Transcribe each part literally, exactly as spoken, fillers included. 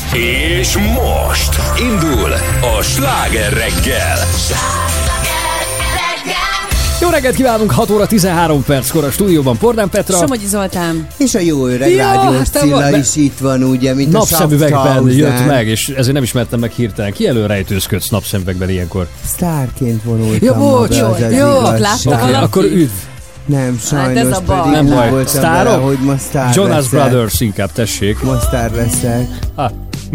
És most indul a Sláger reggel. Jó reggelt kívánunk, hat óra tizenhárom perckor a stúdióban Pordán Petra. Somogyi Zoltán. És a jó öreg ja, Rádiós Cilla is itt van, ugye, mint a napszemüvegben jött meg, és ezért nem ismertem meg hirtelen. Ki elől rejtőzködsz napszemüvegben ilyenkor? Sztárként vonultam. Ja, bocs, maga, az jó, az látta okay, valaki? akkor üdv. Nem, sajnos, hát ez a pedig nem baj. voltam Sztárok? vele, hogy ma sztár Jonas leszek. Brothers inkább, tessék. Ma sztár leszek. Ah.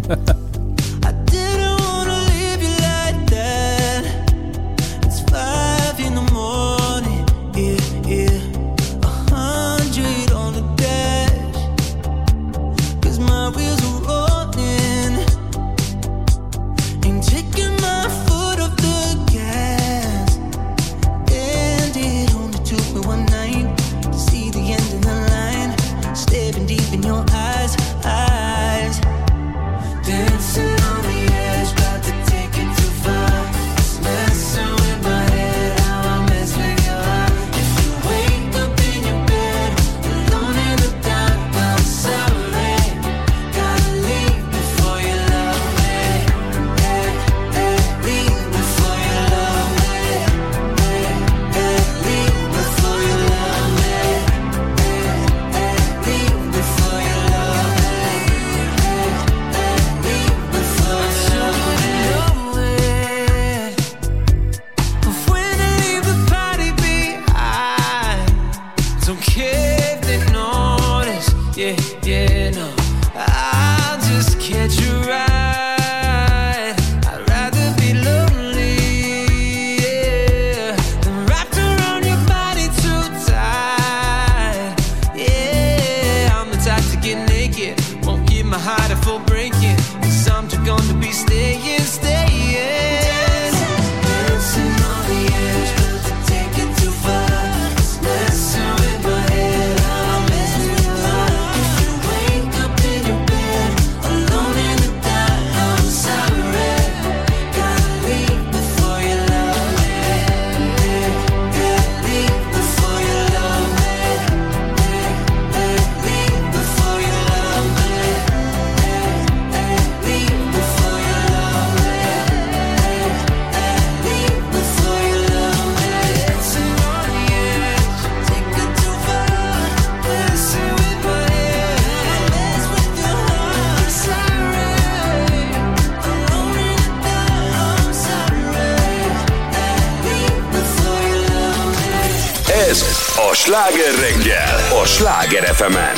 Sláger reggel a Sláger ef emen.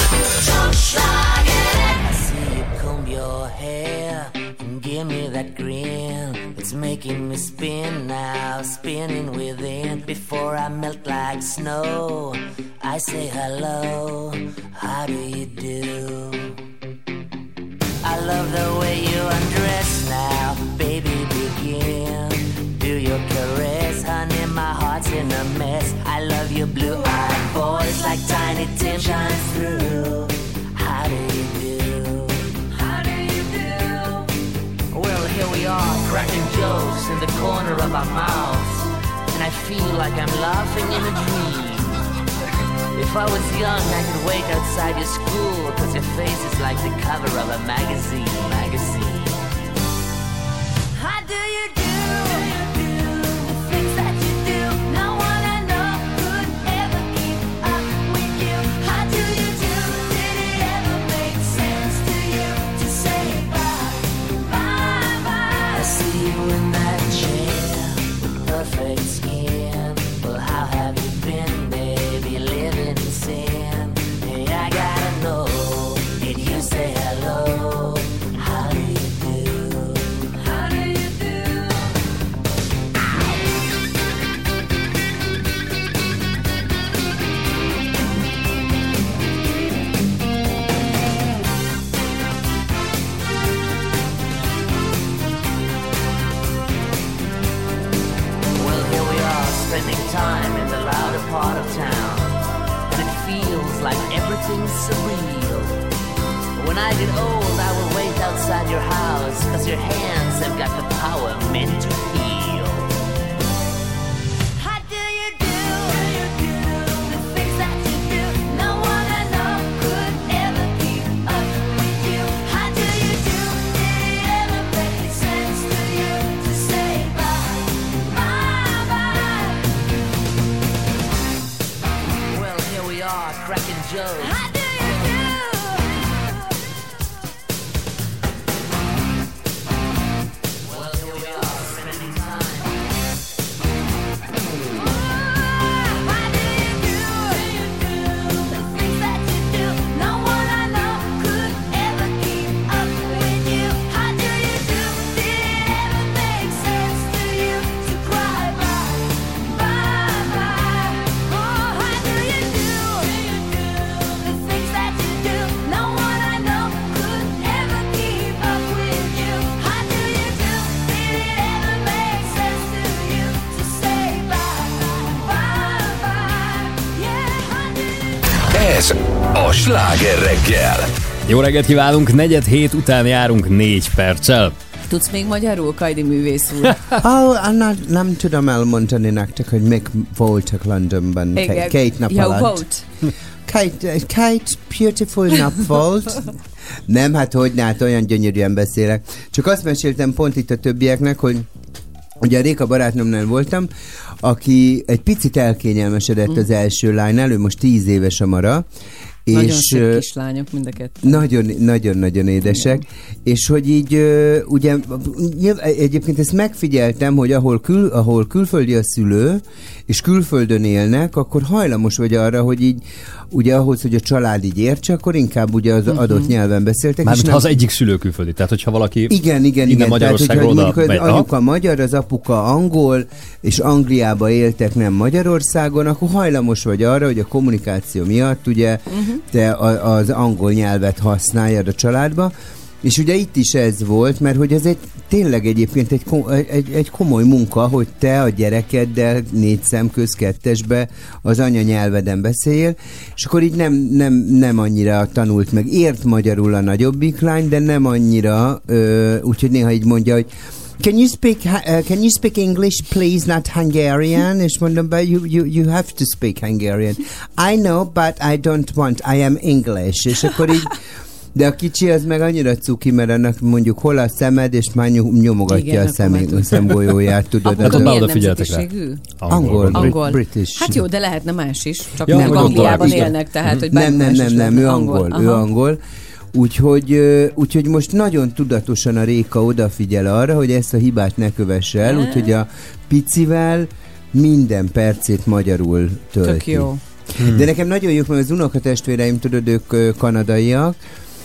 I see you comb your hair and give me that grin. It's making me spin now, spinning within. Before I melt like snow, I say hello, how do you do? I love the way you undress now, baby, begin. Do your caress, honey, my heart's in a mess. I love your blue-eyed voice like Tiny Tim shines through. How do you do? How do you do? Well, here we are, cracking jokes in the corner of our mouths, and I feel like I'm laughing in a dream. If I was young, I could wait outside your school, cause your face is like the cover of a magazine, magazine. How do you do? Perfect skin. Well, how have you been, baby? Living in sin. Hey, I gotta know. Did you say hello? How do you do? How do you do? Spending time in the louder part of town, and it feels like everything's surreal. When I get old, I will wait outside your house, cause your hands have got the power meant to heal. How do you do? The things that you do, no one I know could ever keep up with you. How do you do? a Sláger reggel. Jó reggelt kívánunk, negyed hét után járunk négy perccel. Tudsz még magyarul, Kajdi művész úr? Oh, nem, nem tudom elmondani nektek, hogy még voltak Londonban Igen. két nap Jó alatt. volt. Két, két beautiful nap volt. Nem, hát hogy hát olyan gyönyörűen beszélek. Csak azt meséltem pont itt a többieknek, hogy ugye a Réka barátnőmnél voltam, aki egy picit elkényelmesedett mm. az első lánynál, ő most tíz éves a Mara. Nagyon és szép kislányok mind a ketten. Nagyon, nagyon, nagyon édesek. Igen. És hogy így, ugye, egyébként ezt megfigyeltem, hogy ahol, kül, ahol külföldi a szülő, és külföldön élnek, akkor hajlamos vagy arra, hogy így, ugye ahhoz, hogy a család így értse, akkor inkább ugye az adott uh-huh. nyelven beszéltek. Mármint nem... ha az egyik szülő külföldi, tehát hogyha valaki igen, igen, innen igen. Magyarországról tehát, oda megy. Az anyuka magyar, az apuka angol, és Angliába éltek, nem Magyarországon, akkor hajlamos vagy arra, hogy a kommunikáció miatt ugye uh-huh. te a, az angol nyelvet használjad a családba, és ugye itt is ez volt, mert hogy ez egy tényleg egyébként egy, egy, egy komoly munka, hogy te a gyerekeddel négy szemköz kettesbe az anyanyelveden beszéljél, és akkor így nem, nem, nem annyira tanult meg. Ért magyarul a nagyobbik lány, de nem annyira, ö, úgyhogy néha így mondja, hogy Can you speak uh, Can you speak English, please, not Hungarian? És mondom, but you, you, you have to speak Hungarian. I know, but I don't want. I am English. És akkor így, de a kicsi az meg annyira cuki, mert annak mondjuk hol a szemed, és már nyomogatja igen, a, szemé, a szemgolyóját, tudod. Akkor milyen odafigyeltek rá? Angol, angol. British. Hát jó, de lehetne más is. Csak ja, nem Angliában igen. élnek, tehát, hogy nem, nem, nem, nem, ő angol, angol. ő angol. Úgyhogy, úgyhogy most nagyon tudatosan a Réka odafigyel arra, hogy ezt a hibát ne kövesse el, úgyhogy a picivel minden percét magyarul tölti. Tök jó. Hmm. De nekem nagyon jók, mert az unokatestvéreim, tudod, ők kanadaiak,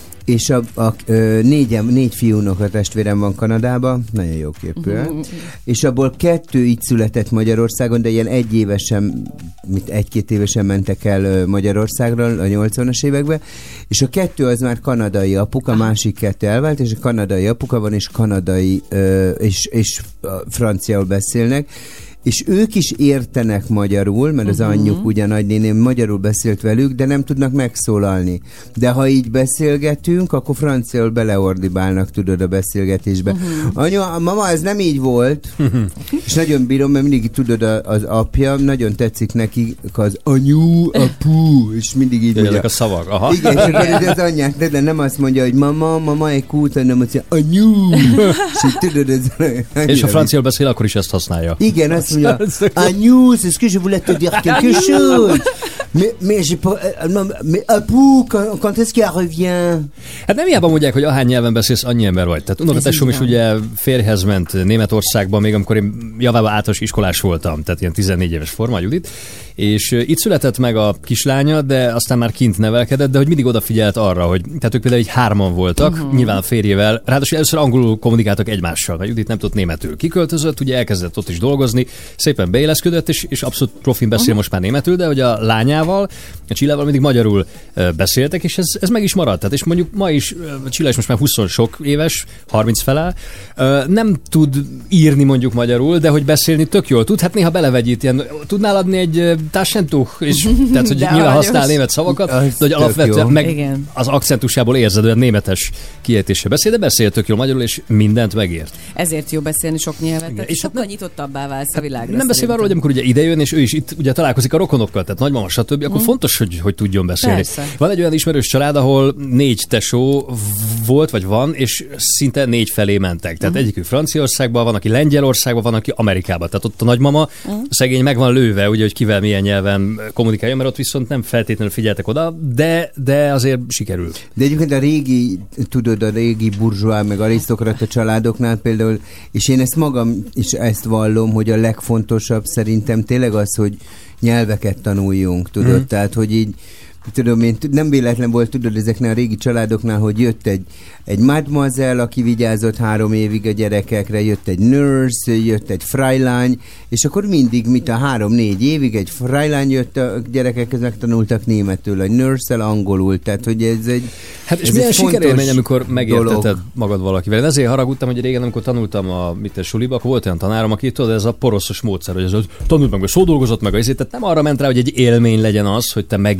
és a, a, a négy, négy fiú unokatestvérem van Kanadában, nagyon jó képűen, uh-huh. és abból kettő így született Magyarországon, de ilyen egy évesen, mint egy-két évesen mentek el Magyarországra a nyolcvanas években, és a kettő az már kanadai apuka, a másik kettő elvált, és a kanadai apuka van, és kanadai, és, és franciául beszélnek, és ők is értenek magyarul, mert az uh-huh. anyjuk, ugye nagynéném magyarul beszélt velük, de nem tudnak megszólalni. De ha így beszélgetünk, akkor franciául beleordibálnak, tudod, a beszélgetésbe. Uh-huh. Anya, mama, ez nem így volt. Uh-huh. És nagyon bírom, mert mindig tudod, az apja, nagyon tetszik neki az anyu, apu, és mindig így mondja. Ezek a szavak, aha. Igen, és akkor az anyák, de, de nem azt mondja, hogy mama, mama egy kút, hanem azt mondja, anyu. És így tudod, ez... És ha franciául beszél, akkor is ezt használja. Igen, azt mondja, Agnew, c'est ce que je voulais te dire quelque chose. Mais, mais j'ai pas... Mais Apu, quand, quand est-ce qu'il revient? Hát nem hiába mondják, hogy ahány nyelven beszélsz, annyi ember vagy. Tehát unokatesom is ugye férjhez ment Németországban, még amikor én javában általános iskolás voltam, tehát ilyen tizennégy éves forma, Judit, és itt született meg a kislánya, de aztán már kint nevelkedett, de hogy mindig odafigyelt arra, hogy tehát ők például így hárman voltak, uh-huh. nyilván a férjével, ráadásul először angolul kommunikáltak egymással, mert Judit nem tudott németül. Kiköltözött, ugye elkezdett ott is dolgozni, szépen beéleszkedett, és, és abszolút profin beszél uh-huh. most már németül, de hogy a lányával, a Csillával mindig magyarul uh, beszéltek, és ez, ez meg is maradt. Tehát, és mondjuk ma is, uh, Csilla is most már húsz sok éves, harminc felel, uh, nem tud írni mondjuk magyarul, de hogy beszélni tök jól tud. Hát néha belevegyít ilyen, tudnál adni egy uh, tássentuch, és tehát, hogy nyilván használ német szavakat, de hogy alapvetően meg igen. az akcentusából érzed, hogy németes kiejtése beszél, de beszél tök jól magyarul, és mindent megért. Ezért jó beszélni sok nyelvet, igen, és sokkal hát nyitottabbá válsz a világra. Nem beszél arról, hogy amikor ugye idejön, és ő is itt ugye találkozik a rokonokkal, tehát nagymama, stb., akkor mm. fontos, hogy, hogy tudjon beszélni. Persze. Van egy olyan ismerős család, ahol négy tesó volt, vagy van, és szinte négy felé mentek. Tehát mm. egyikük Franciaországban, van, aki Lengyelországban, van, aki Amerikában. Tehát ott a nagymama, mm. a szegény meg van lőve, ugye, hogy kivel milyen nyelven kommunikálja, mert ott viszont nem feltétlenül figyeltek oda, de, de azért sikerül. De egyébként a régi, tudod, a régi burzsóá, meg arisztokrata családoknál például, és én ezt magam is ezt vallom, hogy a legfontosabb szerintem tényleg az, hogy nyelveket tanuljunk, tudod, mm. tehát, hogy így tudom én, nem véletlen volt, tudod, ezeknél a régi családoknál, hogy jött egy, egy mademoiselle, aki vigyázott három évig a gyerekekre, jött egy nurse, jött egy freilány, és akkor mindig, mit a három-négy évig egy freilány jött, a gyerekek megtanultak németül, egy nurse-el angolul, tehát hogy ez egy hát és milyen sikerélmény, amikor megérteted magad valakivel. Én ezért haragudtam, hogy régen, amikor tanultam a mit a suliba, akkor volt olyan tanárom, aki tudod, ez a poroszos módszer, hogy ez tanult meg, vagy szódolgozott meg, ezért tehát nem arra ment rá, hogy egy élmény legyen az, hogy te megérted a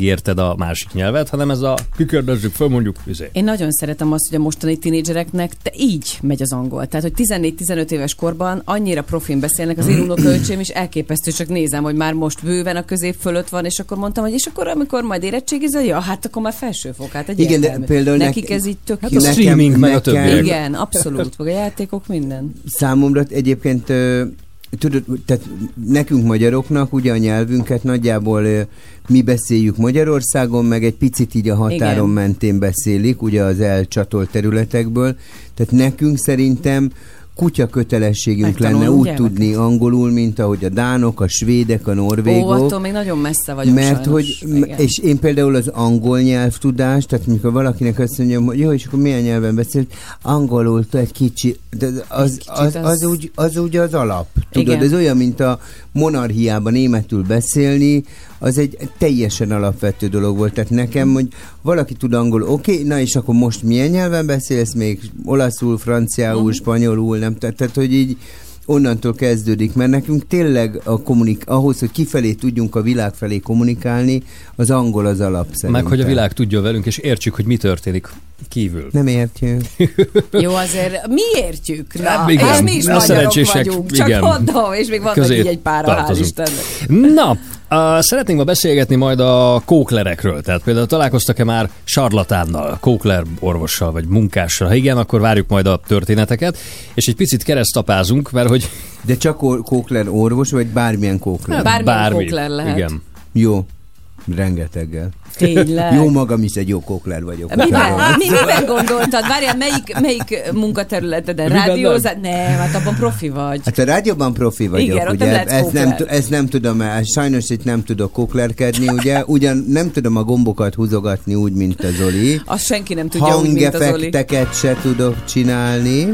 a másik nyelvet, hanem ez a kikérdezzük föl, mondjuk üzé. Én nagyon szeretem azt, hogy a mostani tinédzsereknek te így megy az angol. Tehát, hogy tizennégy-tizenöt éves korban annyira profin beszélnek, az én unokaöcsém is elképesztő, csak nézem, hogy már most bőven a közép fölött van, és akkor mondtam, hogy és akkor amikor majd érettségizel, ja, hát akkor már felsőfok, hát egyértelmű. Igen, de például nekik nek- ez így tök Hát jó. a streaming meg a többiek. Igen, abszolút, vagy a játékok, minden. Számomra egyébként ö, tudod, tehát nekünk magyaroknak ugye a nyelvünket nagyjából ö, mi beszéljük Magyarországon, meg egy picit így a határon Igen. mentén beszélik, ugye az elcsatolt területekből. Tehát nekünk szerintem kutya kötelességünk lenne Megtanulunk úgy nyelveket. tudni angolul, mint ahogy a dánok, a svédek, a norvégok. Ó, attól még nagyon messze vagyok Mert sajnos. hogy, Igen. és én például az angol nyelvtudás, tehát mikor valakinek azt mondjam, hogy jó, és akkor milyen nyelven beszélt, angolul egy kicsi, de az, kicsit az, az- az, úgy, az úgy az alap. Tudod, Igen. ez olyan, mint a monarchiában németül beszélni, az egy teljesen alapvető dolog volt. Tehát nekem, hogy valaki tud angolul, oké, okay, na és akkor most milyen nyelven beszélsz még? Olaszul, franciául, Mhm. spanyolul, nem? Tehát, tehát, hogy így onnantól kezdődik, mert nekünk tényleg a kommunik- ahhoz, hogy kifelé tudjunk a világ felé kommunikálni, az angol az alap szerintem. Meg hogy a világ tudja velünk, és értsük, hogy mi történik kívül. Nem értjük. Jó, azért mi értjük, na, Hát igen, és mi is a magyarok szerencsések, vagyunk, csak igen. mondom, és még vannak Közé így egy pára, hál' tartozunk. Istennek. Na, uh, szeretnénk ma beszélgetni majd a kóklerekről. Tehát például találkoztak-e már sarlatánnal, kókler orvossal vagy munkással? Ha igen, akkor várjuk majd a történeteket, és egy picit keresztapázunk, mert hogy De csak or- kókler orvos, vagy bármilyen kókler? Bármilyen kókler lehet. Igen. Jó. Rengeteggel. Tényleg. Jó magam is egy jó kókler vagyok. Miben, mi, miben gondoltad? Várjál, melyik, melyik munkaterületeden? Miben Rádiózás? Nem, hát abban profi vagy. Hát a rádióban profi vagyok, Igen, ott ugye? nem lehetsz ezt, nem, kókler. tu- ezt nem tudom, el- sajnos itt nem tudok kóklerkedni, ugye? Ugyan nem tudom a gombokat húzogatni úgy, mint a Zoli. Azt senki nem tudja úgy, mint az Oli. Hangeffekteket se tudok csinálni.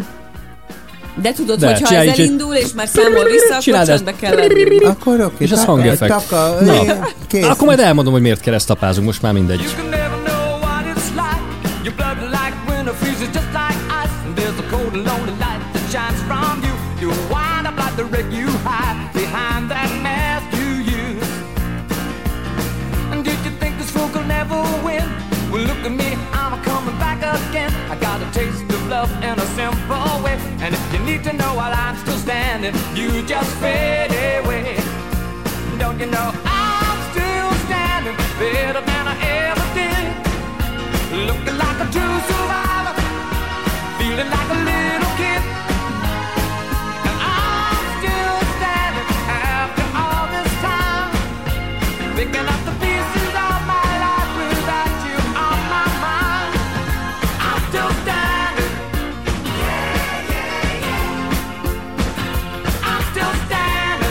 De tudod, De, hogy ha csinálj ez egy- elindul, és már számol vissza, akkor Csináld ezt. csöndbe kell lenni. Akkor oké. És az tak- hangeffekt. taka- Na, kész. akkor majd elmondom, hogy miért keresztapázunk, most már mindegy. You can never know what it's like. Your blood like winter freezes just like ice. And there's a cold and lonely light that shines from you. You wind up like the wreck you hide behind that mask you use. And did you think this fool could never win? Well, look at me, I'm a coming back again. I got a taste of love in a simple way. And if you need to know while I'm still standing, you just fade away. Don't you know I'm still standing better than I ever did? Looking like a true survivor, feeling like a little kid. And I'm still standing after all this time, picking up the pieces of my life without you on my mind. I'm still standing. I'm still standing.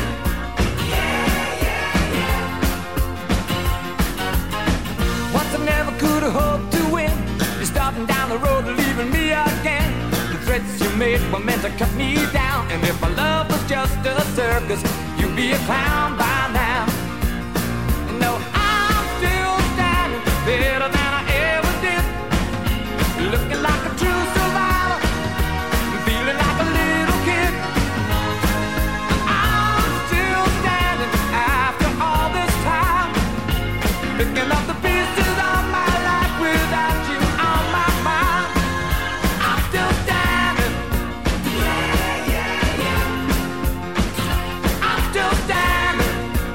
Once I never could have hoped to win. You're starting down the road and leaving me again. The threats you made were meant to cut me down. And if my love was just a circus, you'd be a clown by now. No, I'm still standing better than I ever did. Looking like a true survivor, feeling like a little kid. I'm still standing after all this time, picking up the pieces of my life without you on my mind. I'm still standing. I'm still standing.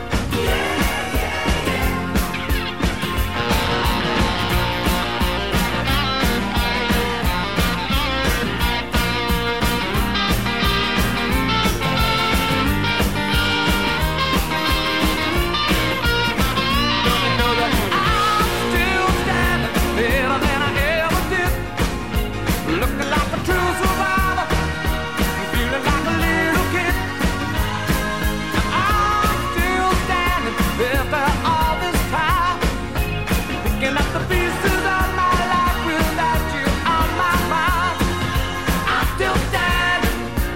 Don't you know that I'm still standing better than I ever did? Looking like a true survivor, feeling like a little kid. I'm still standing after all this time, picking up the pieces of my life without you on my mind. I'm still standing.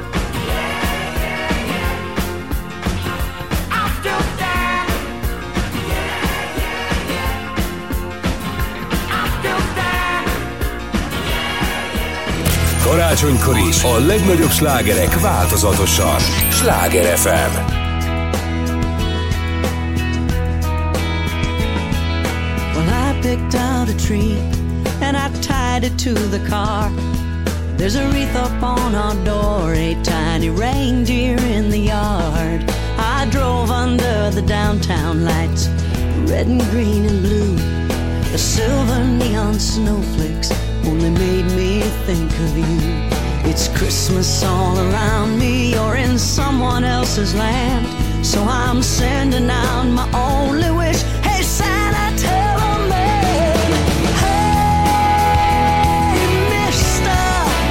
I'm still standing. I'm still standing. Karácsonykor is a legnagyobb slágerek változatosan. Sláger ef em. Well, I picked out a tree and I tied it to the car. There's a wreath up on our door, a tiny reindeer in the yard. I drove under the downtown lights, red and green and blue. The silver neon snowflakes only made me think of you. It's Christmas all around me, you're in someone else's land. So I'm sending out my only wish. Hey Santa, tell a man, hey mister,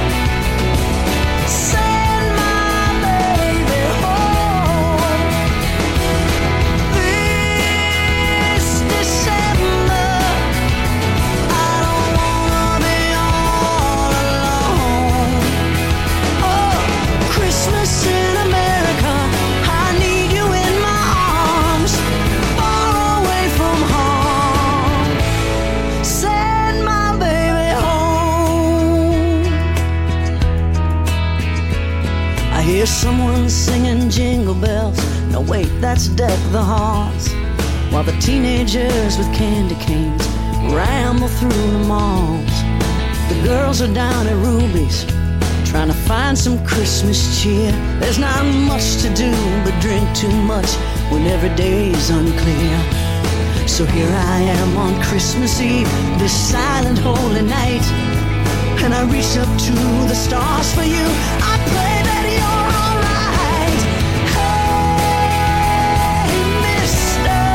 send my baby home this December. I don't wanna be all alone. Oh, Christmas in America, I need you in my arms, far away from home. Send my baby home. I hear someone singing jingle bells. No wait, that's Deck the Halls. While the teenagers with candy canes ramble through the malls. The girls are down at Ruby's, trying to find some Christmas cheer. There's not much to do but drink too much when every day's unclear. So here I am on Christmas Eve, this silent holy night, and I reach up to the stars for you. I pray that you're alright. Hey mister,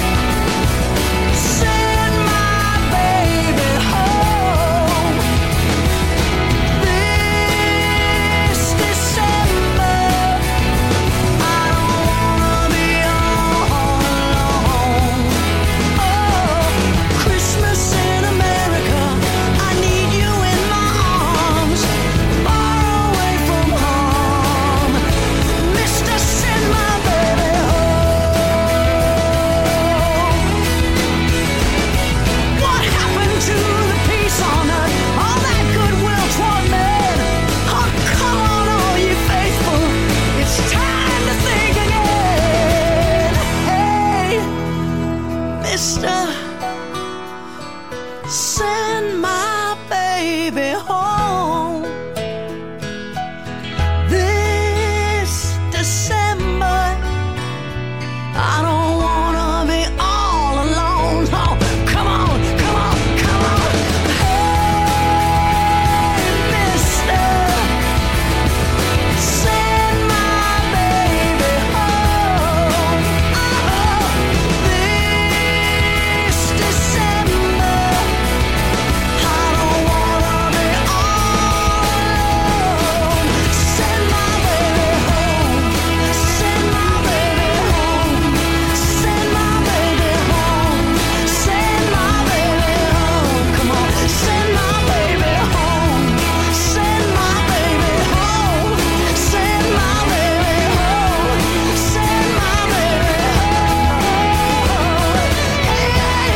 send my baby home this December. I don't wanna be all alone. Oh, Christmas in America, I need you in my arms, far away from home. Mister, send my baby home. What happened to the peace on earth, all that goodwill toward men? Oh, come on, all you faithful, it's time to think again. Hey, mister, send my baby home this December. I don't wanna be all alone. Oh, come on, come on, come on. Hey, mister, send my baby home. Oh, this December. I don't wanna be all alone. Send my baby home. Send my baby home. Send my baby home. Send my baby home. Come on, send my baby home. Send my baby home. Send my baby home. Send my baby home. Hey,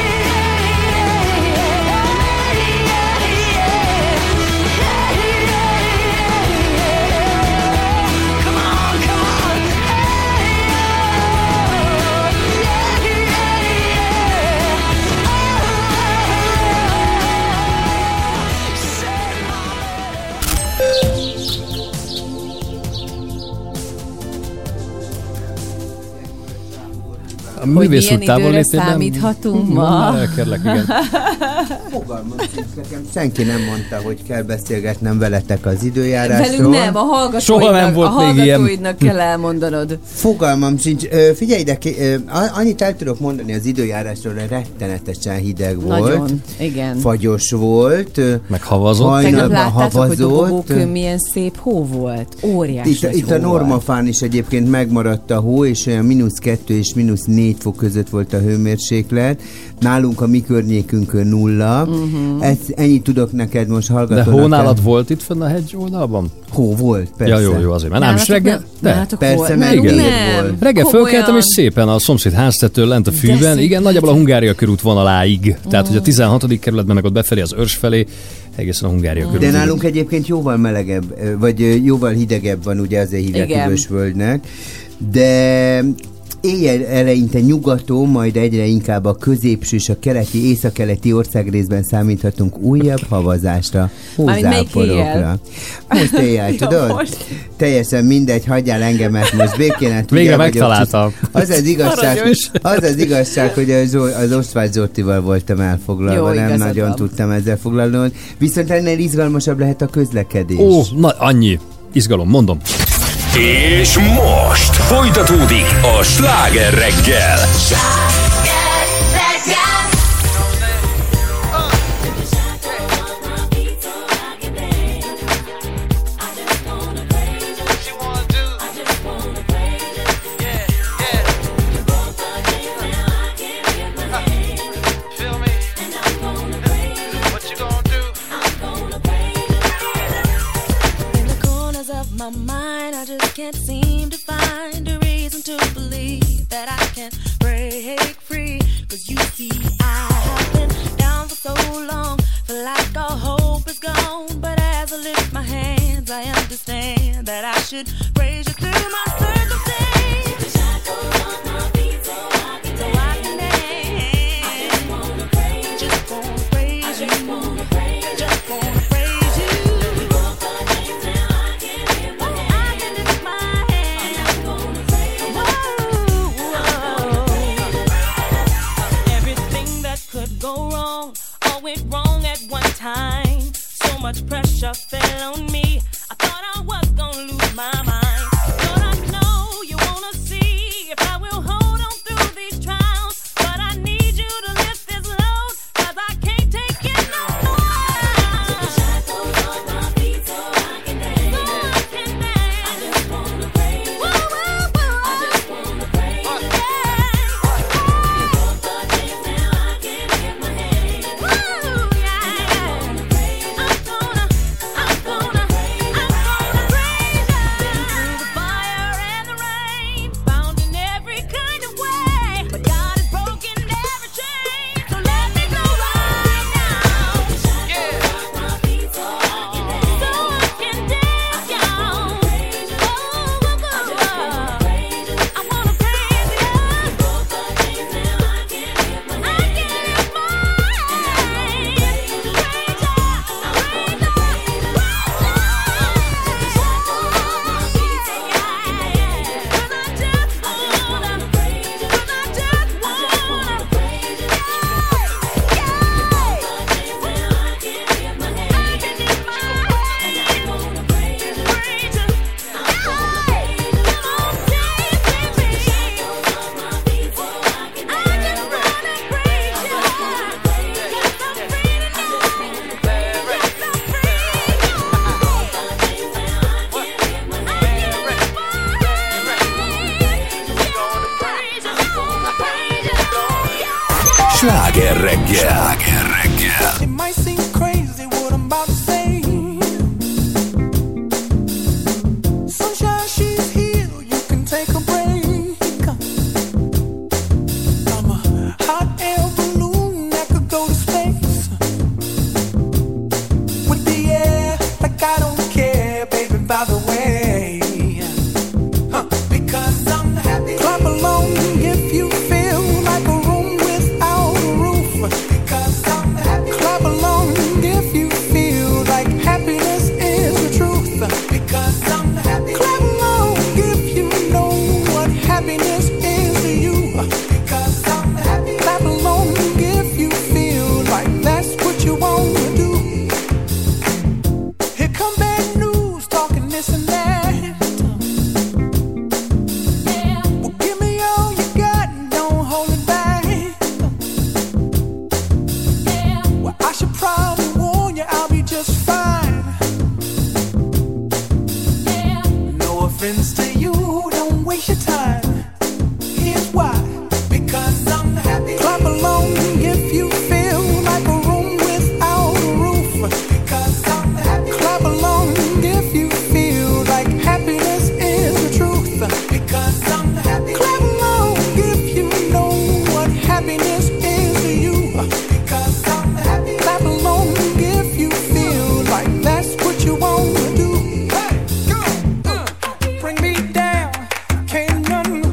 come on, come on. A Hogy művész milyen úr távol időre létében... számíthatunk Mondd ma? már el, kérlek, igen. Fogalmam sincs, nekem senki nem mondta, hogy kell beszélgetnem veletek az időjárásról. Velünk nem, a hallgatóidnak, Soha nem volt a még ilyen. hallgatóidnak kell elmondanod. Fogalmam sincs. Ö, Figyelj ide, ki- ö, a- annyit el tudok mondani az időjárásról, hogy rettenetesen hideg volt. Nagyon, igen. Fagyos volt. ö, Meg havazott. hajnalban Tegnap láttátok, hogy havazott. Dobogókön milyen szép hó volt? Óriási Itt, nagy itt hó a volt. Normafán is egyébként megmaradt a hó, és olyan mínusz kettő és mínusz négy fok között volt a hőmérséklet. Nálunk a mi környékünkön nulla. Uh-huh. Ez, ennyit tudok neked most De hallgatónak. hónálad volt itt fönn a hegy oldalban? Hó volt, persze. Ja, jó, jó, azért. Mert nem is Nálatok reggel... nem- De. nálatok Persze, volt? mert Nálunk igen. nem. Reggel Komolyan. fölkeltem, és szépen a szomszéd háztetőn lent a De fűben. szép. Igen, nagyjából a Hungária körút vonaláig. Tehát, hogy a tizenhatodik kerületben meg ott befelé az Örs felé, egészen a Hungária körút. De nálunk egyébként jóval melegebb, ö, vagy ö, jóval hidegebb van, ugye azért hívják Igen. Üvösvölgynek. De éjjel eleinte nyugaton, majd egyre inkább a középső és a keleti, északkeleti országrészben számíthatunk újabb havazásra, hózáporokra. Most éjjel, tudod? Most. Teljesen mindegy, hagyjál engemet most békén. Végre megtaláltam. Az az igazság, az az igazság, hogy az, az Ostvár Zsoltival voltam elfoglalva, jó, nem nagyon van. Tudtam ezzel foglalni. Viszont ennél izgalmasabb lehet a közlekedés. Ó, na annyi. Izgalom, mondom. És most folytatódik a Sláger reggel. Can't seem to find a reason to believe that I can break free. Cause you see, I have been down for so long, feel like all hope is gone. But as I lift my hands, I understand that I should praise you through my circumstance. The shackles on my feet so I can so I can dance. I just wanna praise you. Just wanna praise you. Just wanna praise you. Just wanna praise you. Go wrong, all went wrong at one time. So much pressure fell on me. I thought I was gonna lose my mind. Thought I know you wanna see if I will hold on through these trials. But I need you to lift this load, cause I can't take it no more. The shackles on my feet so I can dance. So I can dance. I just wanna praise you. Woo, woo, woo. I just wanna praise you. Sláger reggel. Sláger reggel. It might seem crazy what I'm about to say. Sunshine, she's here, you can take a break. I'm a hot air balloon that could go to space. With the air, like I don't care, baby, by the way. Huh. Because I'm happy. Clap along if you feel like a room without a roof. Because I'm happy. Clap along if you feel like happiness is the truth. Because I'm happy. Clap along if you know what happiness is to you. Because I'm happy. Clap along if you feel like that's what you want to do. Here come bad news, talking this and that. Well, give me all you got and don't hold it back. Well, I should probably warn you, I'll be just fine. No offense to you, don't waste your time. Here's why. Because I'm happy. Clap along if you feel like a room without a roof. Because I'm happy. Clap along if you feel like happiness is the truth. Because I'm happy. Clap along if you know what happiness is to you. Because I'm happy. Clap along if you feel like that's what you want to do. Hey, go. Uh, bring me down. Can't none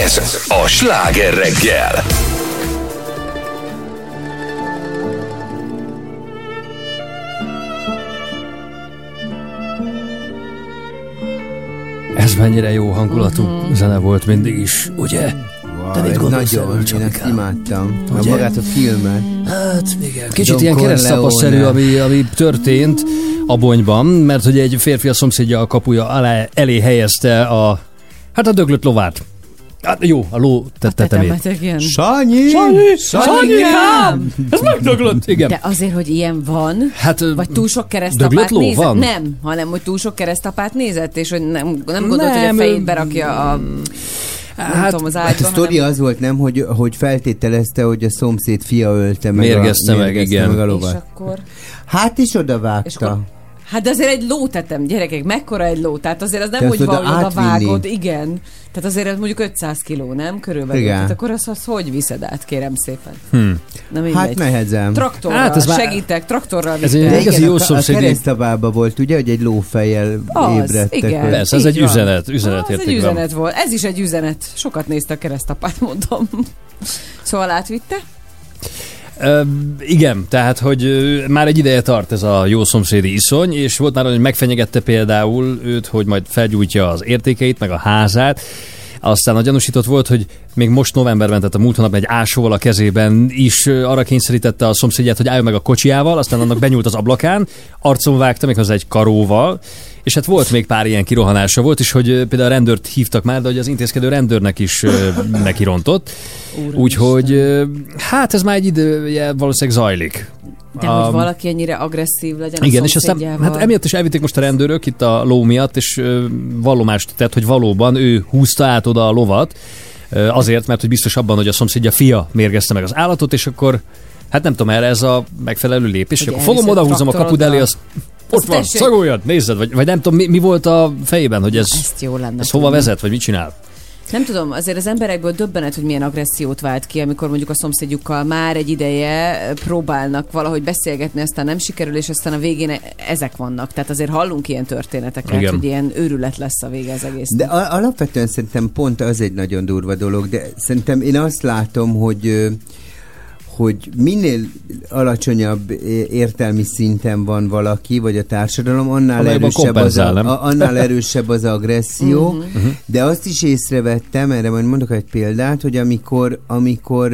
Ez a Sláger reggel. Ez mennyire jó hangulatú uh-huh. zene volt mindig is, ugye? Wow, ez nagyon, én ezt imádtam. A magát a filmet. Hát igen. Kicsit Don ilyen keresztapaszerű, ami, ami történt Abonyban, mert hogy egy férfi a szomszédja a kapuja alá, elé helyezte a, hát a döglött lovát. Hát jó, a ló tetemét. Sanyi! Sanyi! Sanyikám! Ez megdöglött, igen. De azért, hogy ilyen van, hát, vagy túl sok keresztapát nézett? Van? Nem, hanem, hogy túl sok keresztapát nézett, és hogy nem, nem gondolt, nem, hogy a fejét berakja a... Hát, tudom, az ágyba, hát a sztori hanem... az volt, nem, hogy, hogy feltételezte, hogy a szomszéd fia ölte meg mérgezte a, meg, igen. meg a lovat. És akkor... Hát is oda vágta. És akkor... Hát de azért egy lótetem, gyerekek, mekkora egy ló? Tehát azért az nem, hogy valahogy oda vágod, igen. Tehát azért mondjuk ötszáz kiló, nem? Körülbelül. Igen. Tehát akkor azt, azt hogy viszed át, kérem szépen? Hmm. Nem, hát nehezen. Traktorral, hát ez segítek, traktorral ez egy igazi jó szomszéd. A keresztabában volt, ugye, hogy egy lófejjel ébredtek. Igen. Persze, ez egy üzenet, üzenet Ez egy üzenet volt. Ez is egy üzenet. Sokat nézte a keresztapát, mondom. Szóval átvitte? Uh, igen, tehát, hogy uh, már egy ideje tart ez a jó szomszédi iszony, és volt már, hogy megfenyegette például őt, hogy majd felgyújtja az értékeit, meg a házát. Aztán a gyanúsított volt, hogy még most novemberben, tehát a múlt hónapban egy ásóval a kezében is uh, arra kényszerítette a szomszédját, hogy álljon meg a kocsiával, aztán annak benyúlt az ablakán, arcon vágta, méghozzá egy karóval, és hát volt még pár ilyen kirohanása. Volt is, hogy például a rendőrt hívtak már, de hogy az intézkedő rendőrnek is nekirontott. Úgyhogy hát ez már egy idője valószínűleg zajlik. De um, hogy valaki ennyire agresszív legyen igen, a és aztán hát emiatt is elvitték most a rendőrök itt a ló miatt, és uh, vallomást tett, hogy valóban ő húzta át oda a lovat, uh, azért, mert hogy biztos abban, hogy a szomszédja fia mérgezte meg az állatot, és akkor hát nem tudom, erre ez a megfelelő lépés. Akkor fogom, odahúzom a kapud elé, azt ott van, szagoljad, nézzed, vagy, vagy nem tudom, mi, mi volt a fejében, hogy ez, jó lenne, ez hova vezet, vagy mit csinál? Nem tudom, azért az emberekből döbbenet, hogy milyen agressziót vált ki, amikor mondjuk a szomszédjukkal már egy ideje próbálnak valahogy beszélgetni, aztán nem sikerül, és aztán a végén ezek vannak. Tehát azért hallunk ilyen történeteket, igen, hogy ilyen őrület lesz a vége az egész. De alapvetően szerintem pont az egy nagyon durva dolog, de szerintem én azt látom, hogy hogy minél alacsonyabb értelmi szinten van valaki, vagy a társadalom, annál, erősebb az, a, annál erősebb az agresszió, uh-huh. De azt is észrevettem, erre majd mondok egy példát, hogy amikor, amikor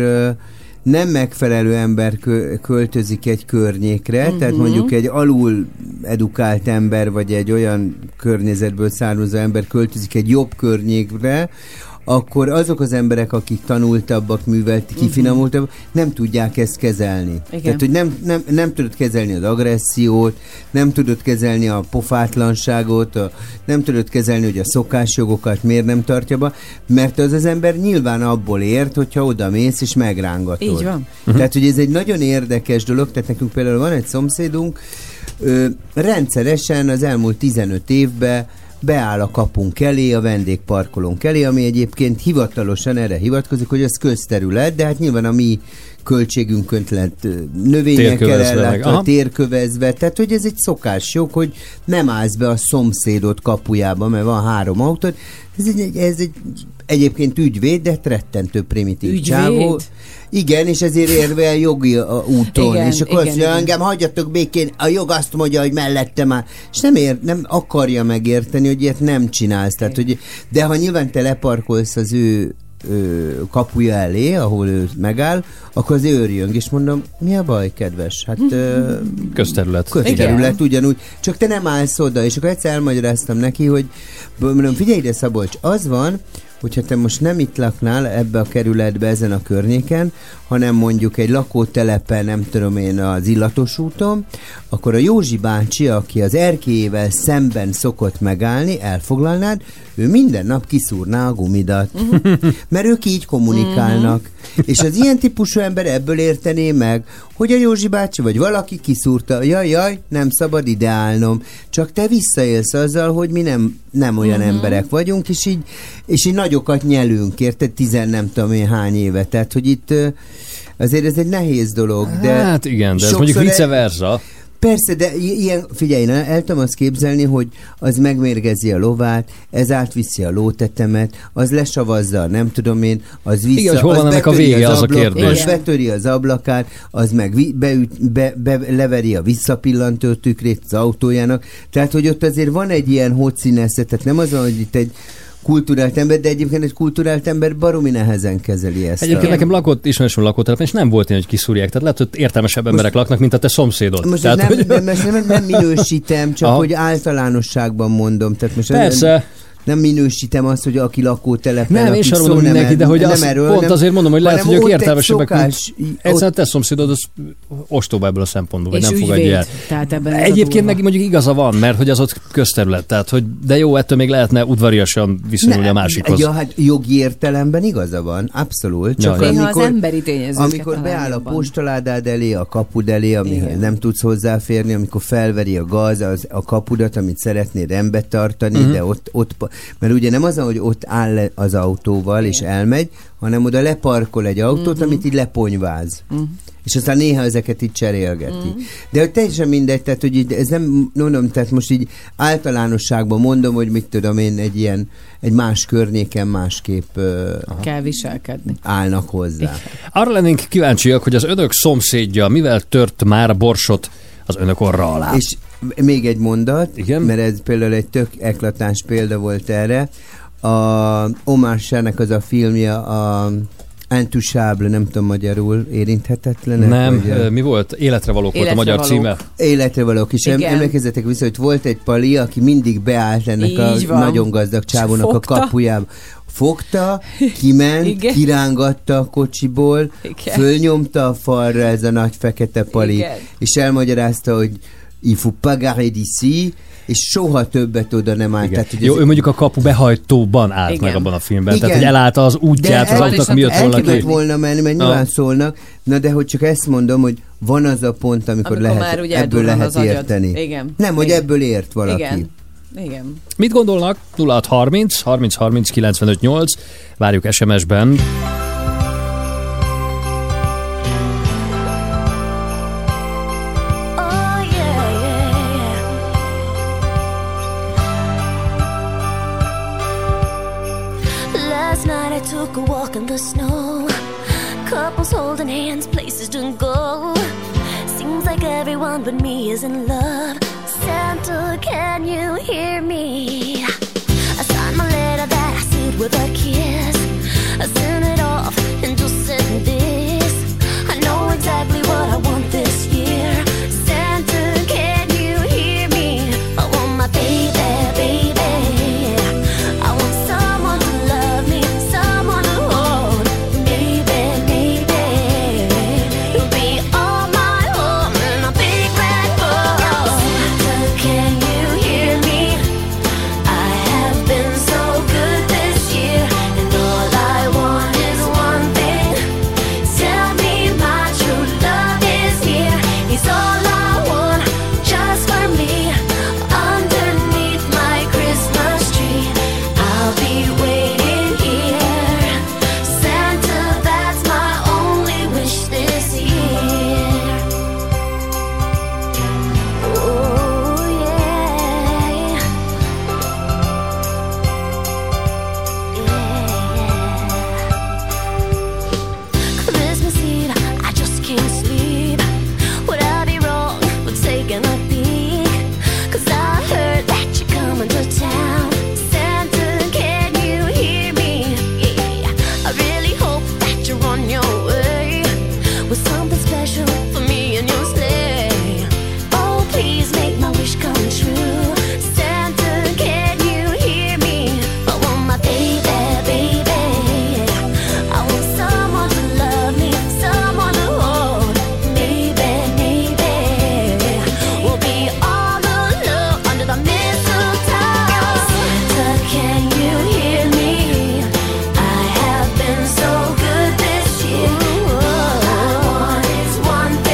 nem megfelelő ember költözik egy környékre, uh-huh. Tehát mondjuk egy alul edukált ember, vagy egy olyan környezetből származó ember költözik egy jobb környékre, akkor azok az emberek, akik tanultabbak, művelt, kifinomultabbak, nem tudják ezt kezelni. Igen. Tehát, hogy nem, nem, nem tudod kezelni az agressziót, nem tudod kezelni a pofátlanságot, a, nem tudod kezelni, hogy a szokásjogokat miért nem tartja be, mert az az ember nyilván abból ért, hogyha odamész és megrángatod. Így van. Tehát, hogy ez egy nagyon érdekes dolog, tehát nekünk például van egy szomszédunk, ö, rendszeresen az elmúlt tizenöt évben beáll a kapunk elé, a vendégparkolónk elé, ami egyébként hivatalosan erre hivatkozik, hogy az közterület, de hát nyilván a mi költségünkön lett növényekkel ellátva, térkövezve, tehát hogy ez egy szokásjog, hogy nem állsz be a szomszédod kapujába, mert van három autód. Ez egy, ez egy egyébként ügyvéd, de rettentő primitív ügyvéd? Csávó. Igen, és ezért érve jogi a úton. Igen, és akkor igen, azt mondja, igen. Engem hagyjatok békén, a jog azt mondja, hogy mellette már. És nem, ér, nem akarja megérteni, hogy ilyet nem csinálsz. Tehát, hogy, de ha nyilván te leparkolsz az ő ö, kapuja elé, ahol ő megáll, akkor az őrjön, és mondom, mi a baj, kedves? Hát ö, közterület. Közterület ugyanúgy, csak te nem állsz oda, és akkor egyszer elmagyaráztam neki, hogy mondom, figyelj ide, Szabolcs, az van, hogyha te most nem itt laknál ebbe a kerületbe, ezen a környéken, hanem mondjuk egy lakótelepen, nem tudom én, az Illatos úton, akkor a Józsi bácsi, aki az erkélyével szemben szokott megállni, elfoglalnád, ő minden nap kiszúrná a gumidat. Uh-huh. Mert ők így kommunikálnak. Uh-huh. És az ilyen típusú ember ebből értené meg, hogy a Józsi bácsi vagy valaki kiszúrta, jaj, jaj, nem szabad ide állnom. Csak te visszaélsz azzal, hogy mi nem, nem olyan uh-huh. emberek vagyunk, és így, és így nagyokat nyelünk, érted? Tizen nem tudom én hány éve. Tehát, hogy itt azért ez egy nehéz dolog. De hát igen, de ez mondjuk vice versa. Persze, de ilyen, figyelj, én el tudom azt képzelni, hogy az megmérgezi a lovát, ez átviszi a lótetemet, az lesavazza, nem tudom én, az vissza, igen, hogy hol van az ennek a vége, az, ablak, az a kérdés. Az betöri az ablakát, az meg beüt, be, be, leveri a visszapillantó tükrét az autójának, tehát, hogy ott azért van egy ilyen hotszíneszet, tehát nem az van, hogy itt egy kulturált ember, de egyébként egy kulturált ember baromi nehezen kezeli ezt. Egyébként a... nekem lakott, ismerősöm lakótelepen, és nem volt ilyen, hogy kiszúrják. Tehát lehet, hogy értelmesebb most, emberek laknak, mint a te szomszédod. Most tehát, nem, hogy... nem, nem, nem minősítem, csak aha. hogy általánosságban mondom. Tehát most persze. Nem, nem minősítem azt, hogy aki lakótelepen, nem, aki és arra szó mondom nem mindenki, de hogy nem az, erről, pont nem, azért mondom, hogy lehet, hogy ők értelmesebbek, szokás, mint egyszerűen te szomszédod, az ostoba ebből a szempontból, vagy és nem fogadja el. Tehát ebben egyébként neki mondjuk igaza van, mert hogy az ott közterület, tehát hogy de jó, ettől még lehetne udvariasan viszonyulni ne, a másikhoz. Ja, hát jogi értelemben igaza van, abszolút. Csak ja, amikor, az emberi tényezőket amikor beáll a postaládád elé, a kapud elé, amihez nem tudsz hozzáférni, amikor felveri a gaz az, a kapudat, amit szeretnél rendbe tartani, uh-huh. de ott, ott, mert ugye nem az, hogy ott áll az autóval és elmegy, hanem oda leparkol egy autót, uh-huh. amit így leponyváz. Uh-huh. És aztán néha ezeket így cserélgeti. Uh-huh. De hogy teljesen mindegy, tehát hogy így, ez nem, mondom, tehát most így általánosságban mondom, hogy mit tudom én, egy ilyen, egy más környéken másképp uh, kell viselkedni. Állnak hozzá. Arra lennénk kíváncsiak, hogy az önök szomszédja mivel tört már a borsot az önök orra alá. És még egy mondat, igen? Mert ez például egy tök eklatáns példa volt erre. A Omar Sy-nek az a filmje, a Intouchable, nem tudom magyarul, érinthetetlenek? Nem, vagy, mi volt? Életre valók Életre volt a magyar valók. Címe. Életre valók, és igen. Emlékezzetek vissza, hogy volt egy pali, aki mindig beállt ennek így a van. Nagyon gazdag csávónak a kapujába. Fogta, kiment, igen. kirángatta a kocsiból, igen. fölnyomta a falra ez a nagy fekete pali, igen. és elmagyarázta, hogy il faut pas garer d'ici, és soha többet oda nem állt. Tehát, jó, ez... ő mondjuk a kapu behajtóban állt igen. meg abban a filmben. Igen. Tehát, hogy elállta az útját az autónak, mi jött volna ki. El volna menni, mert nyilván ah. szólnak. Na, de hogy csak ezt mondom, hogy van az a pont, amikor, amikor lehet, ebből lehet érteni. Igen. Nem, hogy igen. ebből ért valaki. Igen. Igen. Mit gondolnak? nulla hat harminc harminc harminc kilencvenöt nyolc. Várjuk es em es-ben. Took a walk in the snow, couples holding hands, places to go. Seems like everyone but me is in love. Santa, can you hear me? I signed my letter that I sealed with a kiss. I sent it off and just said this: I know exactly what I want this year. Santa, can you hear me? I want my baby, baby. I want someone to love me. One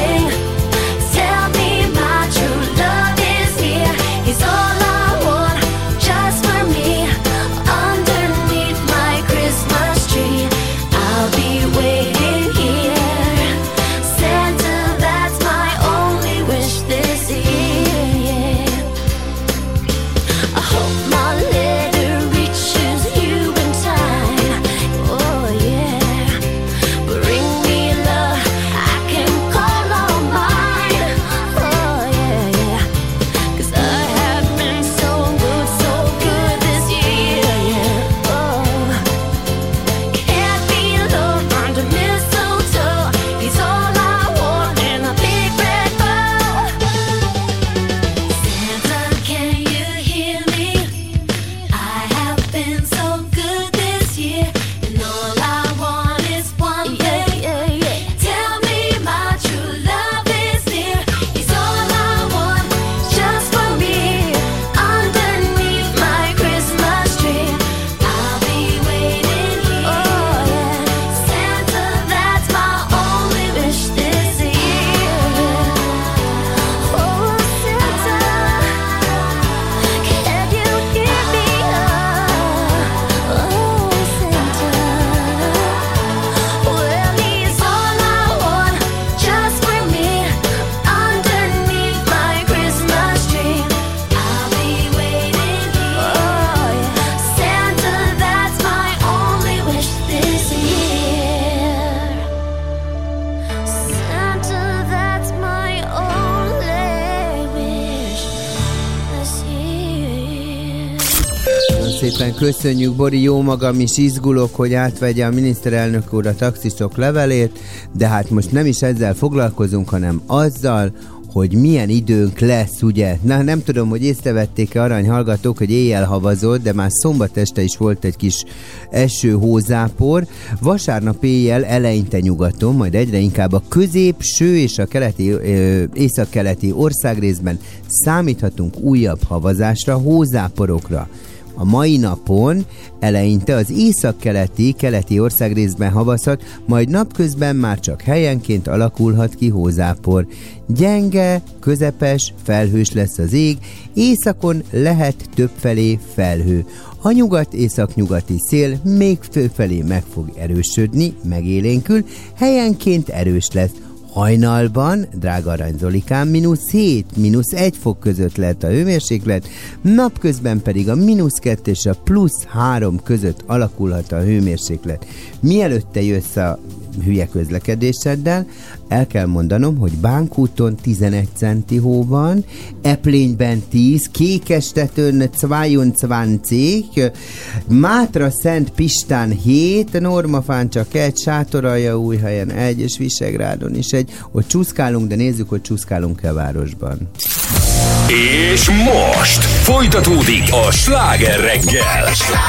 szépen köszönjük, Bori, jó magam is izgulok, hogy átvegye a miniszterelnök úr a taxiszok levelét, de hát most nem is ezzel foglalkozunk, hanem azzal, hogy milyen időnk lesz, ugye? Na, nem tudom, hogy észrevették-e arany hallgatók, hogy éjjel havazott, de már szombat este is volt egy kis eső, hózápor. Vasárnap éjjel eleinte nyugaton, majd egyre inkább a középső és a keleti, ö, északkeleti országrészben számíthatunk újabb havazásra, hózáporokra. A mai napon eleinte az északkeleti, keleti országrészben havazhat, majd napközben már csak helyenként alakulhat ki hózápor. Gyenge, közepes, felhős lesz az ég, északon lehet többfelé felhő. A nyugat-északnyugati szél még fölfelé meg fog erősödni, megélénkül, helyenként erős lesz. Hajnalban, drága Arany Zolikám, mínusz hét, mínusz egy fok között lehet a hőmérséklet, napközben pedig a mínusz kettő és a plusz három között alakulhat a hőmérséklet. Mielőtt te jössz a hülye közlekedéseddel, el kell mondanom, hogy Bánkúton tizenegy centi hó van, Eplényben tíz, Kékestetőn huszonkettő, Mátra Szent Pistán hét, Normafán csak egy, Sátoraljaújhelyen egy, és Visegrádon is egy. Ott csúszkálunk, de nézzük, hogy csúszkálunk-e a városban. És most folytatódik a Sláger reggel.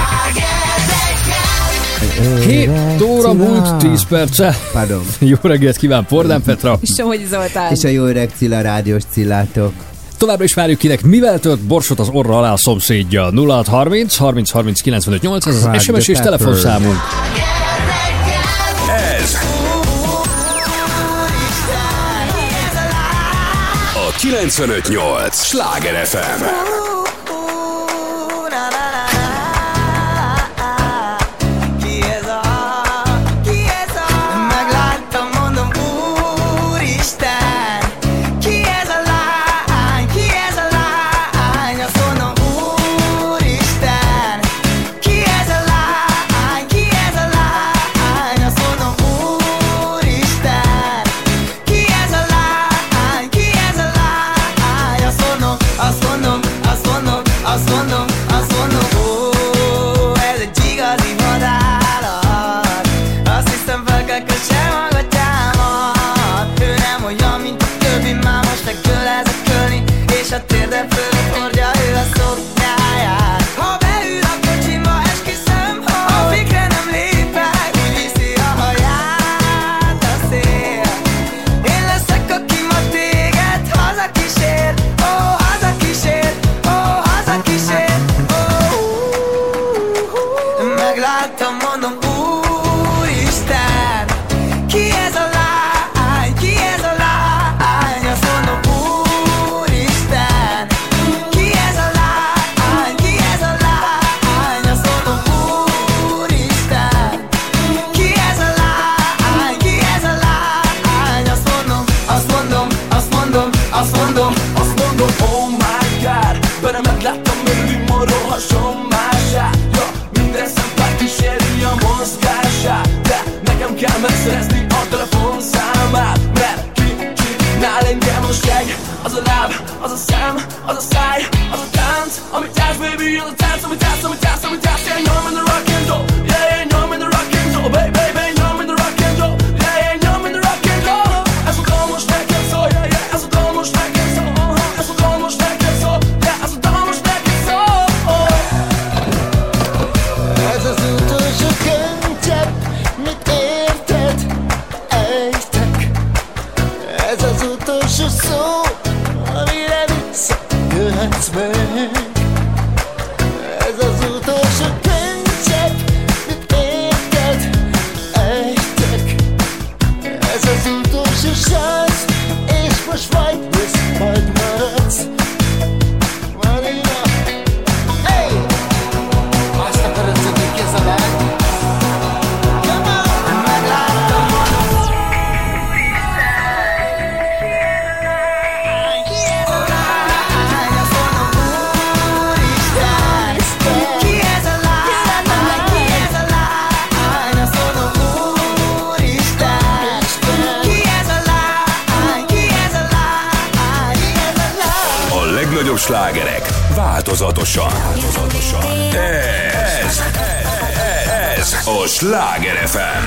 hét óra múlt tíz perce. Pardon. Jó reggelt kíván, Pordán Petra. És Somogyi Zoltán. És a jó öreg Cilla, rádiós Cillátok. Továbbra is várjuk, kinek mivel tört borsot az orra alá a szomszédja. nulla hat harminc harminc harminc kilencvenöt nyolc, ez az es em es és telefonszámunk. Ez a kilencvenöt nyolc Sláger ef em. Slágerek változatosan. változatosan. Ez a Sláger ef em.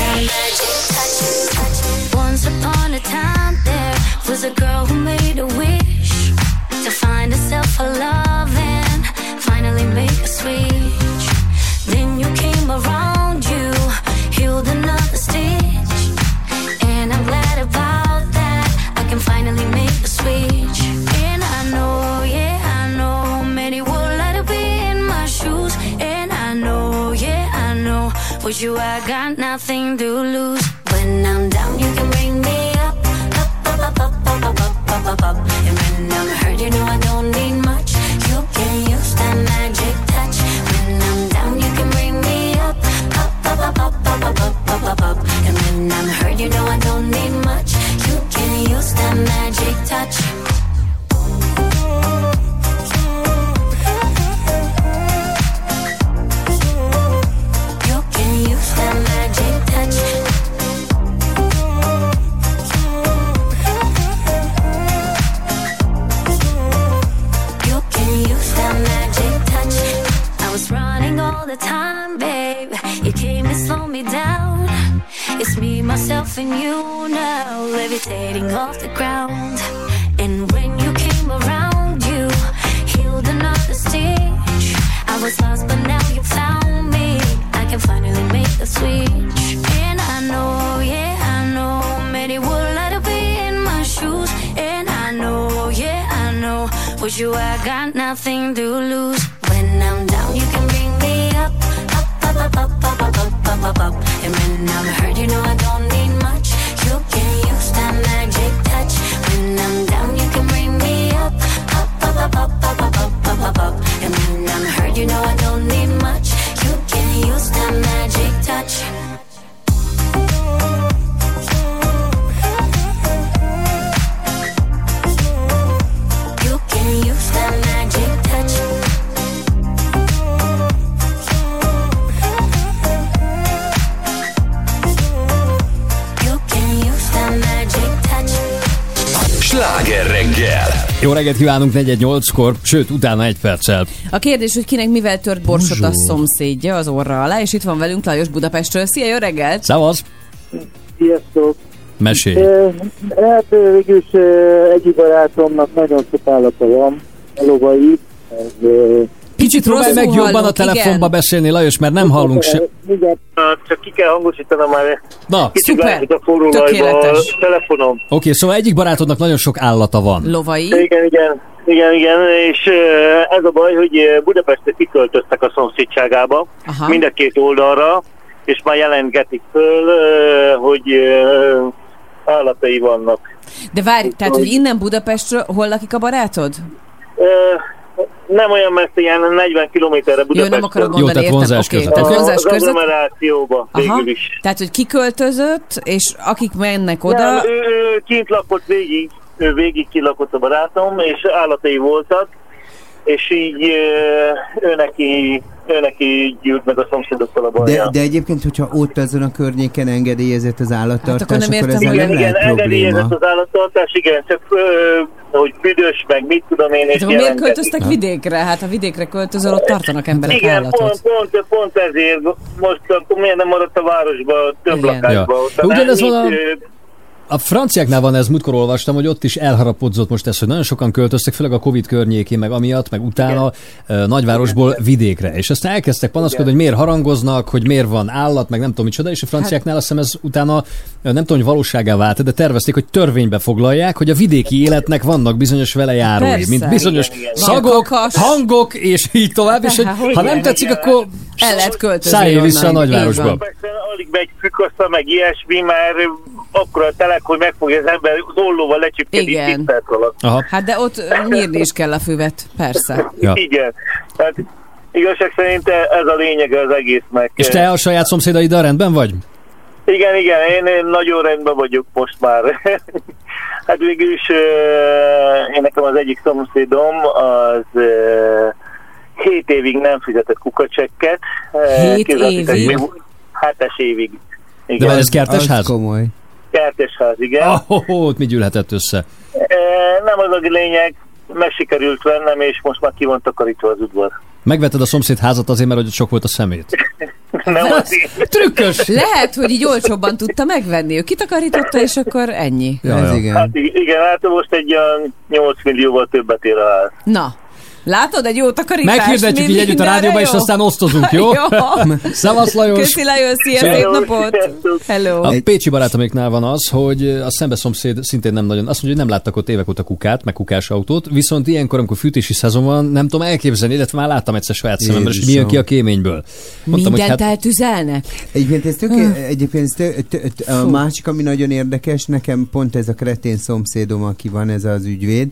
Once upon a time there was a girl who made a wish to find herself a love and finally make a switch. Then you came around, you healed another stitch, and I'm glad about that. I can finally make a switch. And I know, yeah, I know many would like to be in my shoes. And I know, yeah, I know with you I got nothing to lose. When I'm down you can bring me up, up, up, up, up, up, up, up, up, up. And when I'm hurt you know I don't need much. You can use that magic touch. When I'm down you can bring me up, up, up, up, up, up, up, up, up, up, up. And when I'm hurt you know I don't need much. You can use that magic touch. You can use that magic touch. You can use that magic touch. I was running all the time, babe. You came and slowed me down. It's me, myself, and you now, levitating off the ground. And when you came around, you healed another stitch. I was lost, but now you found me. I can finally make the switch. And I know, yeah, I know many would like to be in my shoes. And I know, yeah, I know with you I got nothing to lose. When I'm down, you can bring me up, up, up, up, up, up, up, up, up, up. And when I'm hurt, you know I don't need much. You can use that magic touch. When I'm down, you can bring me up, up, up, up, up, up, up, up, up, up, up. And when I'm hurt, you know I don't need much. You can use that magic touch. You can use that magic touch. You can use that magic touch. Sláger reggel! Jó reggelt kívánunk negyven nyolckor, sőt, utána egy perccel. A kérdés, hogy kinek mivel tört borsot a szomszédja az orra alá, és itt van velünk Lajos Budapestről. Szia, jó reggelt! Szevasz! Sziasztok! Mesélj! E, hát végülis egyik barátomnak nagyon szép állata van, a lovai. Ez, Kicsit próbálj meg jobban hallunk, a telefonba igen. beszélni, Lajos, mert nem hallunk se. Igen, csak ki kell hangosítanom már. Na, szuper, a forró tökéletes. A telefonom. Oké, okay, szóval egyik barátodnak nagyon sok állata van. Lovai. Igen, igen, igen, igen, és ez a baj, hogy Budapestre kiköltöztek a szomszédságába, aha, mind a két oldalra, és már jelentgetik föl, hogy állatai vannak. De várj, tehát, hogy innen Budapestről hol lakik a barátod? Nem olyan messze, ilyen negyven kilométerre Budapestről. Jó, nem akarod mondani, jó, tehát értem. vonzás Okay. között. A vonzás az között. agglomerációba végül is. Tehát, hogy kiköltözött, és akik mennek oda... Nem, ő, ő kint lakott végig, ő végig kilakott a barátom, és állatai voltak, és így ő neki, ő neki gyűlt meg a szomszédokkal a bajja. De, de egyébként, hogyha ott azon a környéken engedélyezett az állattartás, hát akkor, nem akkor értem, ezzel igen, nem igen, lehet engedélyezett probléma. az állattartás, igen, csak ö, hogy büdös, meg mit tudom én, és hát, miért költöztek ha. vidékre? Hát a vidékre költözöl, ott tartanak emberek igen, állatot. pont, pont, pont ezért most akkor miért nem maradt a városba, több lakásba. Ja. Ugyanez van a... A franciáknál van ez, múltkor olvastam, hogy ott is elharapodzott most ez, hogy nagyon sokan költöztek, főleg a Covid környékén, meg amiatt, meg utána uh, nagyvárosból vidékre. És aztán elkezdtek panaszkodni, hogy miért harangoznak, hogy miért van állat, meg nem tudom micsoda, és a franciáknál azt hiszem ez utána nem tudom, hogy valóságá vált, de tervezték, hogy törvénybe foglalják, hogy a vidéki életnek vannak bizonyos vele járói, persze, mint bizonyos igen, igen. szagok, hangok, és így tovább, és hogy ha nem tetszik, akkor el lehet költözni. Szállj vissza a nagyvárosba. Alig megy fükaszta, meg ilyesmi, mert akkor a telek, hogy megfogja az ember, az ollóval lecsipkedik tíz perc alatt. Hát de ott nyírni is kell a füvet, persze. Ja. Igen. Hát igazság szerint ez a lényege az egésznek. És te a saját szomszédaiddal rendben vagy? Igen, igen, én, én nagyon rendben vagyok most már. Hát végül is én nekem az egyik szomszédom az hét évig nem fizetett kukacsekket. Hét évig? Hetes évig. Igen. De ez kertesház? komoly. Kertesház, igen. Oh, ott mi gyűlhetett össze? E, nem az a lényeg, meg sikerült vennem, és most már ki van takarítva az udvar. Megvetted a szomszéd házat azért, mert hogy sok volt a szemét? Nem az én. Trükkös! Lehet, hogy így olcsóbban tudta megvenni. Ő kitakarította, és akkor ennyi. Ja, Ez ja. igen. Hát igen, hát most egy olyan nyolc millióval többet ér a ház. Na, látod, egy jó takarítás. Meghirdetjük így együtt a rádióban, és aztán osztozunk, jó? Jó. Szevasz, Lajos! Köszi, Lajos, szia, szép napot! Hello! A pécsi barátomiknál van az, hogy a szembeszomszéd szintén nem nagyon, azt mondja, hogy nem láttak ott évek óta kukát, meg kukás autót, viszont ilyenkor, amikor fűtési szezon van, nem tudom elképzelni, illetve már láttam egyszer saját szememben, és mi jön ki a kéményből. Mondtam, Mindent hogy hát, eltüzelnek? Egyébként ez tök, egyébként ez tök, tök, tök, a másik, ami nagyon érdekes, nekem pont ez a kretén szomszédom, aki van, ez az ügyvéd,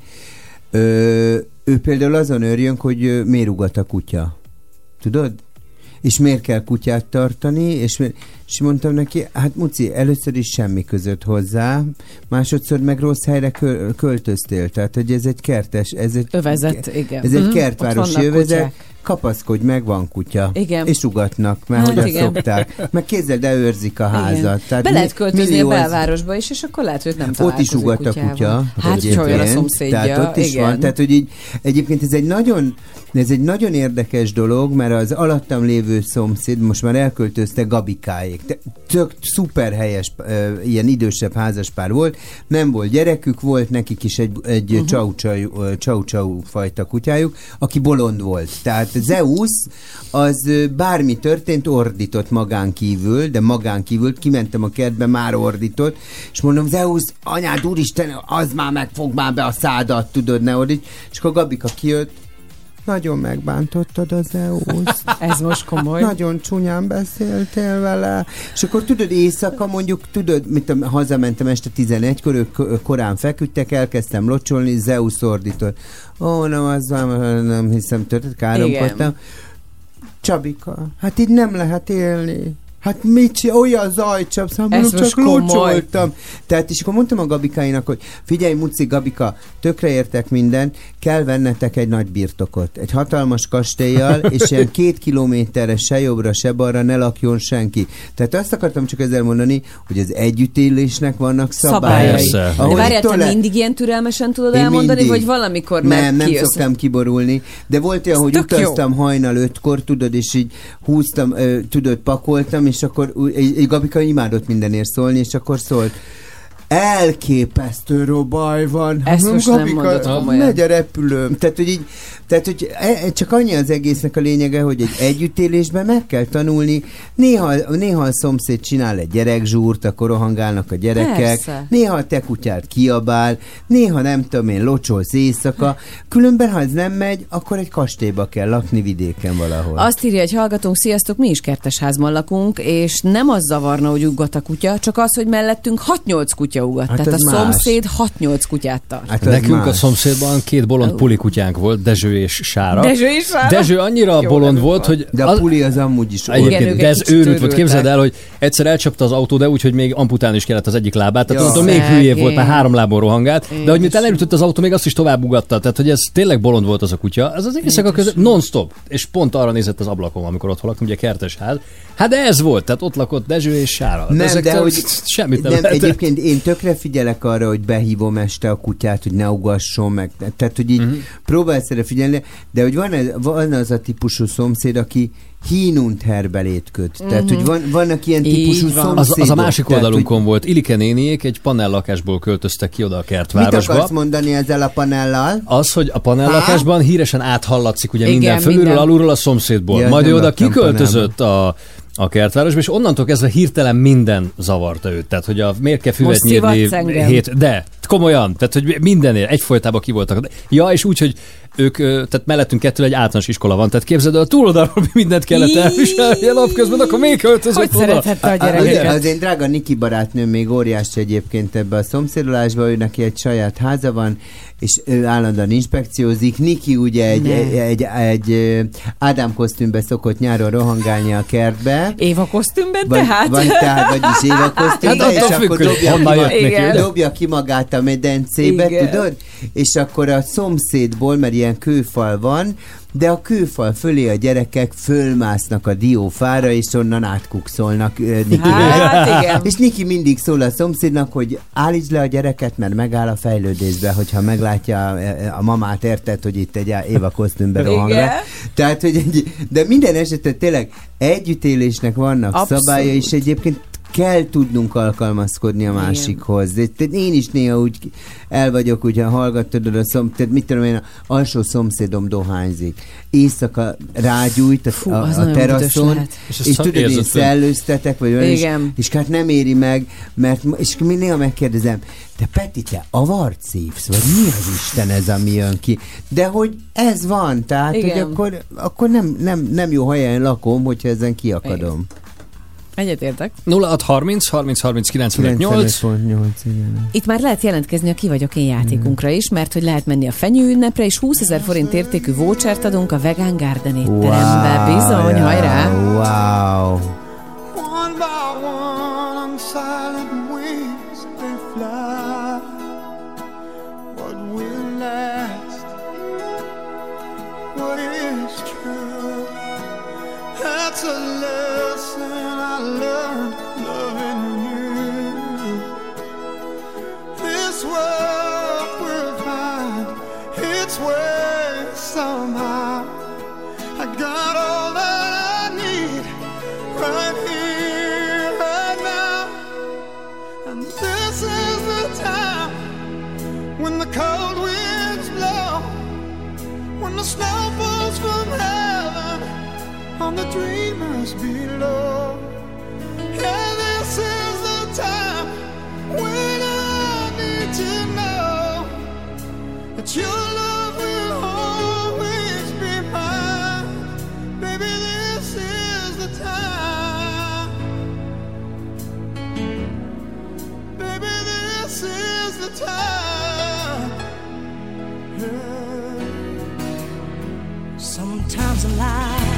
Ö, ő például azon örjön, hogy miért ugat a kutya. Tudod? És miért kell kutyát tartani, és, és mondtam neki, hát Muci, először is semmi között hozzá, másodszor meg rossz helyre köl, költöztél, tehát hogy ez egy kertes, ez egy, Övezet, igen. Ez egy Mhm, kertvárosi ott vannak övezet, kutyák. kapaszkodj meg, van kutya. Igen. És ugatnak, mert Hát hogy azt igen. szokták. Meg kézzel, de őrzik a házat. Tehát Be mi- lehet költözni millió a az- belvárosba is, és akkor lehet, hogy nem Ott is találkozik ugat a kutyával. kutya. Hát egyébként. csajol a szomszédja. Tehát ott is igen. van. Tehát, hogy így, egyébként ez egy nagyon, ez egy nagyon érdekes dolog, mert az alattam lévő szomszéd most már elköltözte Gabikáék. Te- Tök szuper helyes, uh, ilyen idősebb házaspár volt. Nem volt gyerekük, volt nekik is egy, egy uh-huh. csau-csau, uh, csau-csau fajta kutyájuk, aki bolond volt. Tehát Zeus az uh, bármi történt, ordított magán kívül, de magán kívül, kimentem a kertbe, már ordított, és mondom, Zeus, anyád, úristen, az már megfog már be a szádat, tudod, ne ordíts. És akkor Gabika kijött, nagyon megbántottad a Zeuszt. Ez most komoly. Nagyon csúnyán beszéltél vele. És akkor tudod, éjszaka mondjuk, tudod, mit tudom, hazamentem este tizenegykor, ők korán feküdtek, elkezdtem locsolni, Zeus ordított. Ó, nem, az nem, nem hiszem, történt, káromkodtam. Csabika, hát így nem lehet élni. Hát mit csinál, olyan zajcsapsz, hát mondom, csak locsoltam. Tehát és akkor mondtam a Gabikáinak, hogy figyelj, Muci, Gabika, tökre értek mindent, kell vennetek egy nagy birtokot, egy hatalmas kastélyjal, és ilyen két kilométerre se jobbra, se balra ne lakjon senki. Tehát azt akartam csak ezzel mondani, hogy az együttélésnek vannak szabályai. De várjál, te le... mindig ilyen türelmesen tudod Én elmondani, mindig. vagy valamikor nem, meg Nem, kijössz? szoktam kiborulni, de volt olyan, hogy utaztam jó. hajnal ötkor, tudod, és így húztam, ö, tudod, pakoltam, és akkor egy, egy Gabika imádott mindenért szólni, és akkor szólt, elképesztő robaj van. Ezt hát, most Gabika, nem mondod komolyan. Megy a repülőm. Tehát, hogy így, tehát, hogy csak annyi az egésznek a lényege, hogy egy együttélésben meg kell tanulni. Néha, néha a szomszéd csinál egy gyerekzsúrt, akkor rohangálnak a gyerekek. Persze. Néha a te kutyát kiabál, néha nem tudom én, locsolsz éjszaka. Különben, ha ez nem megy, akkor egy kastélyba kell lakni vidéken valahol. Azt írja egy hallgatónk, sziasztok, mi is kertesházban lakunk, és nem az zavarna, hogy ugat a kutya, csak az, hogy mellettünk hat-nyolc kutya ugat. Hát tehát a más. Szomszéd hat-nyolc kutyát tart. Hát nekünk más. A szomszédban két bolond oh. puli kutyánk volt, Dezső és Sára. Dezső és Sára? Dezső annyira jó, bolond volt, hogy... De a az... puli az amúgy is volt. Igen, de ez őrült volt. Képzeld el, hogy egyszer elcsapta az autó, de úgy, hogy még amputálni is kellett az egyik lábát. Tehát attól még hülyébb volt, már három lábon rohangált. De hogy miután elütött az autó, még azt is tovább ugatta. Tehát, hogy ez tényleg bolond volt az a kutya. Az az éjszaka között non-stop. És pont arra nézett az ablakon, amikor ott laktam, ugye kertes ház. Hát de ez volt, tehát ott lakott Dezső és Sára. Nem, de, de hogy semmit nem, nem egyébként én tökre figyelek arra, hogy behívom este a kutyát, hogy ne ugasson meg. Tehát, hogy így uh-huh. próbálsz erre figyelni, de hogy van, ez, van az a típusú szomszéd, aki hínunt herbelét köt. Uh-huh. Tehát, hogy van, vannak ilyen típusú szomszédok. Az, az a másik tehát, oldalunkon hogy... volt. Ilike néniék egy panellakásból költöztek ki oda a kertvárosba. Mit akarsz mondani ezzel a panellal? Az, hogy a panellakásban híresen áthallatszik ugye igen, minden fölülről, minden. Alulról a szomszédból. Ja, majd ő oda kiköltözött a a kertvárosba, és onnantól kezdve hirtelen minden zavarta őt. Tehát, hogy a miért kell füvet nyírni hét, de komolyan, tehát, hogy mindennél egyfolytában ki voltak. Ja, és úgy, hogy ők, tehát mellettünk kettő egy általános iskola van, tehát képzeld el, a túloldalról mindent kellett elviselni a napközben, akkor még költözött oda. Hogy szerethette a gyerekeket? Az én drága Niki barátnőm még óriási egyébként ebbe a szomszédolásba, ő neki egy saját háza van, és ő állandóan inspekciózik. Niki ugye egy, egy, egy, egy Ádám kosztümbe szokott nyáron rohangálni a kertbe. Éva kosztümben vagy, tehát? Vagy tehát, vagyis Éva kosztümben, hát és akkor dobja ki, dobja ki magát a medencébe, igen. Tudod? És akkor a szomszédból, mert ilyen ilyen kőfal van, de a kőfal fölé a gyerekek fölmásznak a diófára, és onnan átkukszolnak uh, Nikivel. Hát, igen. És Niki mindig szól a szomszédnak, hogy állítsd le a gyereket, mert megáll a fejlődésbe, hogyha meglátja a, a mamát, érted, hogy itt egy Éva kosztümbe rohang le. Tehát, hogy egy, de minden esetben tényleg együttélésnek vannak Abszolút. szabálya, és egyébként kell tudnunk alkalmazkodni a másikhoz. De én is néha úgy el vagyok, ugye hallgatod a szom, tehát mit tudom én, a alsó szomszédom dohányzik. Éjszaka rágyújt a, Fú, a, a teraszon, és, és tudod, én szellőztetek, vagy olyan, és, és hát nem éri meg, mert, és mi néha megkérdezem, te Peti, te avart szívsz, vagy mi az Isten ez, ami jön ki? De hogy ez van, tehát, Igen. hogy akkor, akkor nem, nem, nem jó helyen lakom, hogyha ezen kiakadom. Igen. Egyetértek. nulla hat harminc harminc harminc kilencvenöt nyolc Itt már lehet jelentkezni a Ki vagyok én játékunkra is, mert hogy lehet menni a fenyő ünnepre, és húszezer forint értékű vouchert adunk a Vegan Garden étterembe. Wow, Bizony, yeah, hajrá! Wow! One by one on silent wings they fly. What will last? What is true? That's a lesson I learned loving you. This world will find its way somehow. I got all that I need right here, right now. And this is the time when the cold winds blow, when the snow falls from heaven on the dreamers below. And this is the time when I need to know that your love will always be mine. Baby, this is the time. Baby, this is the time. Yeah. Sometimes a lie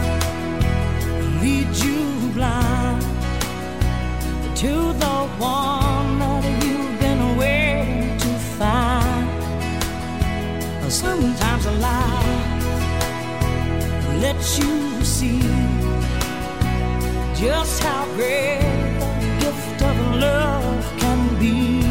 lead you blind to the one that you've been waiting to find. Sometimes a lie lets you see just how great the gift of love can be.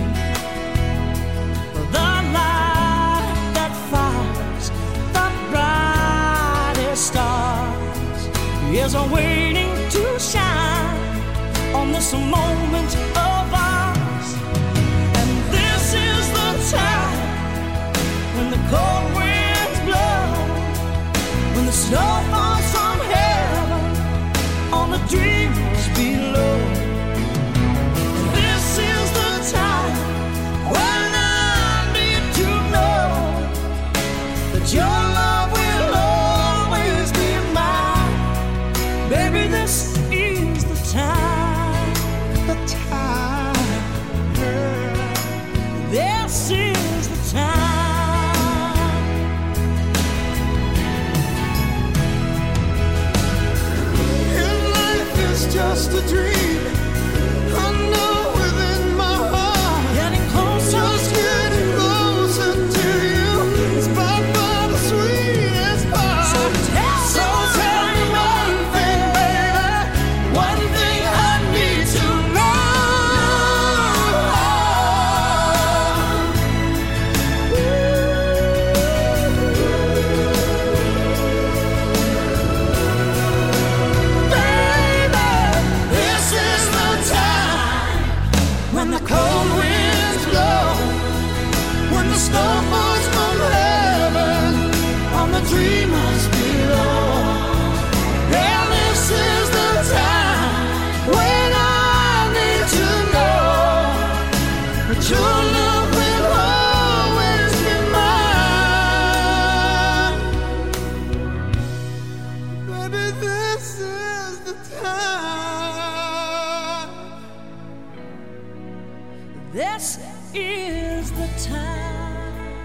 The light that fires the brightest stars is waiting to shine on this moment of ours. And this is the time when the cold winds blow, when the snow falls from heaven on the dreamers below. This is the time when I need to know that your love will always be mine. Baby, this is the time, the time, girl. This is the time. And life is just a dream, I know within my heart. Getting closer, just getting closer to you. It's by far the sweetest part. So tell, So tell me one thing, baby, one thing I need to know. Baby, this is the time when the cold winds blow, when the snow falls from heaven on the dreamers below. And this is the time when I need to know that your love will always be mine. Baby, this is the time. this is the time.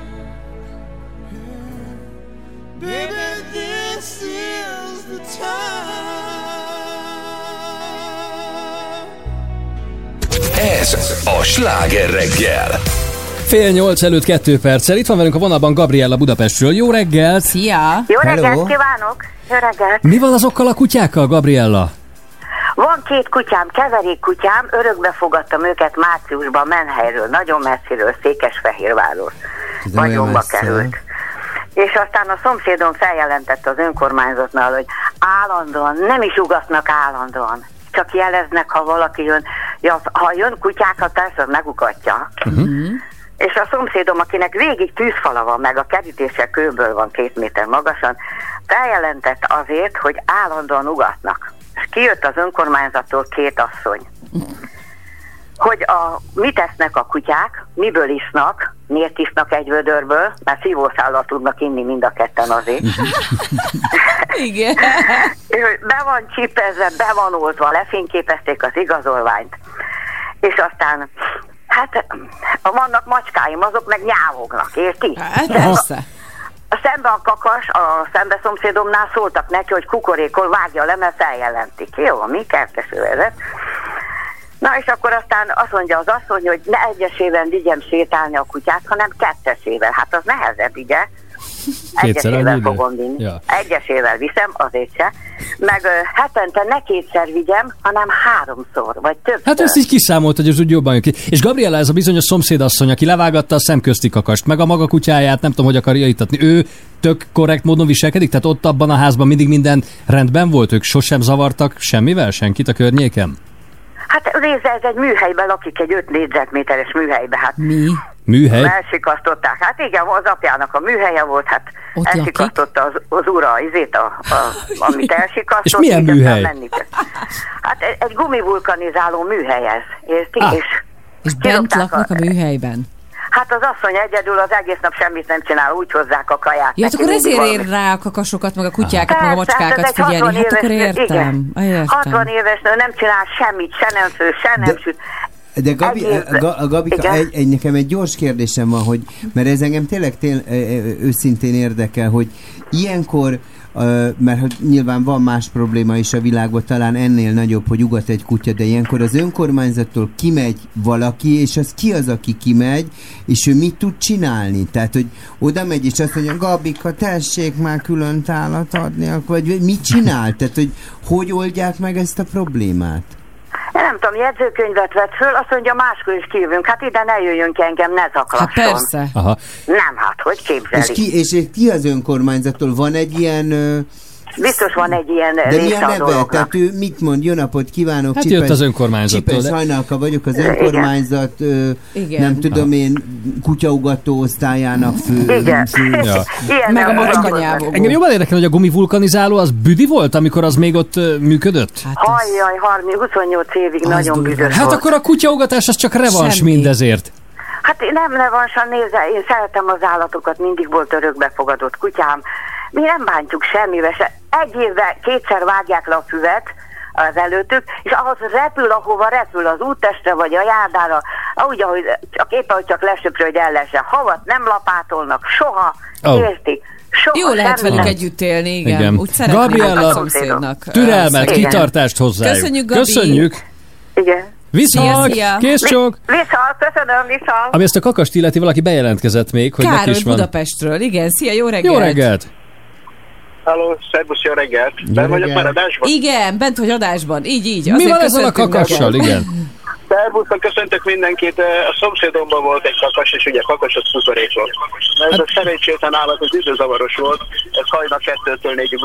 Baby, this is the time. Ez a Sláger reggel. Fél nyolc előtt kettő perccel. Itt van velünk a vonalban Gabriella Budapestről. Jó reggelt! Szia! Jó Hello. reggelt kívánok! Jó reggelt! Mi van azokkal a kutyákkal, Gabriella? Van két kutyám, keverék kutyám, örökbe fogadtam őket márciusban Menhelyről, nagyon messziről, Székesfehérvárról. Vagyonba került. És aztán a szomszédom feljelentette az önkormányzatnál, hogy állandóan, nem is ugatnak állandóan, csak jeleznek, ha valaki jön. Ja, ha jön kutyákat, persze az megukatja. Uh-huh. És a szomszédom, akinek végig tűzfala van, meg a kerítése kőből van két méter magasan, feljelentett azért, hogy állandóan ugatnak. És kijött az önkormányzattól két asszony. Hogy a, mit esznek a kutyák, miből isznak, miért isznak egy vödörből, mert szívószállal tudnak inni mind a ketten azért. Igen. És be van csipezve, be van oltva, lefényképezték az igazolványt. És aztán, hát vannak macskáim, azok meg nyávognak, érti? Hát persze. Szembe a kakas, a szembe szomszédomnál szóltak neki, hogy kukorékol, vágja le, mert feljelentik. Jó, mi kerteső vezet. Na és akkor aztán azt mondja az asszony, hogy ne egyesével vigyem sétálni a kutyát, hanem kettesével. Hát az nehezebb, ugye? Egyesével fogom vinni. Ja. Egyesével viszem, azért se. Meg ö, hetente ne kétszer vigyem, hanem háromszor, vagy többször. Hát ezt így kiszámolt, hogy az úgy jobban jön ki. És Gabriella, ez a bizonyos szomszédasszony, aki levágatta a szemközti kakast, meg a maga kutyáját, nem tudom, hogy akarja itatni. Ő tök korrekt módon viselkedik? Tehát ott abban a házban mindig minden rendben volt? Ők sosem zavartak semmivel, senkit a környéken? Hát nézze, ez egy műhelyben lakik, egy öt négyzetméteres műhelyben. Hát mi? Műhely? Elsikasztották. Hát igen, az apjának a műhelye volt, hát ott elsikasztotta az, az ura, izét, a, a, amit elsikasztott. És milyen műhely? Hát egy gumivulkanizáló műhely ez, érti? Ah, és és bent laknak a, a műhelyben? Hát az asszony egyedül az egész nap semmit nem csinál, úgy hozzák a kaját. Ja, hát akkor ezért ér rá a kakasokat, meg a kutyákat, ah. meg a macskákat hát figyelni. Hát akkor értem. Igen. hatvan éves nő nem csinál semmit, se nem fő, se nem de, süt. De Gabi, a Gabika, egy, egy, nekem egy gyors kérdésem van, hogy, mert ez engem tényleg tél, őszintén érdekel, hogy ilyenkor, mert nyilván van más probléma is a világban, talán ennél nagyobb, hogy ugat egy kutya, de ilyenkor az önkormányzattól kimegy valaki, és az ki az, aki kimegy, és ő mit tud csinálni? Tehát, hogy oda megy, és azt mondja, Gabika, tessék már külön tálat adni, vagy mit csinál? Tehát, hogy hogy oldják meg ezt a problémát? Én nem tudom, jegyzőkönyvet vett föl, azt mondja, máskor is kijövünk. Hát ide ne jöjjön ki engem, ne zaklasson. Hát persze. Aha. Nem, hát hogy képzeli? És ki, és ki az önkormányzattól? Van egy ilyen... Ö... Biztos van egy ilyen de része mi a neve? dolognak. Tehát ő mit mond? Jó napot kívánok! Hát Csipes, jött az önkormányzattól. Csipes de... Hajnalka vagyok, az önkormányzat, ö, nem tudom én, kutyaugató osztályának fő. Igen. fő. Ja. Meg a macska nyávogó. Engem jobban érdekel, hogy a gumivulkanizáló az büdi volt, amikor az még ott uh, működött? Hát Hajjaj, harminc, huszonnyolc évig az nagyon büdös Hát volt. akkor a kutyaugatás az csak revans Semmi. mindezért. Hát én nem revansan nézze, én szeretem az állatokat, mindig volt örökbefogadott kutyám. Mi nem bántjuk semmivel se. Egy évben kétszer vágják le a füvet az előttük, és ahhoz repül, ahova repül, az úttestre vagy a járdára, úgy, ahogy csak éppen, hogy csak lesöprő, hogy el lehessen. Havat nem lapátolnak, soha, oh. érti? Soha, jó lehet velük nem. együtt élni, igen. igen. Úgy Gabriella, türelmet, kitartást hozzájuk. Köszönjük, Gabi. Köszönjük. Igen. Viszont, kész csók! Viszont, köszönöm, viszont. Ami ezt a kakast illeti, valaki bejelentkezett még, hogy Károly neki is van. Budapestről, igen. Szia, jó reggelt! Jó reggelt! Halló, szervusz, jó reggelt! Ben vagyok már adásban? Igen, bent vagy adásban, így, így. Mi van ezzel a kakassal, igen? Szervuszok, köszöntök mindenkit. A szomszédomban volt egy kakas, és ugye kakasot kukorékolt. Ez a szerencsétlen állat az időzavaros volt, ez hajnal kettőtől négyig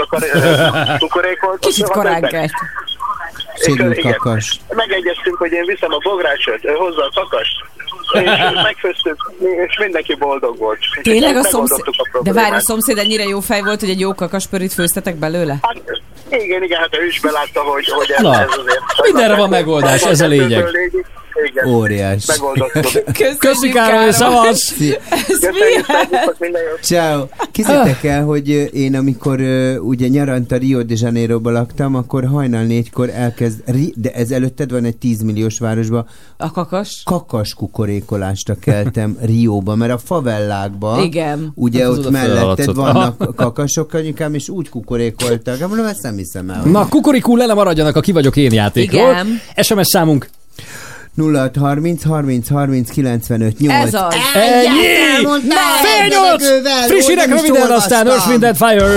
kukorékolt. Kicsit korán kelt. Szédült kakas. Megegyeztünk, hogy én viszem a bográcsot, hozza a kakast, és megfőztük, és mindenki boldog volt. Tényleg a szomszéd... De várj, a szomszéd ennyire jó fej volt, hogy egy jó kakaspörit főztetek belőle? Hát, igen, igen, hát ő is belátta, hogy, hogy ez, Na, ez azért... mindenre van megoldás, ez a lényeg. Igen. Óriás. Köszi, Károly, szavasz! Ciao. Képzeljétek el, hogy én amikor uh, ugye nyarant a Rio de Janeiroba laktam, akkor hajnal négykor elkezd, de ez előtted van egy tízmilliós városba, a kakas? Kakas kukorékolásra keltem Rióba, mert a favellákban, igen. ugye ott melletted vannak kakasok, anyukám, és úgy kukorékoltak. Mondom, ezt nem hiszem el. Na, kukorikú, le nem maradjanak a Ki vagyok én játékról. Igen. es em es számunk nulla hat harminc harminc harminc kilencvenöt nyolc. Ez az. Ennyi! Fél nyolc! Frissinek röviden, aztán Earth, Wind and Fire.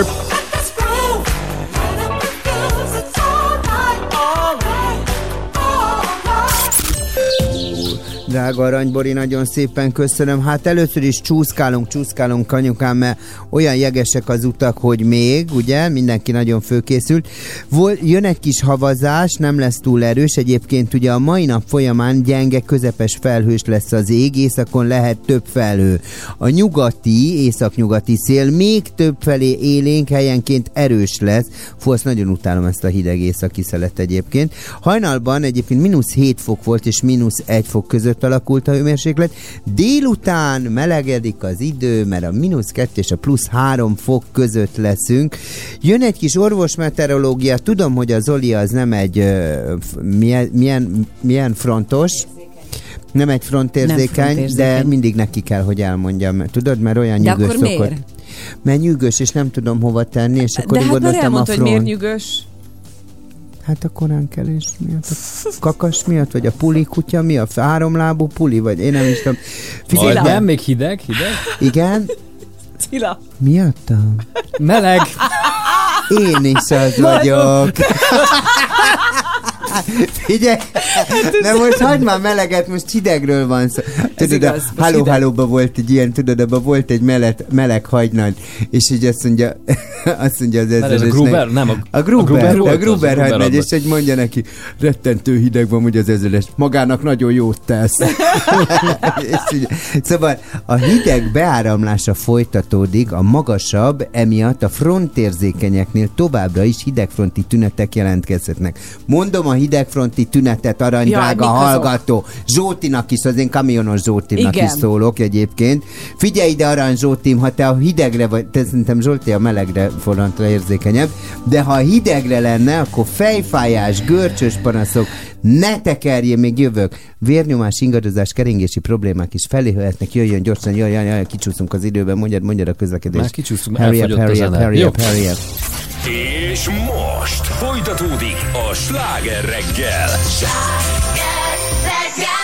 Drága Aranybori, nagyon szépen köszönöm. Hát először is csúszkálunk, csúszkálunk, anyukám, mert olyan jegesek az utak, hogy még, ugye, mindenki nagyon fölkészült. Vol, jön egy kis havazás, nem lesz túl erős, egyébként ugye a mai nap folyamán gyenge, közepes felhős lesz az ég, északon lehet több felhő. A nyugati, északnyugati szél még több felé élénk, helyenként erős lesz. Fú, azt nagyon utálom, ezt a hideg északi szelet egyébként. Hajnalban egyébként mínusz hét fok volt, és mínusz egy fok között alakult a hőmérséklet. Délután melegedik az idő, mert a mínusz kettő és a plusz három fok között leszünk. Jön egy kis orvosmeteorológia, tudom, hogy a Zoli az nem egy uh, milyen, milyen, milyen frontos, nem egy frontérzékeny, frontérzékeny, de mindig neki kell, hogy elmondjam. Tudod, mert olyan de nyűgös akkor szokott. Miért? Mert nyűgös, és nem tudom hova tenni, és akkor de én hát gondoltam elmondta, a front. hogy miért nyűgös? Hát a koránkelés miatt, a kakas miatt, vagy a puli kutya miatt, a háromlábú puli, vagy én nem is tudom. Figyelj, nem, még hideg, hideg? Igen? Cilla. Miattam? Meleg. Én is az vagyok. Figyelj, nem most hagyd már meleget, most hidegről van szó. Tudod, a Halló Hallóban volt egy ilyen, tudod, abban volt egy meleg, meleg hagynad, és így azt mondja, azt mondja az ezredesnek. Ez a Gruber? Nem, a, a Gruber, a Gruber, a Gruber hagynad, és egy mondja neki, rettentő hideg van, hogy az ezredes, magának nagyon jót tesz. És így, szóval a hideg beáramlása folytatódik, a magasabb, emiatt a frontérzékenyeknél továbbra is hidegfronti tünetek jelentkezhetnek. Mondom a hidegfronti tünetet, arany ja, drága hallgató. Zsótinak is, az én kamionos Zsótimnak igen. is szólok egyébként. Figyelj ide, arany Zsótim, ha te a hidegre vagy, te szerintem Zsolti a melegre forrantra érzékenyebb, de ha a hidegre lenne, akkor fejfájás, görcsös panaszok, ne tekerjél, még jövök. Vérnyomás, ingadozás, keringési problémák is felélhetnek, jöjjön gyorsan, jaj, jaj, jaj, kicsúszunk az időben, mondjad, mondjad a közlekedést. Már kicsúszunk, hurry up, hurry up, hurry up, hurry up. És most folytatódik a Sláger reggel. Sláger reggel.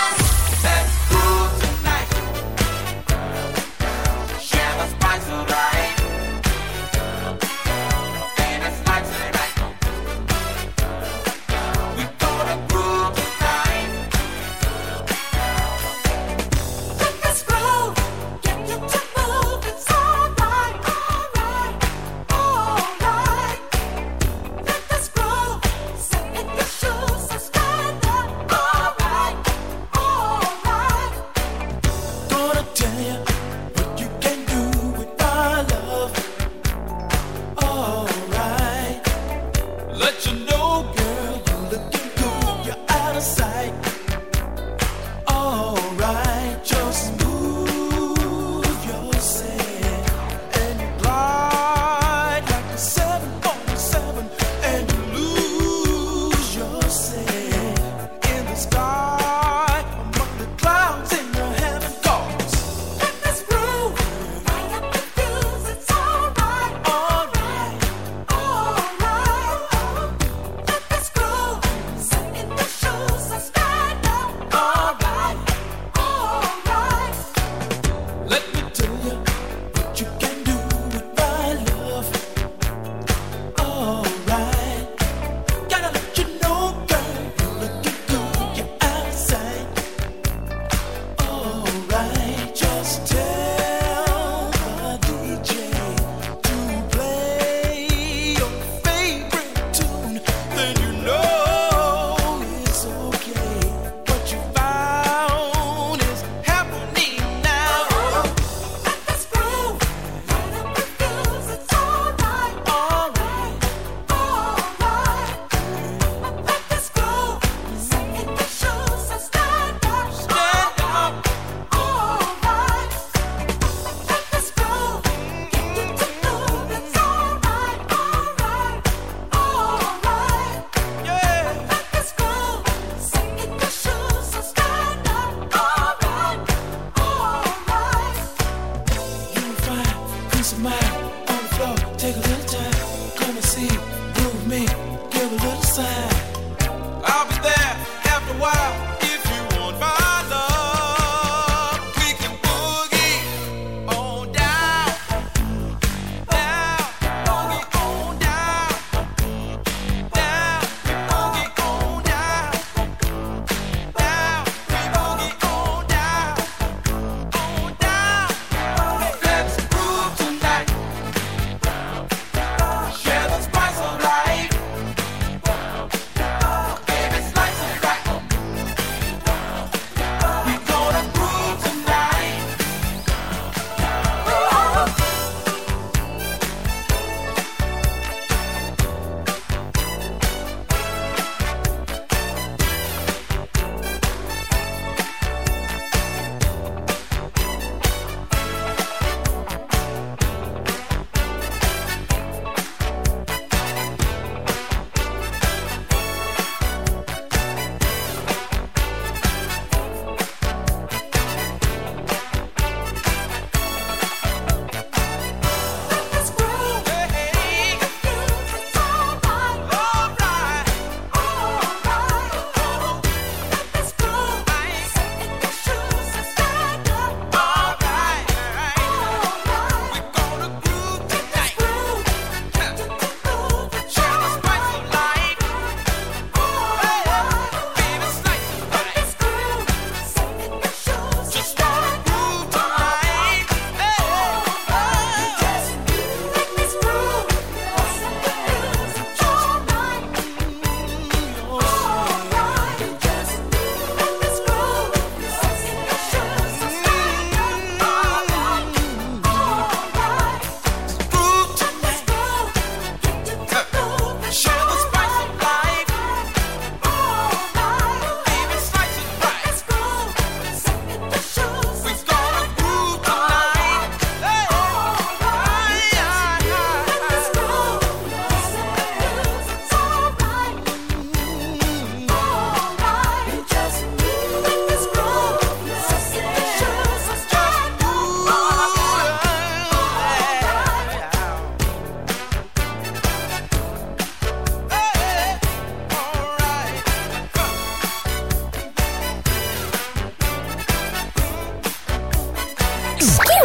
Oh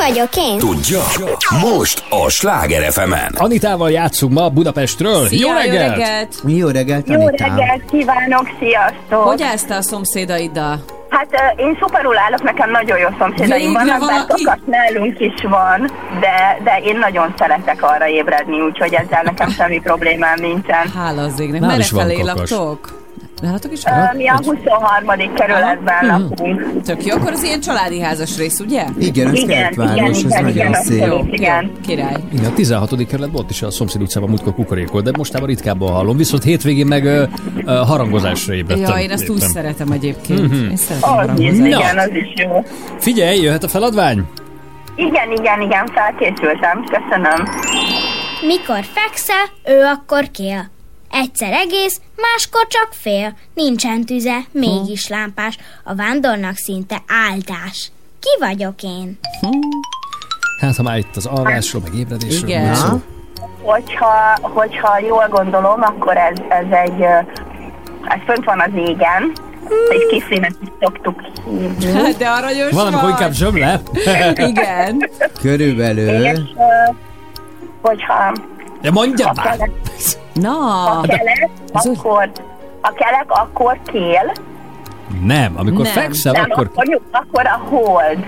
vagyok én? Tudja? Most a Sláger ef emen. Anitával játszunk ma Budapestről. Szia, jó reggelt! Jó reggelt! Jó reggelt, Jó Anita! reggelt kívánok, sziasztok! Hogy állsz te a szomszédaiddal? Hát uh, én szuperul állok, nekem nagyon jó szomszédaim Végre vannak, bár valaki? sokat nálunk is van, de, de én nagyon szeretek arra ébredni, úgyhogy ezzel nekem semmi problémám nincsen. Hála az égnek. Nál Merre is van felé kakas. laktok? Nálatok is? Uh, mi a huszonharmadik kerületben lakunk. Tök jó, akkor az ilyen családi házas rész, ugye? Igen, az Igen, kertváros, igen, ez igen, nagyon igen, szép. abszolút, igen. Király. Igen, a tizenhatodik kerületben ott is a szomszéd utcában múltkor kukorékolt, de mostában ritkábban hallom. Viszont hétvégén meg ö, ö, harangozásra ébredtem. Ja, én azt úgy éppen. szeretem egyébként. Mhm. Én szeretem a Az is, harangozást. igen, az is jó. Figyelj, jöhet a feladvány? Igen, igen, igen, felkészültem, köszönöm. Mikor fekszel, ő akkor kél. Egyszer egész, máskor csak fél. Nincsen tüze, mégis lámpás. A vándornak szinte áldás. Ki vagyok én? Hát, ha már itt az alvásról, meg ébredésről Igen. volt szó. Hogyha, hogyha jól gondolom, akkor ez, ez egy, ö, ez fönt van az égen, egy kiszínet is szoktuk hívni. Hát, de aranyos Valamikor vagy. inkább zsömle. Igen. Körülbelül. És ö, hogyha Ja, mondja a már! kelek, Na, a kelek, akkor, a kelek akkor kél, Nem, amikor Nem. fekszel, nem, akkor... akkor, nyug- akkor a hold.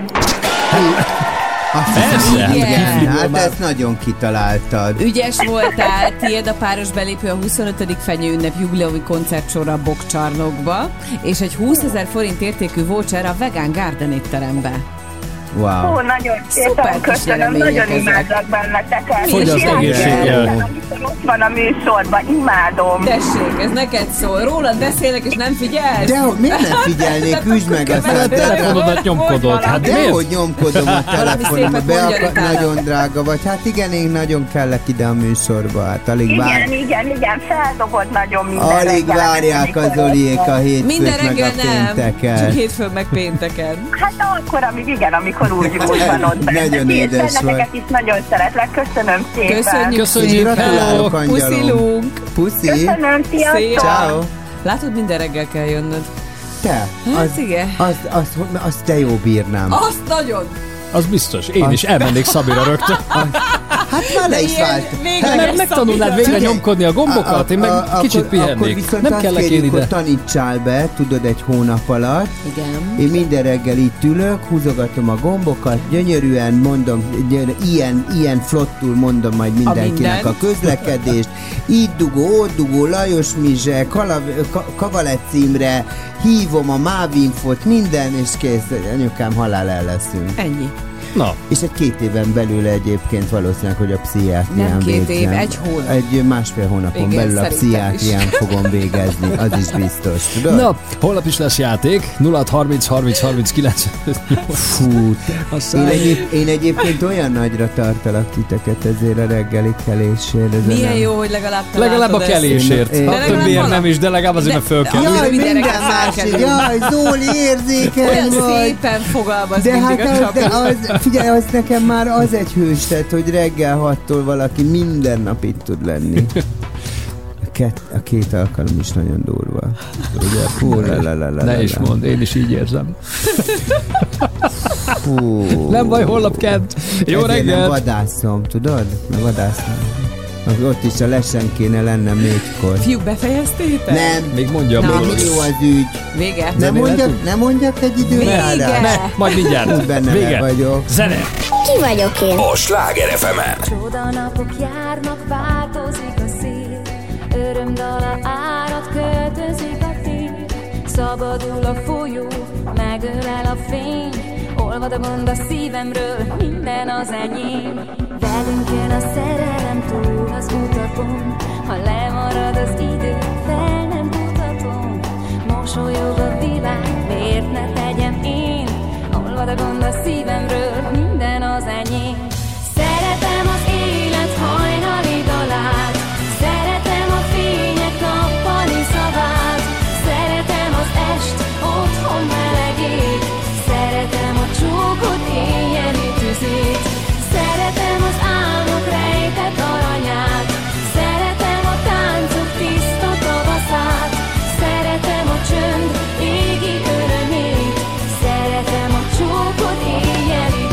Persze! Igen. Hát ezt nagyon kitaláltad. ügyes voltál, tiéd a páros belépő a huszonötödik fenyő ünnep jubileumi koncertsorra a Bokcsarnokba, és egy húszezer forint értékű voucher a Vegan Garden étterembe. Ó, Wow. nagyon Szuper szépen kis köszönöm, eredmények nagyon ezek. imádlak benneteket. Fogyaszt És ilyen egészséggel. érzem, amikor ott van a műsorban, imádom. Tessék, ez neked szól. Rólad beszélek, és nem figyelsz? De hogy miért nem figyelnék? Üsd meg ezt A a telefonodat nyomkodod, hát De miért? hogy nyomkodom a telefonomba, szépet be mondja, akar, Ritára. nagyon drága vagy. Hát igen, én nagyon kellek ide a műsorba, hát alig vár. Igen, igen, igen, feldobod nagyon minden Alig reggel, várják amikor az Zoliék a ott Minden hétfőt meg reggel a nem, csak pénteken. hétfőn meg pénteken. van. Hát akkor, amíg igen, amikor úgy, úgy van ott benne. Nagyon És édes benneteket is nagyon szeretlek, köszönöm szépen. Köszönjük Köszönjük, Gratulálok, hello! angyalom. Puszilunk. Puszi. Köszönöm, sziasztok! Szia. Ciao. Látod, minden reggel kell jönnöd. Te, Hát az, igen. az, az, az te jó bírnám. Azt nagyon. Az biztos. Én is elmennék Szabira rögtön. Hát már le is vált. Hát, mert megtanulnád végre Figyelj, nyomkodni a gombokat, én meg a- a- kicsit akkor- Akkor pihennék. viszont Nem azt kellek én kérjük, ide. hogy tanítsál be, tudod, egy hónap alatt. Igen. Én minden reggel itt ülök, húzogatom a gombokat, gyönyörűen mondom, gyönyör, ilyen, ilyen flottul mondom majd mindenkinek a, mindent. a közlekedést. Itt dugó, ott dugó, Lajos Mizse, Kalav, Ka, Kavalec Imre, hívom a Mávinfot, minden, és kész, anyukám, halál el leszünk. Ennyi. Na, És egy két éven belül egyébként valószínűleg, hogy a pszichiátrián Nem két év, végzem. egy hónap. Egy másfél hónapon Igen, belül a szerintem pszichiátrián is. fogom végezni, az is biztos, tudod? na, holnap is lesz játék. nulla hat harminc harminc harminckilenc. Fú, én, egyéb, én egyébként olyan nagyra tartalak titeket ezért a reggeli kelésért. Ez Milyen nem... jó, hogy legalább te Legalább a látod ezt. kelésért. Én- A De többiért legalább nem is, de legalább azért, mert föl kell. De- Jaj, minden minden reggel másik, felkelünk. jaj, Zóli érzékeny Olyan vagy. szépen fogalmaz De mindig hát a az, de Csabi. az, figyelj, az nekem már az egy hőstet, hogy reggel hattól valaki minden nap itt tud lenni. A, két, a két alkalom is nagyon durva. Ugye? Fú, la, la, la, la, Ne la, is la. mondd, én is így érzem. Fú. Nem baj, holnap kent. Jó Ezért nem reggelt! vadászom, tudod? Mert vadászom. Ott is a lesen kéne lennem négykor. Fiúk, befejeztétek? Nem, Még mondja, Na, a még Boris. jó az ügy. Vége? Nem mondjak, nem mondjak egy időre Vége. rá? Ne, majd mindjárt. Úgy benne Vége. vagyok. Zene! Ki vagyok én? A Sláger ef emen. Csoda napok járnak, változik a szél, örömdala árad, költözik a tél. Szabadul a folyó, megölel a fény, olvad a gond a szívemről, minden az enyém. Velünk jön a szerelem túl az utakon, ha lemarad az idő, fel nem mutatom. Mosolyog a világ, miért ne tegyem én, olvad a gond a szívemről, minden az enyém. Szeretem az élet hajnali dalát, szeretem a fények nappali szavát, szeretem az est, otthon melegét, szeretem a csókot éjjeli tüzét, szeretem az álmok rejtett aranyát, szeretem a táncok tiszta tavaszát, szeretem a csönd égi örömét, szeretem a csókot éjjeli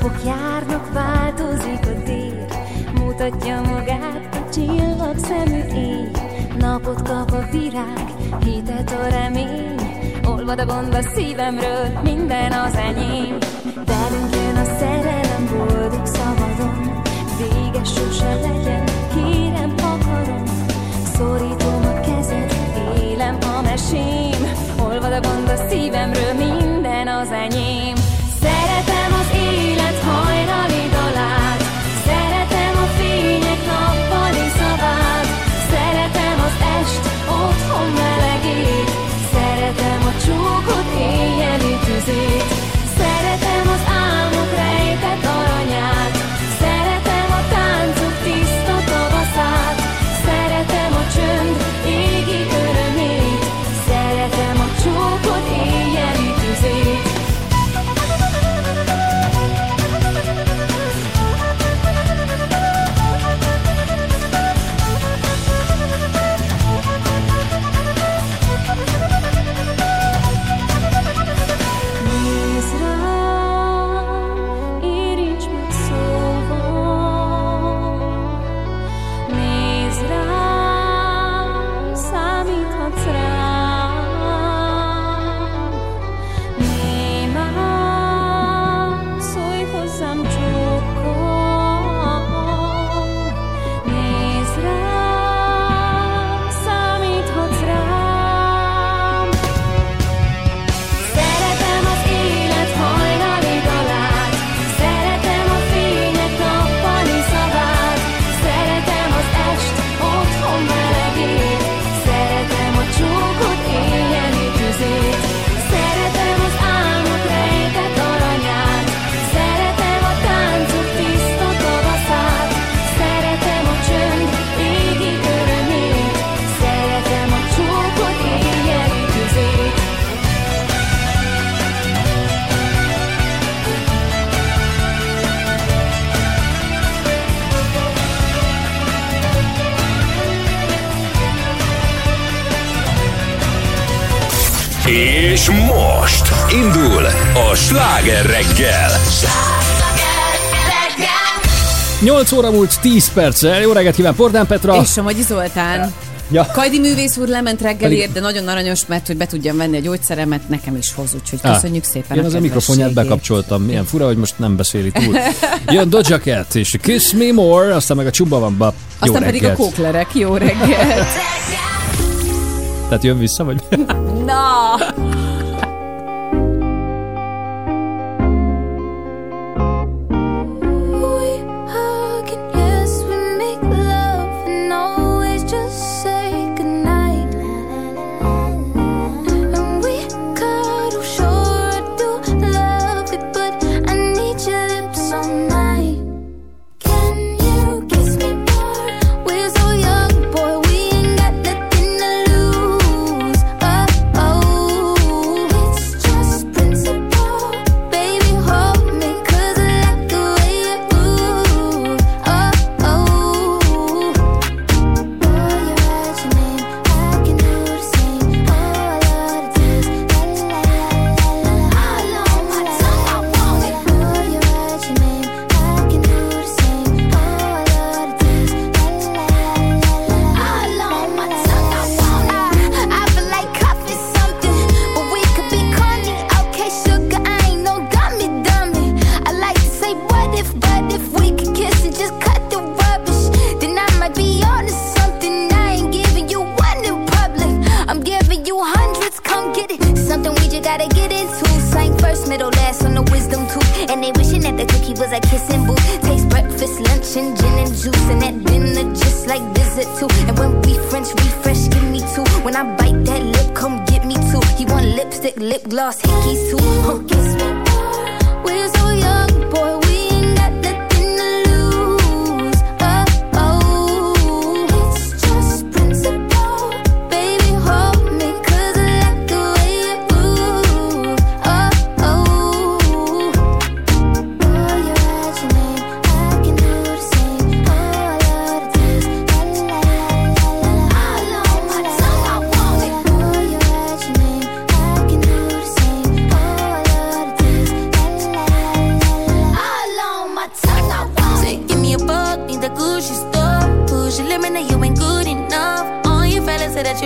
napok járnak, változik a tér, mutatja magát a csillagszemű éj. Napot kap a virág, hitet a remény, olvad a gond a szívemről, minden az enyém. Velünk jön a szerelem, boldog szabadon, véges sose legyen, kérem, akarom. Szorítom a kezed, élem a mesém, olvad a gond a szívemről, minden az enyém. Szeretem az élet hajnali dalát, szeretem a fények nappali szavát, szeretem az est otthon melegét, szeretem a csókot éjjeli tüzét, szeretem az álmok rejtett aranyát, szeretem a táncok tiszta tavaszát, szeretem a csönd égi örömét, szeretem a csókot éjjeli tüzét. És most indul a Sláger reggel. nyolc óra múlt tíz perccel. Jó reggelt kíván, Pordán Petra. És Somogyi Zoltán. Ja. Kajdi művész úr lement reggelért, de nagyon aranyos, mert hogy be tudjam venni a gyógyszeremet, nekem is hoz, úgyhogy köszönjük ah, szépen. Én az a mikrofonját bekapcsoltam, milyen fura, hogy most nem beszéli túl. Jön Doja Cat és Kiss Me More, aztán meg a Csuba van ba. Jó aztán reggelt. Pedig a kóklerek, jó reggelt. Tehát jön vissza, vagy? Na!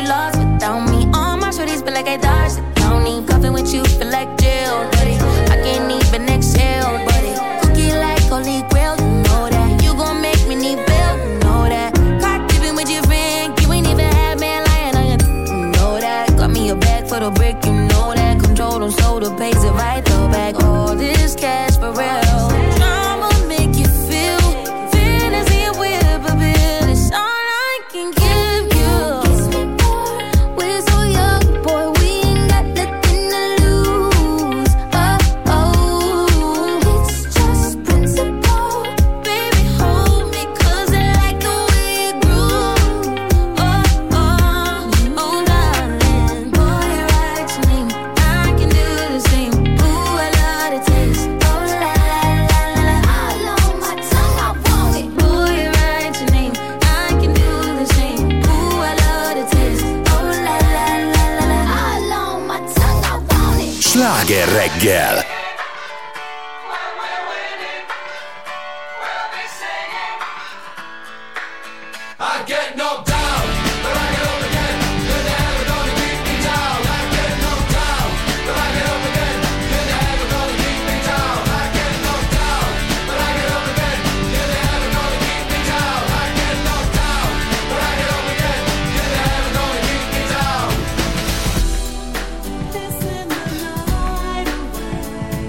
lost without me. All my shorties feel like I dodged the county. Cuffing with you feel like jail, buddy. I can't even exhale, buddy. Cookie like holy grail, you know that. You gon' make me need bail, you know that. Caught dipping with your friend, you ain't even had man lying on you, you know that. Got me a bag for the brick, you know that. Control them so the pays it right, throw back all this cash for real. I'ma make you feel fantasy and whip a bit. It's all I can give you. Kiss me more. We're so young, boy, we ain't got nothing to lose. Oh, oh, it's just principle. Baby, hold me, cause I like the way you groove. Oh, oh, oh, darling. Boy, write your name. I can do the same. Ooh, I love the taste. Oh, la, la, la, la, la. All on my tongue, I want it. Boy, write your name. I can do the same. Ooh, I love the taste. Oh, la, la, la, la, la. All on my tongue, I want it. Sláger reggel! I get knocked down, but I get up again. You're never gonna keep me down. I get knocked down, but I get up again. You're never gonna keep me down. I get knocked down, but I get up again. You're never gonna keep me down. I get knocked down, but I get up again. You're never gonna keep me down. Listen the night away.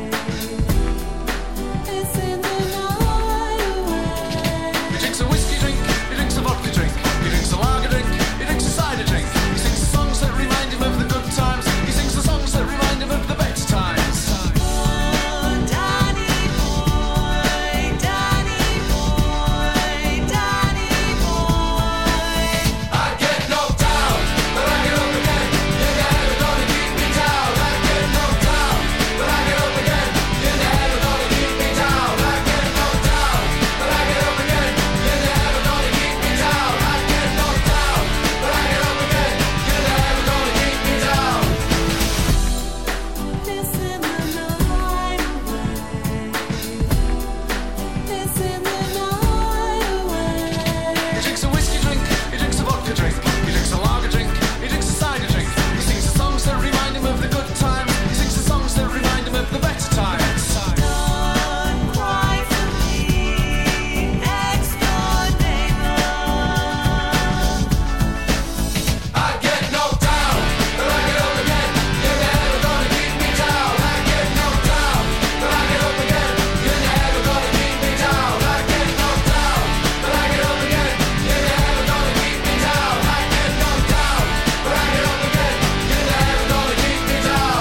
Listen the night away. He drinks a whiskey drink, he drinks a vodka drink, he drinks a lager drink, he drinks a cider drink. He sings the songs that remind him of the good times. He sings the songs that remind him of the better times. Oh, Danny boy, Danny boy, Danny boy. I get knocked down, but I get up again. You're never gonna keep me down. I get knocked down, but I get up again. You're never gonna keep me down. I get knocked down, but I get up again. You're never gonna keep me down. I get knocked down, but I get up again. You're never gonna keep me down. Listen the night away. Listen the night away. He drinks a whiskey drink, he drinks a vodka drink, he drinks a lager drink, he drinks a cider drink. He sings the songs that remind him of the good times. He sings the songs that remind him of the better times. Don't cry for me, next door neighbor. I get knocked down, but I get up again. You're never gonna keep me down. I get knocked down, but I get up again. You're never gonna keep me down. I get knocked down, but I get up again. You're never gonna keep me down. I get knocked down, but I get up again. You're never gonna keep me down.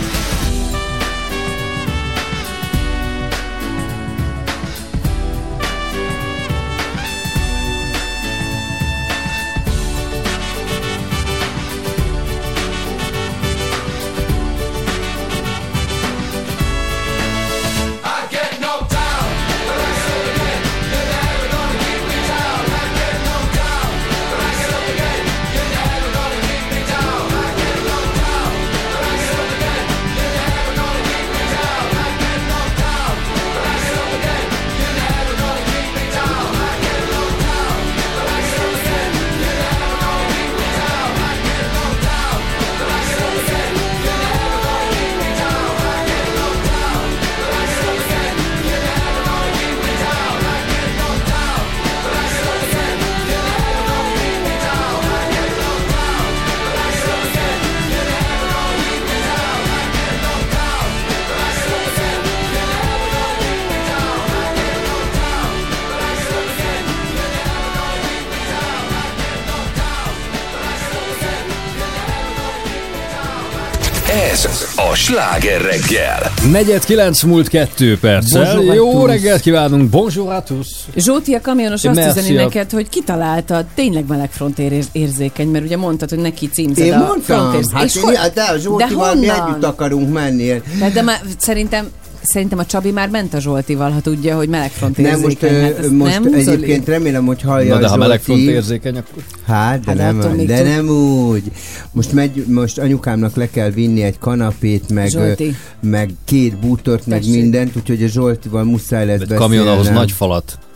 I get knocked down, but I get up again. You're never gonna keep me down. I get knocked down, but I get up again. You're never gonna keep me down. I get knocked down, but I get up again. You're never gonna keep me down. I get knocked down, but I get up again. You're never gonna keep me down. I get knocked down, but I get up again. You're never gonna keep me down. I get knocked down, but I get up again. You're never gonna keep me down. I get knocked down, but I get up again. You're never gonna keep me down. I get knocked down, but I get up again. You're never gonna keep me down. I get knocked down, but I get up again. You're never gonna keep me down. I get knocked down, but I get up again. You're never gonna keep me down. I get knocked down, but I get up again. You're never gonna keep me down. I get knocked down, but I get up again. You're never gonna keep me down. Ez a Sláger reggel. Negyed kilenc múlt kettő perccel. Bonjour à Jó tous. reggelt kívánunk, bonjour à tous. Zsóti, a kamionos azt Merci üzeni a- neked, hogy kitalálta tényleg melegfront ér- érzékeny, mert ugye mondtad, hogy neki címzed Én a mondtam, frontérzékeny. hát én, hát de a Zsoltival mi együtt akarunk menni. De, de már szerintem Szerintem a Csabi már ment a Zsoltival, ha tudja, hogy melegfront Nem, érzékeny. most, hát ezt most nem, egyébként Zoli? remélem, hogy hallja Na de a ha Zsolti. melegfront érzékeny, akkor... Hát, de, Hát nem, attól még de tud- nem úgy. Most, megy, most anyukámnak le kell vinni egy kanapét, meg, Zsolti. meg két bútort, meg Tessék. mindent, úgyhogy a Zsoltival muszáj lesz Egy kamion ahhoz beszélnem. nagy falat.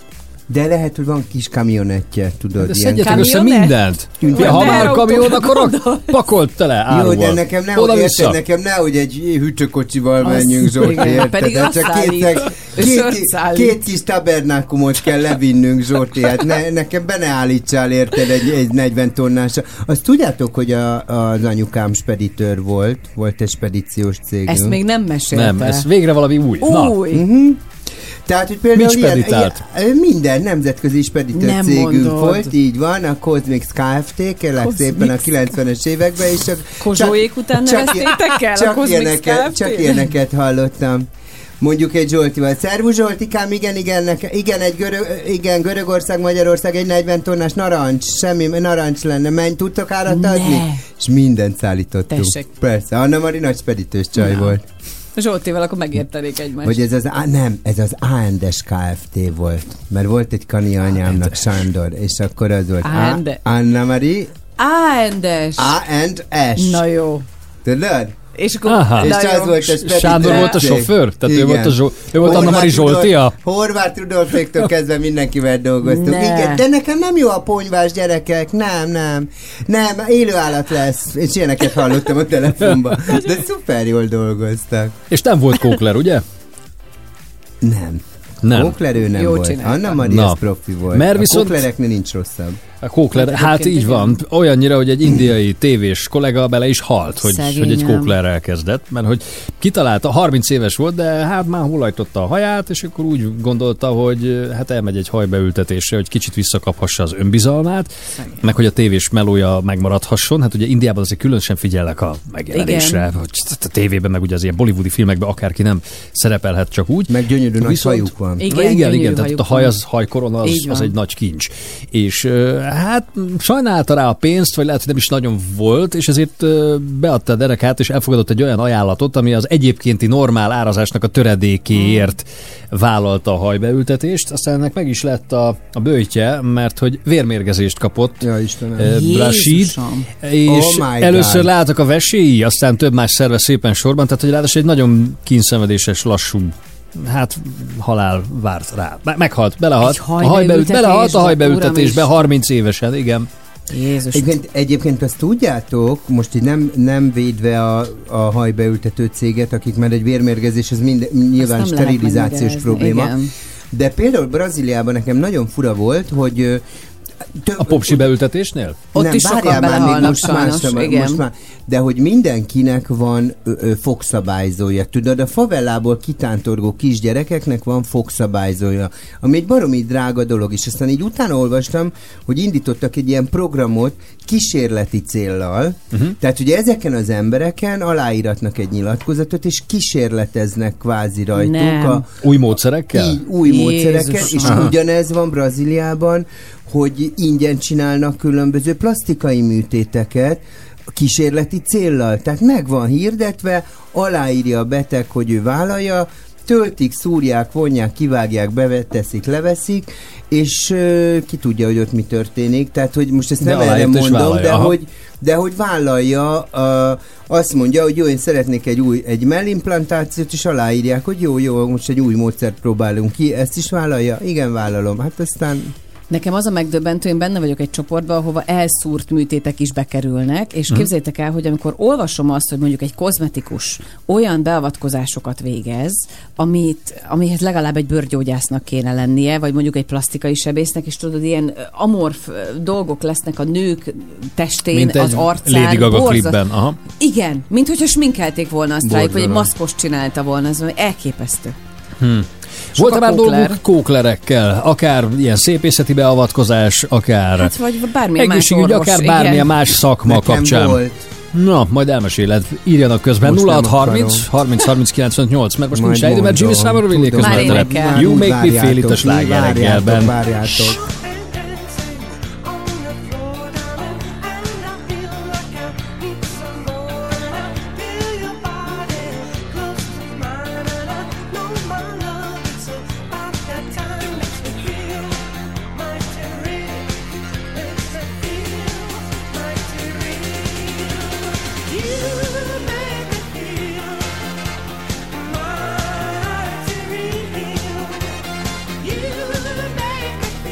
De lehet, hogy van kis kamionettje, tudod. De szedjetek össze mindent. Ha már a kamion, akkor pakolt tele áruval. Jó, de nekem nehogy, érted, nekem nehogy egy hűtőkocsival menjünk, Zsolti, érted? Pedig azt két, két, két kis tabernákumot kell levinnünk, Zsolti, hát ne, nekem be ne állítsál, érted, egy, egy negyven tonnás. Azt tudjátok, hogy a, az anyukám speditőr volt, volt egy spedíciós cégünk. Ezt még nem mesélte. Nem, ez végre valami új. Új. Uh-huh. Tehát, hogy például mit speditált? Ilyen, minden nemzetközi speditőr cégünk volt, így van, a Cosmix Kft. Kérlek szépen a kilencvenes években, és csak... Kozsóék után neveztétek el csak a Cosmix ilyeneket, Kft.? Csak ilyeneket hallottam. Mondjuk egy Zsoltival. Szervusz Zsoltikám, igen, igen, neke, igen, egy görög, igen, Görögország, Magyarország, egy negyven tonnás narancs, semmi narancs lenne, menj, tudtok árat adni? És mindent szállítottunk. Tessék. Persze, Anna Mari nagy speditős csaj Na. volt. Zsoltival akkor megértenék egymást. Vagy ez az, á, nem, ez az á és es Kft. Volt. Mert volt egy kani anyámnak, Sándor, és akkor az volt A, Anna Mari. á és es. á és es. Na jó. Tudod? És akkor Aha. És az volt a Sándor volt a sofőr? Tehát ő volt, a Zsol, ő volt Anna Mari Zsoltia? Horváth Rudolféktól kezdve mindenkivel dolgoztunk. Ne. Igen, de nekem nem jó a ponyvás, gyerekek, nem, nem. Nem, élő állat lesz. És ilyeneket hallottam a telefonban. De szuper jól dolgoztak. És nem volt Kókler, ugye? Nem. Nem. Kóklerő nem Jó volt. csinálta. Anna Mari az profi volt. Mert a viszont... Kóklereknél nincs rosszabb. A Kókler, hát így van. Olyannyira, hogy egy indiai tévés kollega bele is halt, hogy, hogy egy Kóklerrel kezdett, mert hogy kitalálta, harminc éves volt, de hát már hullajtotta a haját, és akkor úgy gondolta, hogy hát elmegy egy hajbeültetésre, hogy kicsit visszakaphassa az önbizalmát, Szegény. meg hogy a tévés melója megmaradhasson. Hát ugye Indiában azért különösen figyelnek a megjelenésre, hogy a tévében, meg ugye az ilyen bollywoodi filmekben akárki nem szerepelhet csak úgy. Meg gyönyörű nagy hajuk van. Igen, igen, igen, tehát a haj, az, hajkorona az, az egy nagy kincs. És hát sajnálta rá a pénzt, vagy lehet, hogy nem is nagyon volt, és ezért beadta a derekát, és elfogadott egy olyan ajánlatot, ami az egyébkénti normál árazásnak a töredékéért vállalta a hajbeültetést. Aztán ennek meg is lett a, a böjtje, mert hogy vérmérgezést kapott ja, Istenem. Rashid, és oh először láttak a veséi, aztán több más szerve szépen sorban, tehát hogy ráadásul egy nagyon kínszenvedéses, lassú hát halál várt rá. Meghalt, belehalt. A hajbeült, belehalt a hajbeültetésbe harminc évesen, igen. Jézus. Egyébként, egyébként azt tudjátok, most így nem, nem védve a, a hajbeültető céget, akik már egy vérmérgezés, ez mind, nyilván sterilizációs probléma. Igen. De például Brazíliában nekem nagyon fura volt, hogy Tö- a popsi beültetésnél? Ott nem, is sokan belehalnak sajnos, más, igen. Most már, de hogy mindenkinek van ö, ö, fogszabályzója. Tudod, a favellából kitántorgó kisgyerekeknek van fogszabályzója, ami egy baromi drága dolog, és aztán így utána olvastam, hogy indítottak egy ilyen programot kísérleti céllal, uh-huh. tehát ugye ezeken az embereken aláíratnak egy nyilatkozatot, és kísérleteznek kvázi rajtuk. A, új módszerekkel? Így, új Jézus módszerekkel, és Aha. ugyanez van Brazíliában, hogy ingyen csinálnak különböző plastikai műtéteket kísérleti céllal. Tehát meg van hirdetve, aláírja a beteg, hogy ő vállalja, töltik, szúrják, vonják, kivágják, beveteszik, leveszik, és uh, ki tudja, hogy ott mi történik. Tehát, hogy most ezt de nem erre mondom, de Aha. hogy, de hogy vállalja, uh, azt mondja, hogy jó, én szeretnék egy új, egy mellimplantációt, és aláírják, hogy jó, jó, most egy új módszert próbálunk ki. Ezt is vállalja? Igen, vállalom. Hát aztán... Nekem az a megdöbbentő, én benne vagyok egy csoportban, ahova elszúrt műtétek is bekerülnek, és hmm. képzeljétek el, hogy amikor olvasom azt, hogy mondjuk egy kozmetikus olyan beavatkozásokat végez, amit, amihez legalább egy bőrgyógyásznak kéne lennie, vagy mondjuk egy plastikai sebésznek, és tudod, ilyen amorf dolgok lesznek a nők testén, mint az arcán. Lady Gaga borzat... klipben. Aha. Igen, mint hogyha sminkelték volna azt rájuk, vagy egy maszkos csinálta volna, ez elképesztő. Hmm. Volt-e már dolguk kóklerekkel? Akár ilyen szépészeti beavatkozás, akár hát, vagy bármilyen egészségügy, más orvos, akár bármilyen igen. más szakma Nekem kapcsán. Volt. Na, majd elmeséled. Írjanak közben. nulla hat harminc harminc harminc kilencvennyolc, mert most majd nincs idő, mert Jimmy Summer Willie közben. You make me feel it a sláger reggelben. Várjátok. You make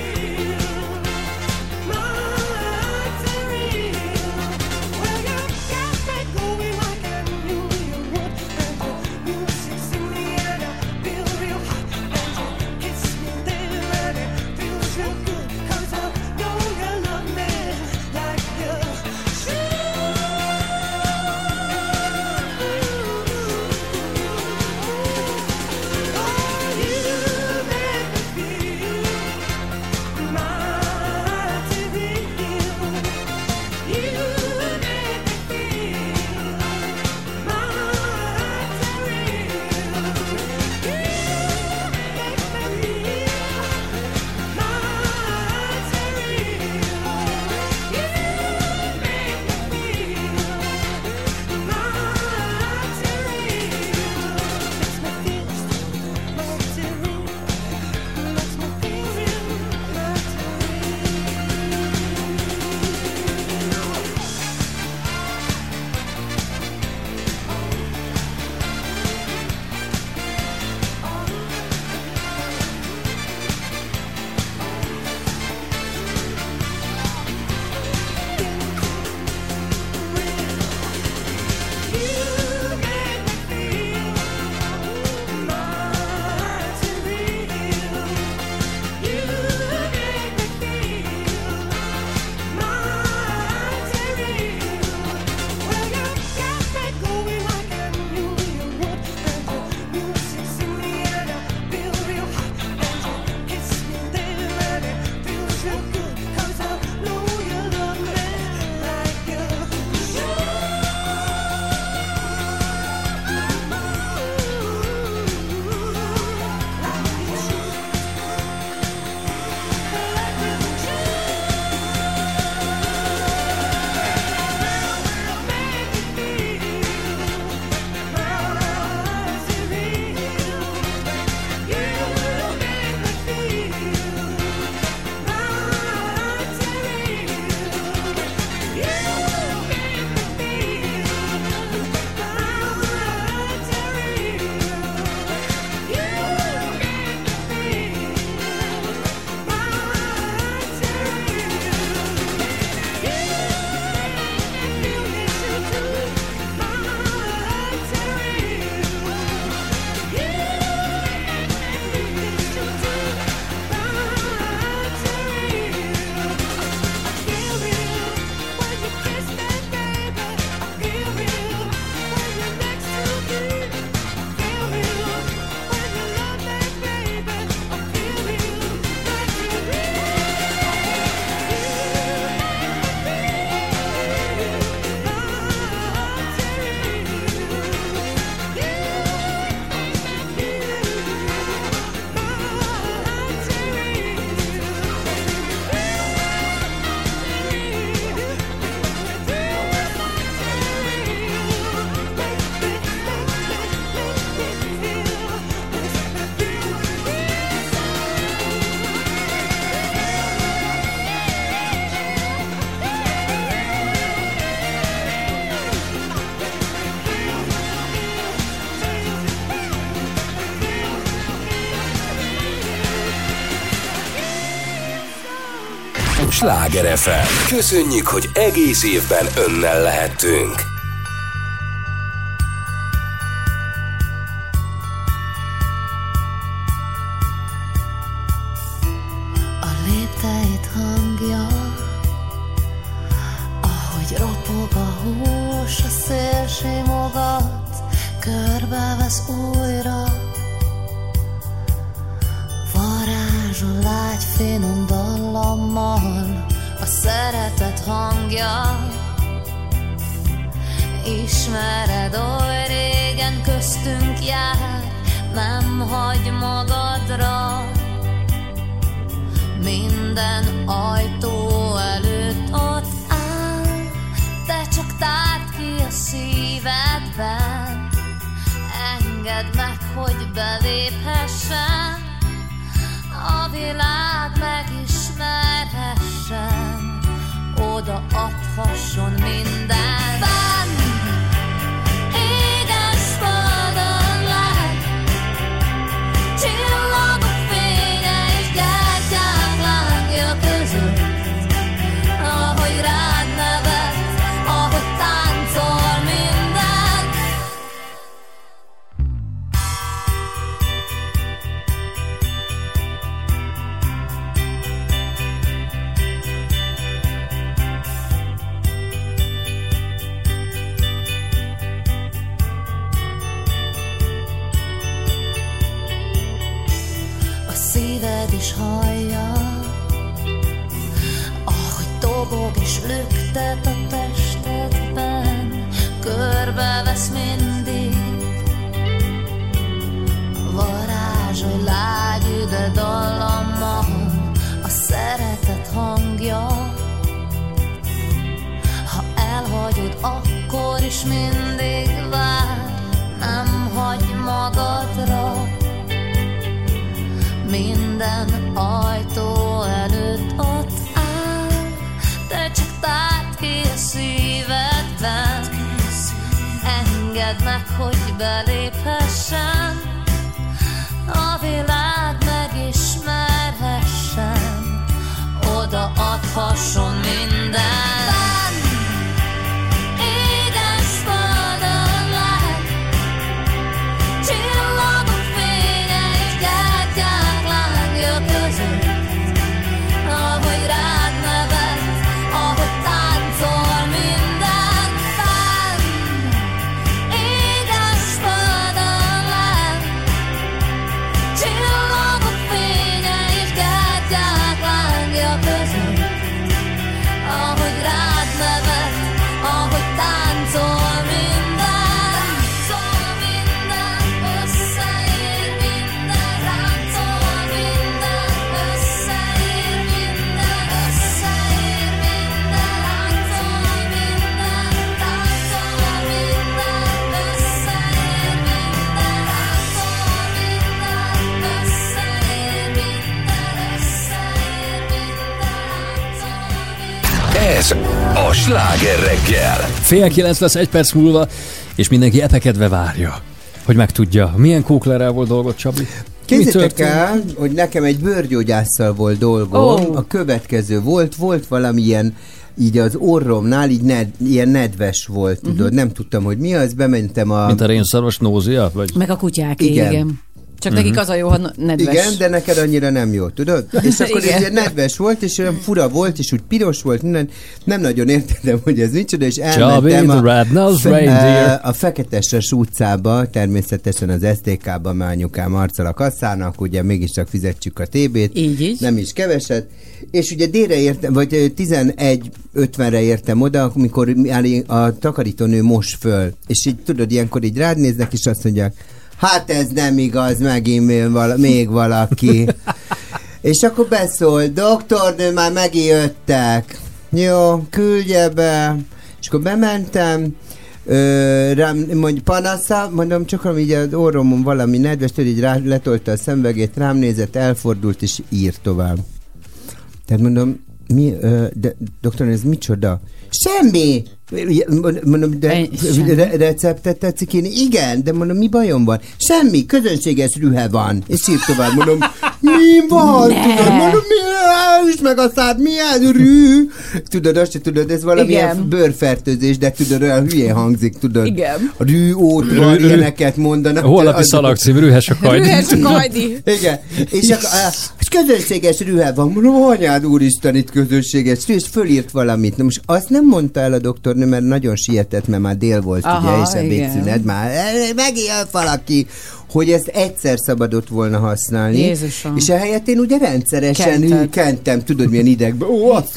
Sláger ef em. Köszönjük, hogy egész évben önnel lehettünk. A lépteit hangja, ahogy ropog a hús, a szél simogat, körbevesz újra. Varázsol lágy finom dallammal a szeretet hangja. Ismered, oly régen köztünk jár, nem hagy magadra. Minden ajtó előtt ott áll, te csak tárd ki a szívedben. Engedd meg, hogy beléphessen, a világ megismerhessen, oda adhasson minden. Fenn, édes földön lát, csillagok fénye és gyertyák lángja között, ahogy rád nevet, ahogy táncol minden. Szíved is hallja, ahogy dobog és lüktet a testedben, körbevesz mindig. Varázsolj lágy üde dallammal a szeretet hangja. Ha elhagyod, akkor is mindig vár, nem hagy magadra. Minden ajtó előtt ott áll, te csak tárd ki a szívedben. Engedd meg, hogy beléphessen, a világ megismerhessen, oda adhasson minden. Édes földön lát, csillagok fénye és gyertyák lángja között, ahogy rád nevet, ahogy táncol minden. Fenn, édes földön lát, csillagok fénye és gyertyák lángja között, ahogy rád nevet, ahogy táncol minden. Táncol minden, összeér minden, táncol minden, összeér minden, összeér minden, táncol minden, táncol minden, összeér minden, táncol minden, összeér minden, összeér minden. Ez a Sláger reggel. Fél kilenc lesz egy perc múlva, és mindenki epekedve várja, hogy megtudja, milyen kóklerrel volt dolgot, Csabi. Képzeljétek el, hogy nekem egy bőrgyógyásszal volt dolgom. Oh. A következő volt, volt valamilyen, így az orromnál, így ned, ilyen nedves volt, uh-huh. tudod, nem tudtam, hogy mi az, bementem a... Mint a rénszarvas nózia? Vagy? Meg a kutyák, igen. igen. Csak uh-huh. nekik az a jó, ha nedves. Igen, de neked annyira nem jó, tudod? És akkor ez ilyen nedves volt, és olyan fura volt, és úgy piros volt, nem, nem nagyon értettem, hogy ez micsoda, és elmentem a, fe, a Feketeses utcába, természetesen az es té ká-ba, már anyukám arccal a kasszának, ugye mégiscsak fizetjük a té bét, így, így. Nem is keveset, és ugye délre értem, vagy tizenegy ötvenre értem oda, amikor a takarítónő mos föl, és így tudod, ilyenkor így rád néznek, és azt mondják, hát ez nem igaz, megint vala, még valaki. És akkor beszól, doktornő, már megjöttek. Jó, küldje be. És akkor bementem, ö, rám, mondj, panasza, mondom, csak így az orromon valami nedves, tudod, így rá, letolta a szemüvegét, rám nézett, elfordult, és ír tovább. Tehát mondom, mi, ö, de, doktornő, ez micsoda? Semmi! Mondom, de re- receptet tetszik írni? Igen, de mondom, mi bajom van? Semmi, közönséges rühe van. És írt tovább, mondom, Mi van? Tudod, mondom, mi üsd meg a szád, milyen rű? Tudod, azt sem tudod, ez valamilyen igen. bőrfertőzés, de tudod, olyan hülyén hangzik, tudod. Igen. A rű, ótvar, ilyeneket mondanak. Holnapi szalagcím, rühes a kajdi. Rühes a kajdi. Igen. És akkor és közönséges rühe van. Mondom, anyád úristen, itt közönséges rű, és fölírt valamit. Na most azt nem mondta el a doktornő, mert nagyon sietett, mert már dél volt, aha, ugye, és ebédszünet, már megijön valaki, hogy ezt egyszer szabadott volna használni. Jézusom. És ehelyett én ugye rendszeresen Kented. kentem, tudod, milyen idegben. Ó, azt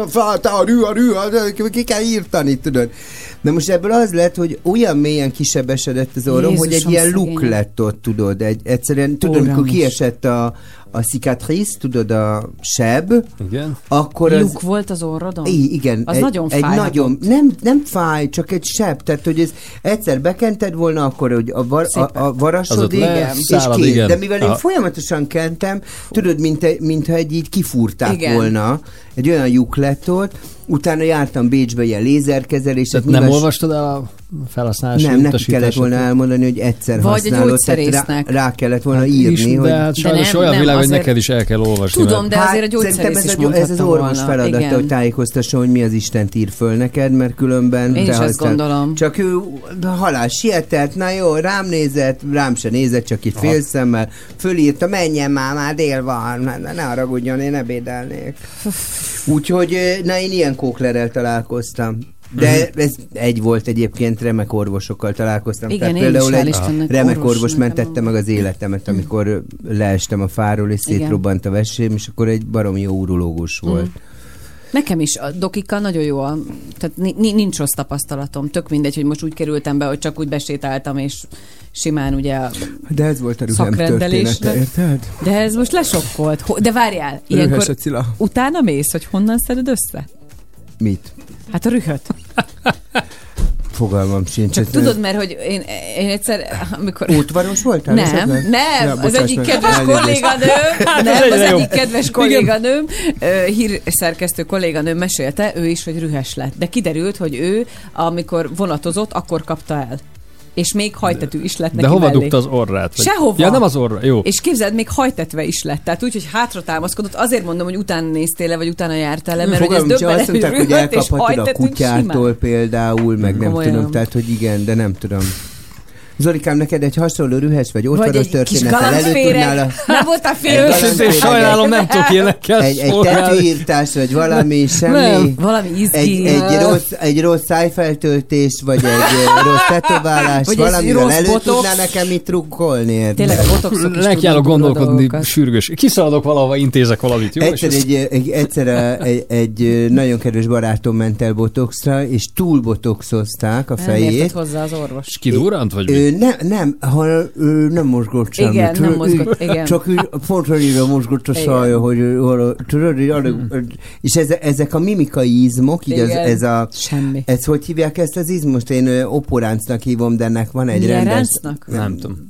a rű, a rű, ki kell írtani, tudod. Na most ebből az lett, hogy olyan mélyen kisebesedett az orrom, Jézusom, hogy egy ilyen luk lett ott, tudod. Egy, egyszerűen, tudod, amikor kiesett a, a cicatrice, tudod, a seb, igen. Akkor luk az, volt az orrodon? I, igen. Az egy, nagyon egy fáj. Nagyon, nem, nem fáj, csak egy seb. Tehát, hogy ez egyszer bekented volna, akkor hogy a, var, a, a varasodik, és kész. De mivel én Aha. folyamatosan kentem, tudod, mint, mintha egy így kifúrták igen. volna. Egy olyan lyuk lett ott. Utána jártam Bécsbe ilyen lézerkezelések. Nem nyilvás... olvastad a felhasználási Nem, neki kellett volna elmondani, hogy egyszer vagy használod. Vagy rá, rá kellett volna hát írni. Is, hogy... De hát sajnos olyan nem, világ, azért... hogy neked is el kell olvasni. Tudom, mert... de azért a gyógyszerész is mondhatta ez az orvos feladata, igen. hogy tájékoztasson, hogy mi az Istent ír föl neked, mert különben... Én is azt gondolom. Csak ő halál sietett, na jó, rám nézett, rám se nézett, csak itt fél szemmel, fölírta, menjen már, már dél van, ne, ne haragudjon, én ebédelnék. Úgyhogy, na én ilyen kóklerrel találkoztam. De ez egy volt egyébként, remek orvosokkal találkoztam. Igen, tehát például egy remek orvos, orvos mentette meg az életemet, amikor leestem a fáról, és szétrobbant a vesém, és akkor egy baromi jó urológus volt. Mm. Nekem is a dokikkal nagyon jó, a, tehát nincs rossz tapasztalatom. Tök mindegy, hogy most úgy kerültem be, hogy csak úgy besétáltam, és simán ugye a de ez volt a rühem története, érted? De ez most lesokkolt. De várjál, ilyenkor utána mész, hogy honnan szeded össze? Mit? Hát a rühöt. Fogalmam sincs. Csak tudod, mert hogy én, én egyszer, amikor... Útvaros voltál? Nem, nem, ja, az egyik kedves kolléganőm, nem, az egyik kedves kolléganőm, hírszerkesztő kolléganőm mesélte, ő is, hogy rühes lett. De kiderült, hogy ő, amikor vonatozott, akkor kapta el. És még hajtetű is lett neki De hova mellé. dugta az orrát? Vagy... Sehova. Ja, nem az orra, jó. És képzeld, még hajtetve is lett. Tehát úgy, hogy hátra támaszkodott. Azért mondom, hogy utána néztél le, vagy utána jártál le, mert hogy ez döbbenet, hogy rühött hogy elkaphatod a kutyától simán. Például, meg nem Olyan. tudom, tehát hogy igen, de nem tudom. Zolikám, neked egy hasonló rühes vagy orvonos történettel előtt tudnál a... Nem voltál fél őszintén, sajnálom, nem tudok ilyenekkel Egy, egy tetőírtás, vagy valami, semmi... Nem. Valami izgi. Egy, egy, rossz, egy rossz szájfeltöltés, vagy egy rossz tetoválás, valamivel elő tudnál nekem itt trukkolni. Tényleg a botoxok is nekiállok gondolkodni sürgős. Kiszaladok valahova, intézek valamit, jó? Egyszer egy, egy, egyszer egy, egy nagyon kedves barátom ment el botoxra, és túl botoxozták a fejét. Nem értett hozzá az orvos. Kidurrant, vagy mi? Nem, nem, ha ő nem mozgott semmit. Igen, nem mozgott, igen. Csak ő pont annyira mozgott a szája, hogy tudod, és ezek a mimikai izmok, így az, ez a... Semmi. Ez hogy hívják ezt az izmost? Én oporáncnak hívom, de ennek van egy Milyen rendes... ráncnak? Nem, nem tudom.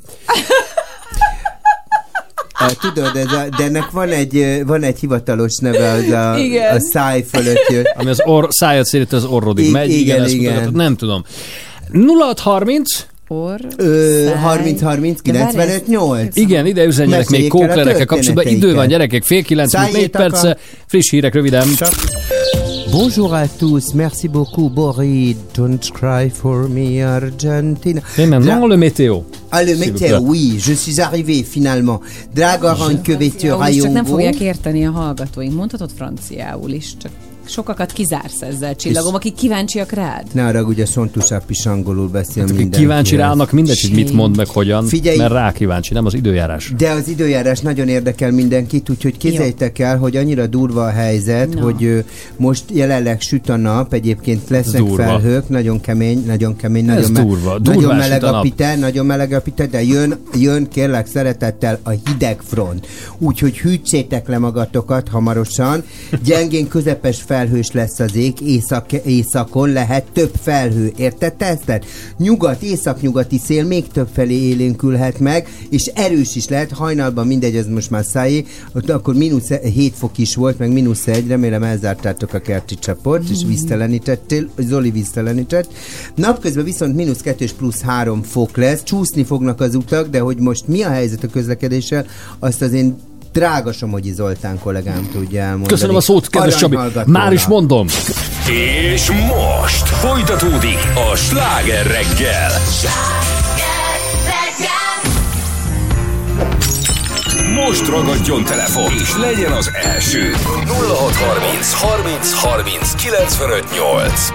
Tudod, ez a, de ennek van egy, van egy hivatalos neve, az a, a száj fölött jött. Ami az or, szájad szélet az orrodig megy. Igen, igen. igen. Nem tudom. nulla hat harminc Or, harminc harminc kilencvenöt nyolc Igen, ide üzenjenek még kóklerekkel kapcsolatban. Idő van, gyerekek, fél kilenc, négy perce. Friss hírek röviden. Bonjour à tous, merci beaucoup, Boris. Don't cry for me, Argentina. Et maintenant, le météo. Ah, le météo, oui, je suis arrivé finalement. Drága aranykövető rajongó. Csak nem fogják érteni a hallgatóink. Mondhatod franciául is, csak sokakat kizársz ezzel, csillagom, akik kíváncsiak rád. Ne haragudj, a Szontusáp is angolul beszél hát, mindenki. Kíváncsi rá, annak mindegy, hogy mit mond meg, hogyan, Figyelj, mert rá kíváncsi, nem az időjárás. De az időjárás nagyon érdekel mindenkit, úgyhogy képzeljétek el, hogy annyira durva a helyzet, no. hogy uh, most jelenleg süt a nap, egyébként lesznek felhők, nagyon kemény, nagyon kemény, Ez nagyon, me- durva. nagyon meleg a pite, nagyon meleg a pite, de jön, jön kérlek szeretettel a hideg front. Úgyhogy hűtsétek le magatokat hamarosan, gyengén közepes felhős lesz az ég, észak, északon lehet több felhő. Érted ezt? Nyugat, északnyugati szél még több felé élénkülhet meg, és erős is lehet, hajnalban mindegy, ez most már szájé, ott akkor mínusz hét fok is volt, meg mínusz egy, remélem elzártátok a kerti csapot, és víztelenítettél, Zoli víztelenített. Napközben viszont mínusz kettő és plusz három fok lesz, csúszni fognak az utak, de hogy most mi a helyzet a közlekedéssel, azt az én drága Somogyi Zoltán kollégám tudja elmondani. Köszönöm a szót, kedves Csabi. Már is mondom. És most folytatódik a Sláger reggel. Most ragadjon telefon, és legyen az első. nulla hat harminc harminc harminc kilencvenöt nyolc.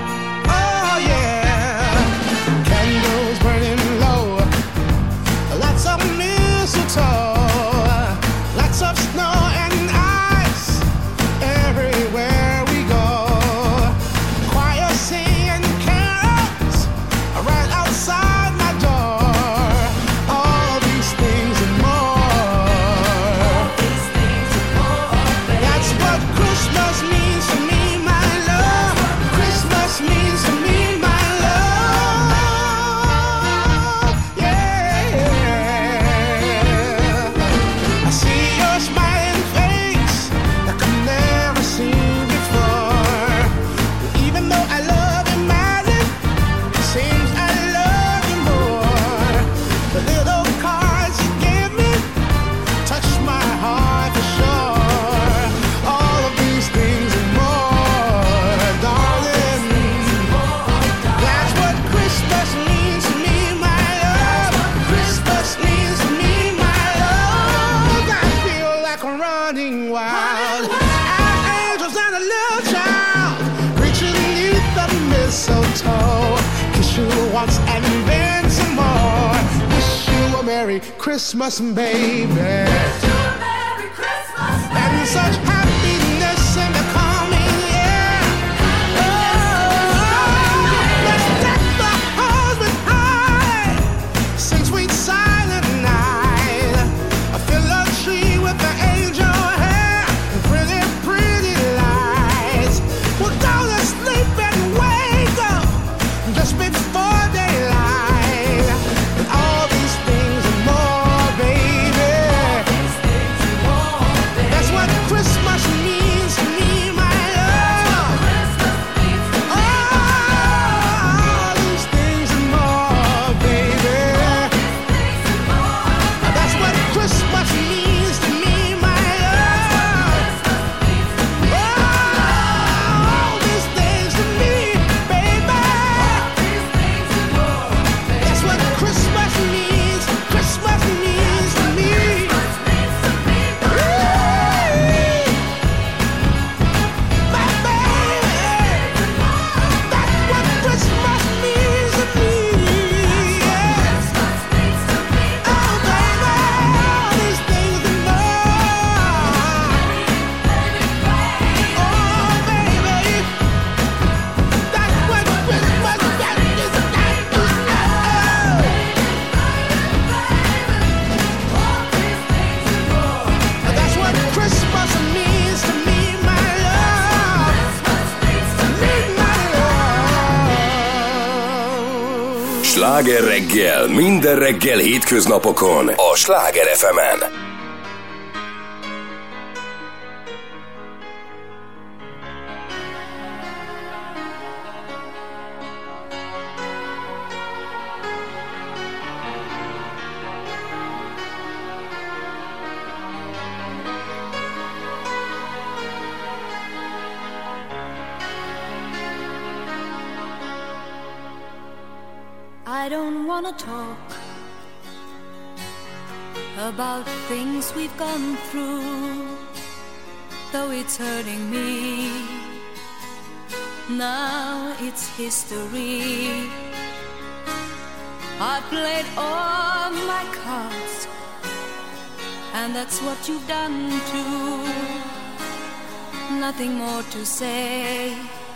Christmas, baby. Wish you a Merry Christmas, baby. And such happiness in the coming year. Oh, let's deck the halls with high, sing sweet silent night. I fill a tree with the angel hair and pretty, pretty lights. We'll go to sleep and wake up just before daylight. And all these things and more. Sláger reggel, minden reggel hétköznapokon a Sláger ef emen. I don't wanna talk about things we've gone through, though it's hurting me. Now it's history. I played all my cards, and that's what you've done too. Nothing more to say,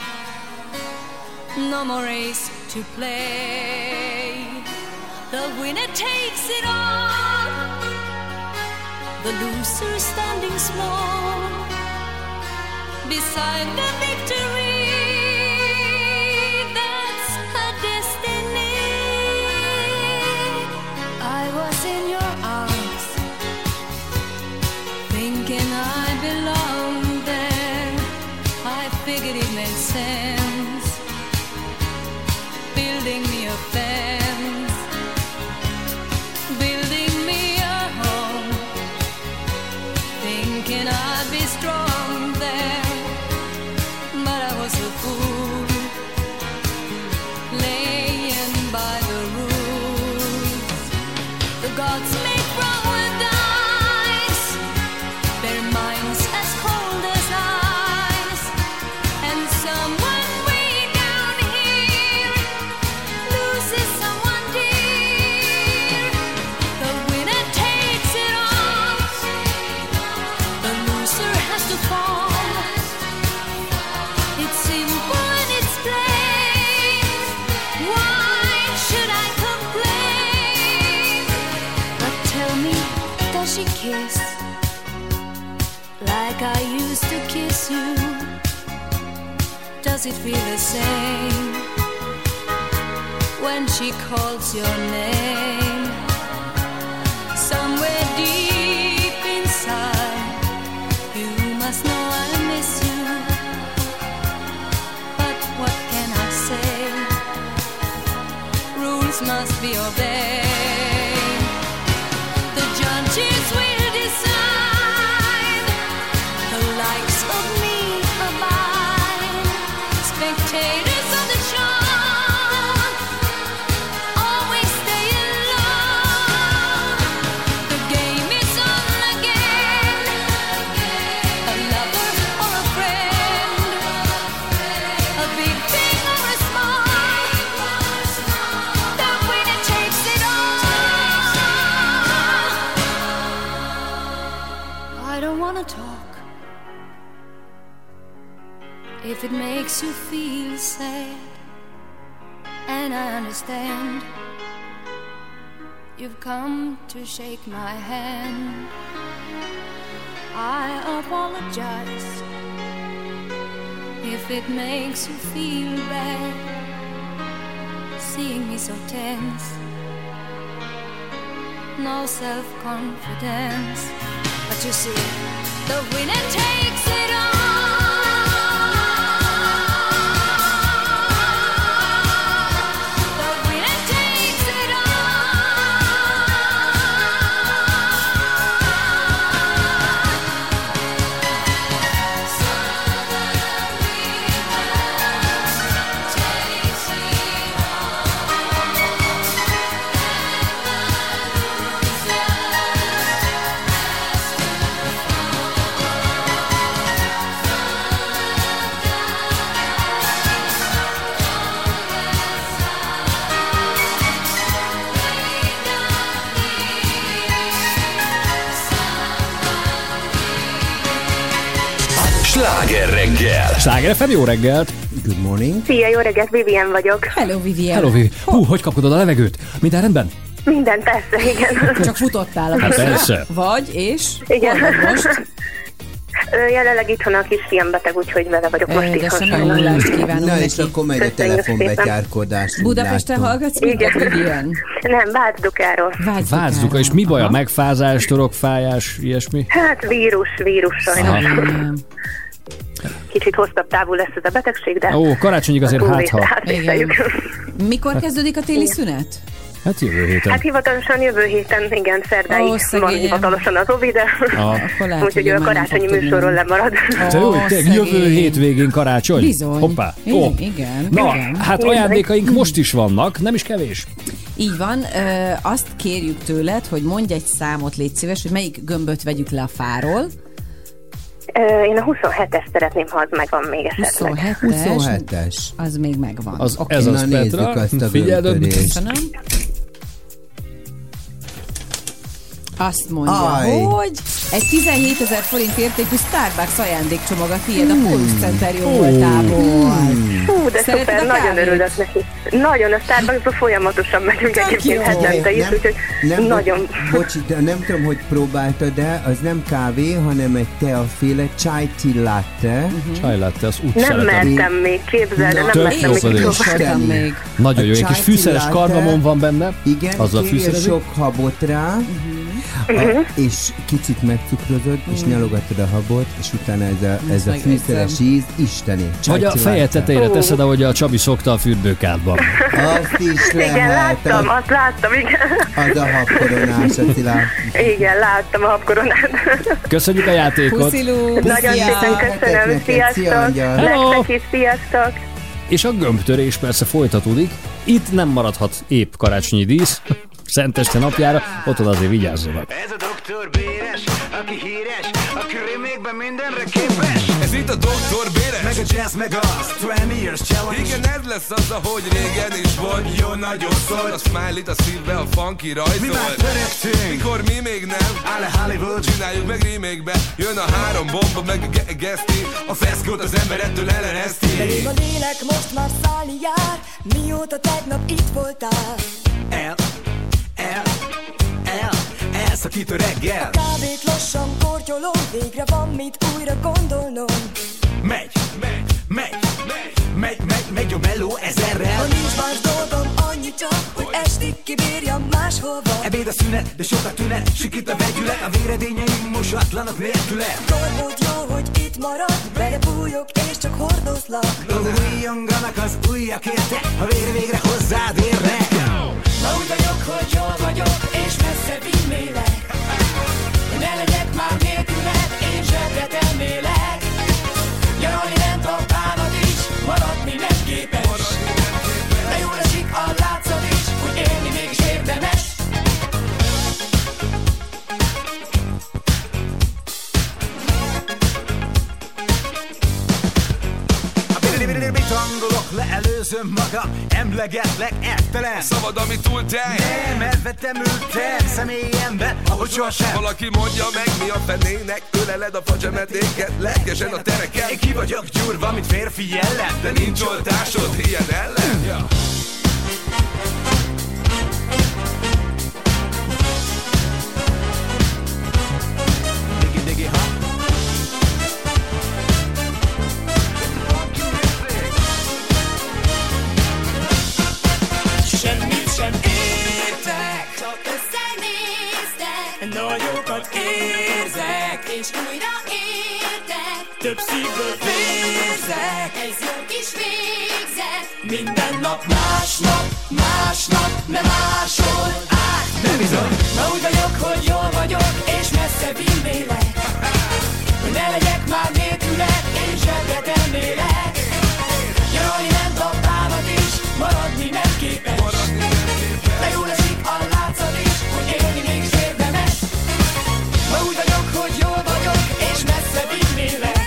no more race to play. The winner takes it all, the loser standing small beside the victory. That's her destiny. I was in your arms, thinking I belonged there. I figured it made sense, building me a fence, building me a home, Does she kiss like I used to kiss you? Does it feel the same when she calls your name? Somewhere deep inside, you must know I miss you. But what can I say? Rules must be obeyed. The judges will decide. The likes of me are mine. Spectators of the show always stay alone. The game is on again. A lover or a friend, a big thing or a small, the winner takes it all. I don't wanna talk if it makes you feel sad, and I understand you've come to shake my hand. I apologize if it makes you feel bad, seeing me so tense, no self-confidence. But you see, the winner takes it all. The winner takes it Sláger reggel. Sláger ef em, jó reggelt! Good morning. Szia, jó reggelt, Vivian vagyok. Hello, Vivian. Hello, Vivi. Hú, hogy kapkodod a levegőt? Minden rendben? Minden, persze, igen. Csak futottál a Hát persze. Vagy, és? Igen. Hol vagy most? Ö, Jelenleg itthon a kisfiam beteg, úgyhogy vele vagyok most itthon. Édesem, javulást kívánunk Na neki. és akkor megy a telefonbetyárkodás. úgy Budapesten látom. hallgatsz minket, Vivian? Nem, Vácdukáról. Vácduka, és mi baj a megfázás, torokfájás, ilyesmi? Hát vírus, vírus sajnos. Aha. Kicsit hosszabb távú lesz ez a betegség, de... Ó, karácsonyig azért a hát, Covid-t ha. átviseljük. Mikor kezdődik a téli szünet? Hát jövő héten. Hát hivatalosan jövő héten, igen, szerdáig Ó, van szegényem. hivatalosan az Ovi, de Ah. úgyhogy ő a karácsonyi műsorról lemarad. Te jó, te jövő hétvégén karácsony? Bizony. Hoppá. I- Ó. igen, Na, igen. hát Igen. ajándékaink most is vannak, nem is kevés. Így van, ö, azt kérjük tőled, hogy mondj egy számot, légy szíves, hogy melyik gömböt vegyük le a fáról. Ö, Én a huszonhetes szeretném, ha az megvan még esetleg. huszonhetes. huszonhetes. Az még megvan. Az, Oké. ez Na, az, nézzük Petra. azt a Figyeld, gömbtörést. Köszönöm. Azt mondja, Aj. hogy egy tizenhétezer forint értékű Starbucks ajándékcsomag a tiéd a Pulse Center jó voltából. Hú, de Szereted szuper, a nagyon kávét? örülök neki. Nagyon, a Starbucksba folyamatosan megyünk egyébként hetente is, úgyhogy nem, nagyon... Bocsi, de nem tudom, hogy próbáltad, de az nem kávé, hanem egy teaféle chai tea latte. Uh-huh. Chai latte, az úgy Nem szeretem. mertem még, képzeld, de Na, nem tök mertem jó még az is. kipróbálni. még. Nagyon A jó, egy kis chai fűszeres tea kardamom latte. van benne. Igen, azzal kérjél fűszerezik. sok habot rá, Uh-huh. a, és kicsit megcukrozod, és nyalogatod a habot, és utána ez a, ez a meg fűszeres egyszer. íz isteni. Chai Vagy a tea fejed latte. tetejére teszed, ahogy a Csabi szokta a fürdőkádban. Azt is lehet. Igen, láttam, azt láttam, igen. Az a habkoronás, Attila. Igen, láttam a habkoronát. Köszönjük a játékot! Puszilú! Nagyon szépen köszönöm, neked, szia, sziasztok! angyal. Hello. Nektek is, sziasztok! És a gömbtörés persze folytatódik. Itt nem maradhat épp karácsonyi dísz. Szenteste napjára, otthon azért vigyázzanak. Ez a doktor Béres, aki híres, aki remékben mindenre képes. Ez itt a doktor Béres. Meg a jazz, meg a twenty years challenge. Igen, ez lesz az, ahogy régen is volt. Jó, nagyon szól. A smiley-t a szívbe, a funky rajzol. Mi már törektünk. Mikor mi még nem. Áll a Hollywood. Csináljuk meg remake-be. Jön a három bomba, meg a ge- geszti. A feszkót az ember ettől ellenezti. Belém a lélek most már szállni jár, mióta tegnap itt voltál. El, el, el, el elszakít a reggel. A kávét lassan kortyolom, végre van mit újra gondolnom. Megy, megy, megy, megy, megy, megy, megy a meló ezerrel. Ha nincs más dolgom, annyi csak, hogy estig kibírjam máshova. Ebéd a szünet, de sok a tünet, sikít a vegyület, a véredényeim mosatlanak nélküle. Tormód jó, hogy itt marad, belebújok és csak hordozlak. Újonganak az ujjakérte, ha végre végre hozzád érnek. Ma úgy vagyok, hogy jól vagyok, és messze vinnélek. Ne legyek már nélküled, én zsebre tennélek. Nyaralni nem kap bánat is, maradni nem képes. De jól esik a látszat is, hogy élni mégis érdemes. Mit hangolok, leelőzöm magam, emlegetlek ettelen. Szabad, ami túl tej. Nem, elvettem ültem személyemben, ahogy sohasem. Valaki mondja meg, mi a fenének, öleled a facsemetéket, legesen a tereken. Én ki vagyok gyúrva, mint férfi jellem, de nincs oltásod ilyen ellen. Ja. Digi, digi, ha. Semmit sem értek, csak összenéztek. Nagyokat érzek, és újra értek. Több szívből vérzek, ez jó kis végzet. Minden nap másnap, másnap, nem máshol át. Nem bizony. Ma úgy vagyok, hogy jól vagyok, és messze vinnélek. Hogy ne legyek már nélküled, én zsebre tennélek. Nyaralni nem kap bánat is, maradni nem képes. De jól esik a látszat is, hogy élni mégis érdemes. Ma úgy vagyok, hogy jól vagyok, és messze vinnélek.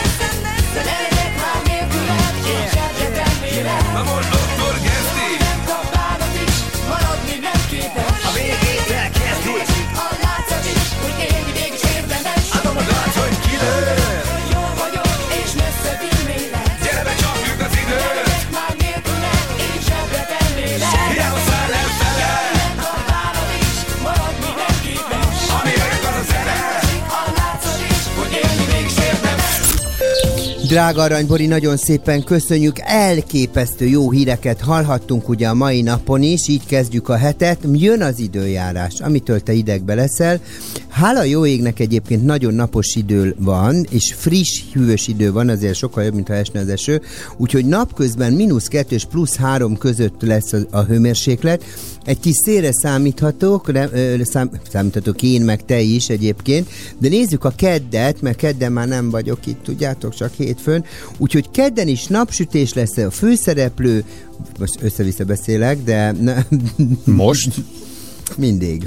De ne legyek már nélküled, én zsebre tennélek. Na most doktor Geszti! Nem kap bánat is, maradni nem képes. A végét elkezdi. De jól esik a látszat is, hogy élni mégis érdemes. Adom a dalt, hogy kilő. Hogy jól vagyok, és messze vinnélek. Gyere be, csapjuk az időt! Már nélküled, én zsebre tennélek. Hiába száll el fele! Nem kap bánat is, maradni nem képes. Ami megvan a zene! A látszat is, hogy élni mégis érdemes. Drága Aranybori, nagyon szépen köszönjük, elképesztő jó híreket hallhattunk ugye a mai napon is, így kezdjük a hetet, jön az időjárás, amitől te idegbe leszel. Hála jó égnek egyébként nagyon napos idő van, és friss, hűvös idő van, azért sokkal jobb, mint ha esne az eső, úgyhogy napközben mínusz kettő és plusz három között lesz a, a hőmérséklet. Egy kis szélre számíthatok, re, ö, szám, számíthatok én, meg te is egyébként, de nézzük a keddet, mert kedden már nem vagyok itt, tudjátok, csak hétfőn, úgyhogy kedden is napsütés lesz a főszereplő, most össze-vissza beszélek, de... Ne, most? Mindig.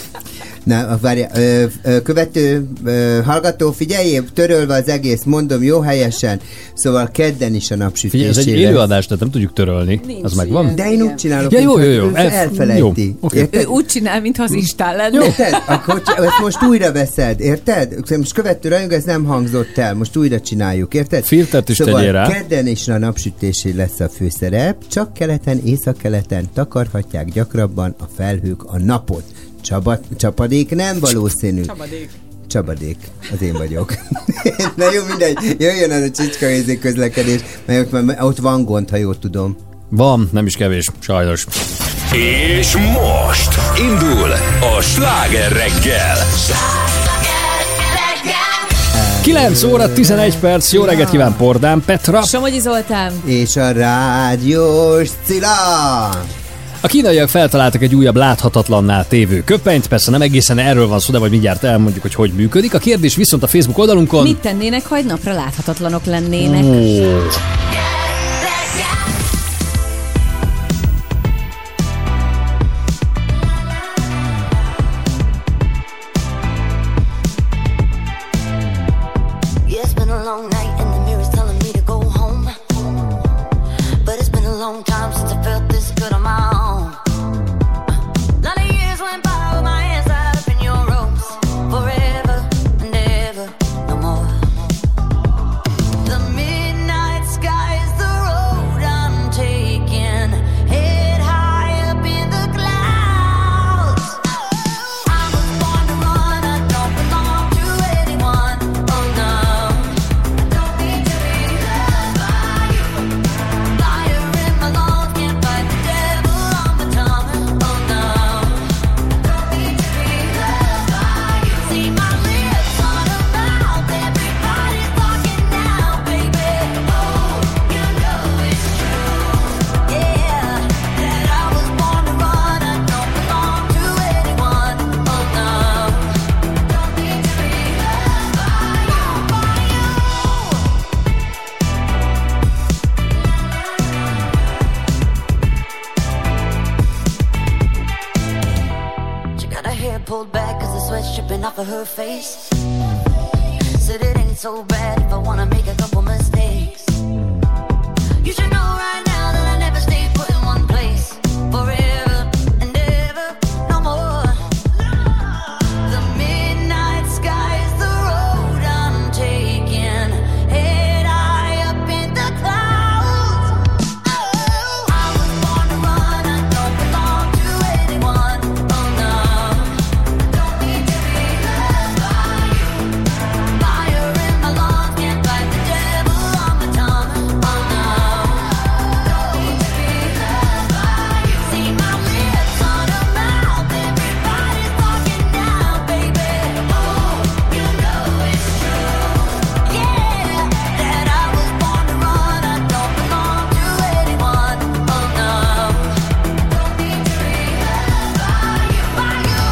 Na, várja, ö, ö, követő ö, hallgató, figyeljél, törölve az egész, mondom jó helyesen, szóval kedden is a napsütés. Figyelj, ez egy élőadás, tehát nem tudjuk törölni. Nincs az megvan? De én úgy csinálok, ja, jó, jó, jó. Ő elfelejti. Jó, okay. Ő úgy csinál, mintha az Istán lenne. Érted? Akkor ezt most újra veszed, érted? Most követő rajong, ez nem hangzott el, most újra csináljuk, érted? Filtert is szóval tegyél rá. Kedden is a napsütésé lesz a főszerep, csak keleten, északkeleten takarhatják gyakrabban a felhők a napot. Csaba, csapadék nem valószínű. Csabadék. Csabadék, az én vagyok. Na jó, mindegy, jöjjön az a csicskahézék közlekedés, mert ott, ott van gond, ha jól tudom. Van, nem is kevés, sajnos. És most indul a Sláger reggel. kilenc óra tizenegy perc, jó reggelt kíván Pordán Petra. Somogyi Zoltán. És a rádiós Cilla. A kínaiak feltaláltak egy újabb láthatatlanná tévő köpenyt, persze nem egészen erről van szó, de majd mindjárt elmondjuk, hogy hogy működik. A kérdés viszont a Facebook oldalunkon... Mit tennének, ha egy napra láthatatlanok lennének? Oh. Sky looking off of her face. Said it ain't so bad if I wanna make a couple mistakes. You should know right now that I never stay put in one place forever and ever, no more. The midnight sky is the road I'm taking, head high up in the clouds. Oh, I was born to run, I don't belong to anyone. Oh no, don't need to be loved by you. Fire in my lungs, can't fight the devil on my tongue. Oh no, don't need to be loved by you. See my lips on a mouth, everybody's talking now, baby. Oh, you know it's true, yeah, that I was born to run, I don't belong to anyone. Oh no, don't need to be loved by you, by you.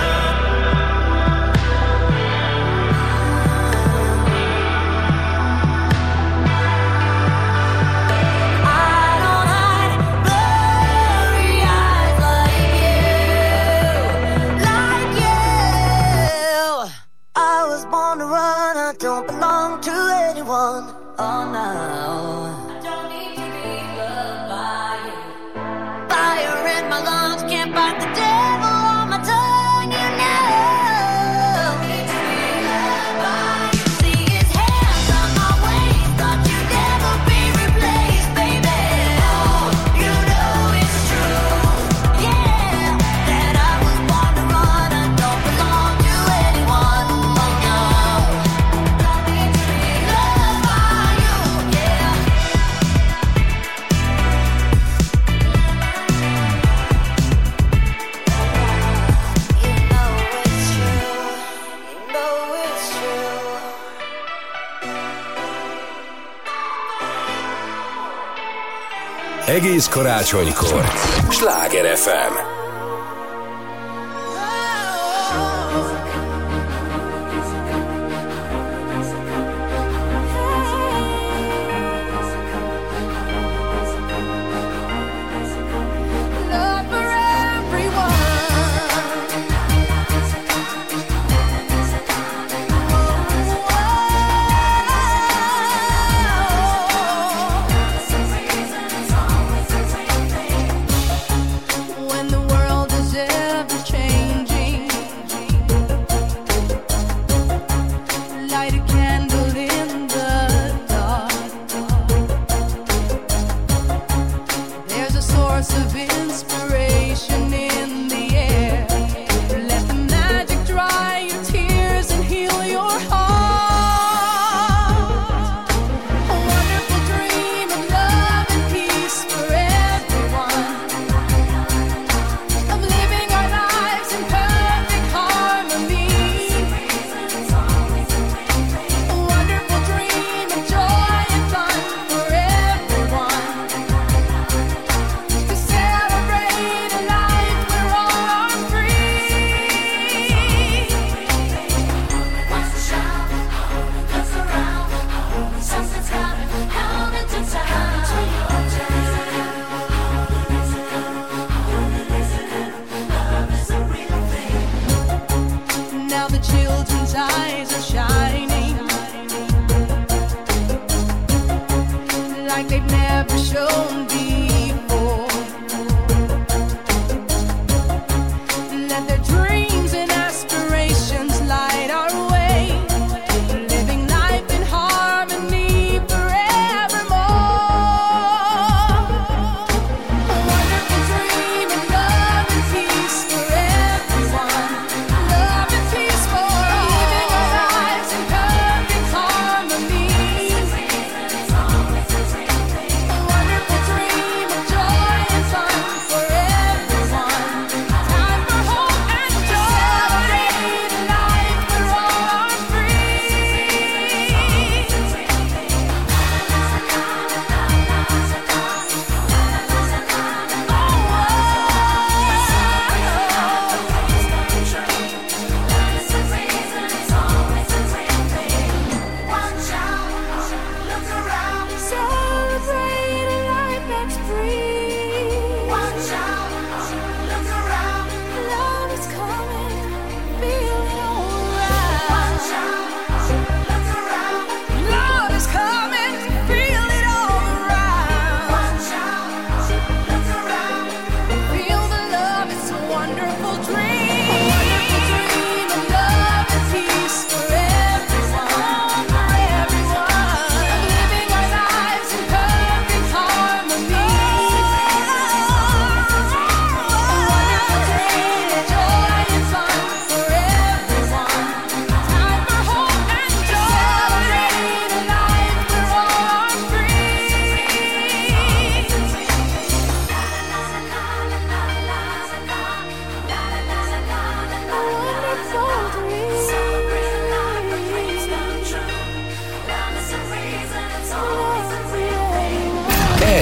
I don't hide blurry eyes like you, like you. I was born to run, I don't belong to anyone. Oh no, don't need to be loved by you. Fire in my lungs, can't fight the devil on my tongue, you know. Don't need to be loved by you. See his hands on my waist, thought you'd never be replaced, baby. Oh, you know it's true, yeah, that I was born to run, I don't belong to anyone. Oh no, don't need to be loved by you, yeah. You know it's true, you know it's true. Egész karácsonykor Sláger ef em. Love for everyone. When the world is ever changing, light a candle in the dark. There's a source of inspiration in the air. Let the magic dry your tears and heal your heart. A wonderful dream of love and peace for everyone. Of living our lives in perfect harmony. A wonderful dream of joy and fun for everyone. To celebrate a life where all are free. Wants to shout, looks around, something's got it held into town. Love is a real thing. Now the children's eyes are shining like they've never shown before. Let their dreams and aspirations light our way, living life in harmony forevermore. A wonderful dream of love and peace for everyone. Love and peace for all. Living our lives in perfect harmony. A wonderful dream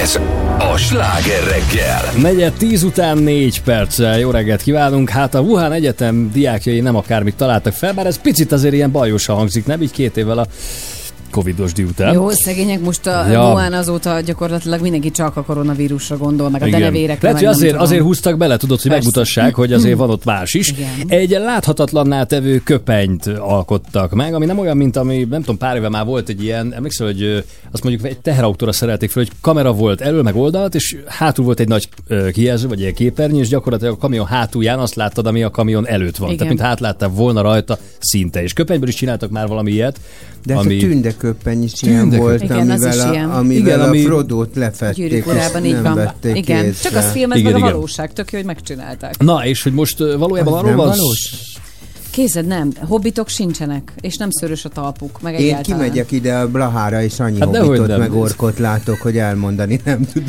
Ez a Sláger reggel. Negyed tíz után négy perccel. Jó reggelt kívánunk. Hát a Wuhan Egyetem diákjai nem akármit találtak fel, bár ez picit azért ilyen bajosan hangzik, nem? Így két évvel a covidos után. Jó, szegények, most a ja. Wuhan azóta gyakorlatilag mindenki csak a koronavírusra gondol, meg a Igen. denevérekre. Lehet, hogy azért, azért húztak bele, tudod, hogy Persze. megmutassák, hogy azért van ott más is. Igen. Egy láthatatlanná tevő köpenyt alkottak meg, ami nem olyan, mint ami, nem tudom, pár éve már volt egy ilyen, emlékszel, hogy ö, azt mondjuk egy teherautóra szerelték fel, hogy kamera volt elől, meg oldalt, és hátul volt egy nagy ö, kijelző, vagy egy képernyő, és gyakorlatilag a kamion hátulján azt láttad, ami a kamion előtt van. Igen. Tehát, mint átláttál volna rajta szinte. És köpenyből is csináltak már valami ilyet. De ami... a tündeköpeny is ilyen Tünde volt, Igen, amivel, az is a, ilyen. amivel Igen, a ami- Frodót lefették, Gyűrűk urában és így nem van. vették Igen, észre. csak az filmez Igen, meg a igen. valóság, tök jó, hogy megcsinálták. Na, és hogy most ö, valójában Az arról nem van... valós? Kézed nem, hobbitok sincsenek, és nem szörös a talpuk, meg Én egyáltalán. kimegyek ide a Blahára, és annyi Hát hát dehogy hobbitot nem. meg orkot látok, hogy elmondani nem tudom.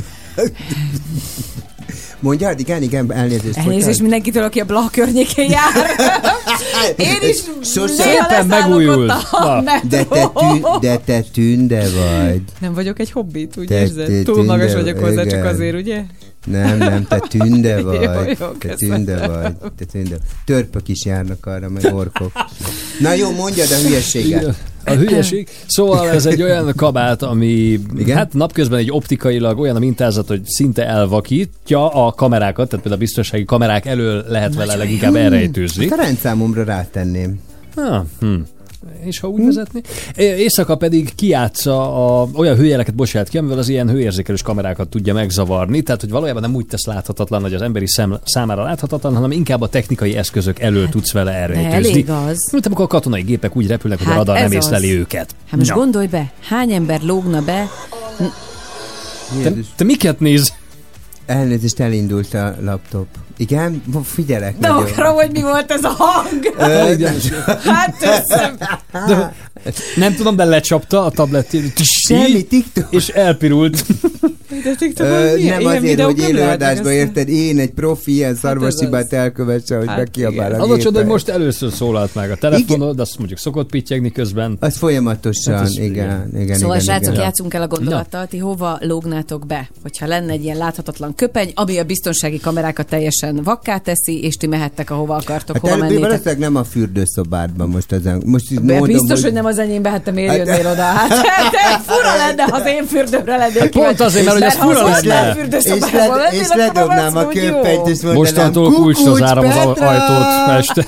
Mondjad, igen, igen, elnézést. Elnézést bocsánat. mindenkitől, aki a Blaha környékén jár. Én is Sose- néha Szépen leszállok megújult. ott a Na. De te, tű, de te tünde vagy. Nem vagyok egy hobbit, úgy Te- érzed? te- Túl magas tünde- vagyok hozzá, csak igen. azért, ugye? Nem, nem, te tünde vagy. Jó, jó, te köszönöm. tünde vagy. Te tünde. Törpök is járnak arra, meg orkok. Na jó, mondjad a hülyeséget. A hülyeség. Szóval ez egy olyan kabát, ami Igen? hát napközben egy optikailag olyan a mintázat, hogy szinte elvakítja a kamerákat, tehát például a biztonsági kamerák elől lehet vele leginkább elrejtőzni. Ezt a rendszámomra rátenném. Ah, hm. És ha úgy vezetni. É- Éjszaka pedig kijátsza a, olyan hőjeleket bocsát ki, amivel az ilyen hőérzékelős kamerákat tudja megzavarni, tehát hogy valójában nem úgy tesz láthatatlan, hogy az emberi szem számára láthatatlan, hanem inkább a technikai eszközök elől tudsz vele elrejtőzni. elég az. Mint amikor a katonai gépek úgy repülnek, hogy Hát a radar ez nem az. észleli őket. Hát most Na. gondolj be, hány ember lógna be, Te, te miket néz? Elnézést, elindult a laptop. Igen? Figyelek. de nagyon. akarom, hogy mi volt ez a hang. Ö, Igen. Hát összem. De, nem tudom, de lecsapta a tablettét. Semmi TikTok. És elpirult. De TikTokon Ö, milyen- nem ilyen azért, videók hogy nem élőadásban lehetnek, érted, én egy profi ilyen szarvasibát elkövesse, hogy Hát bekiabál a Az a csoda, hogy gépen. most először szólalt meg a telefonod, azt mondjuk szokott pittyegni közben. Az folyamatosan, Hát ez- igen, igen, Szóval igen, srácok, igen. játszunk el a gondolattal, ti hova lógnátok be? Hogyha lenne egy ilyen láthatatlan köpeny, ami a biztonsági kamerákat teljesen vakká teszi, és ti mehettek, ahova akartok, Hát hova előbb mennétek. valószínűleg nem a fürdőszobádban most ezen. Most így De mondom, biztos, hogy... nem az enyémbe, hát te miért jönnél oda? Hát te fura lenne, ha az én fürdőmre lennél Hát pont azért, mert hogy ez ha az fura most lenne. nem fürdőszobában és, led, lennél, és akkor ledobnám a az úgy jó. köpenyt, és mondanám, Mostantól kulcsra zárom az Petra! ajtót este.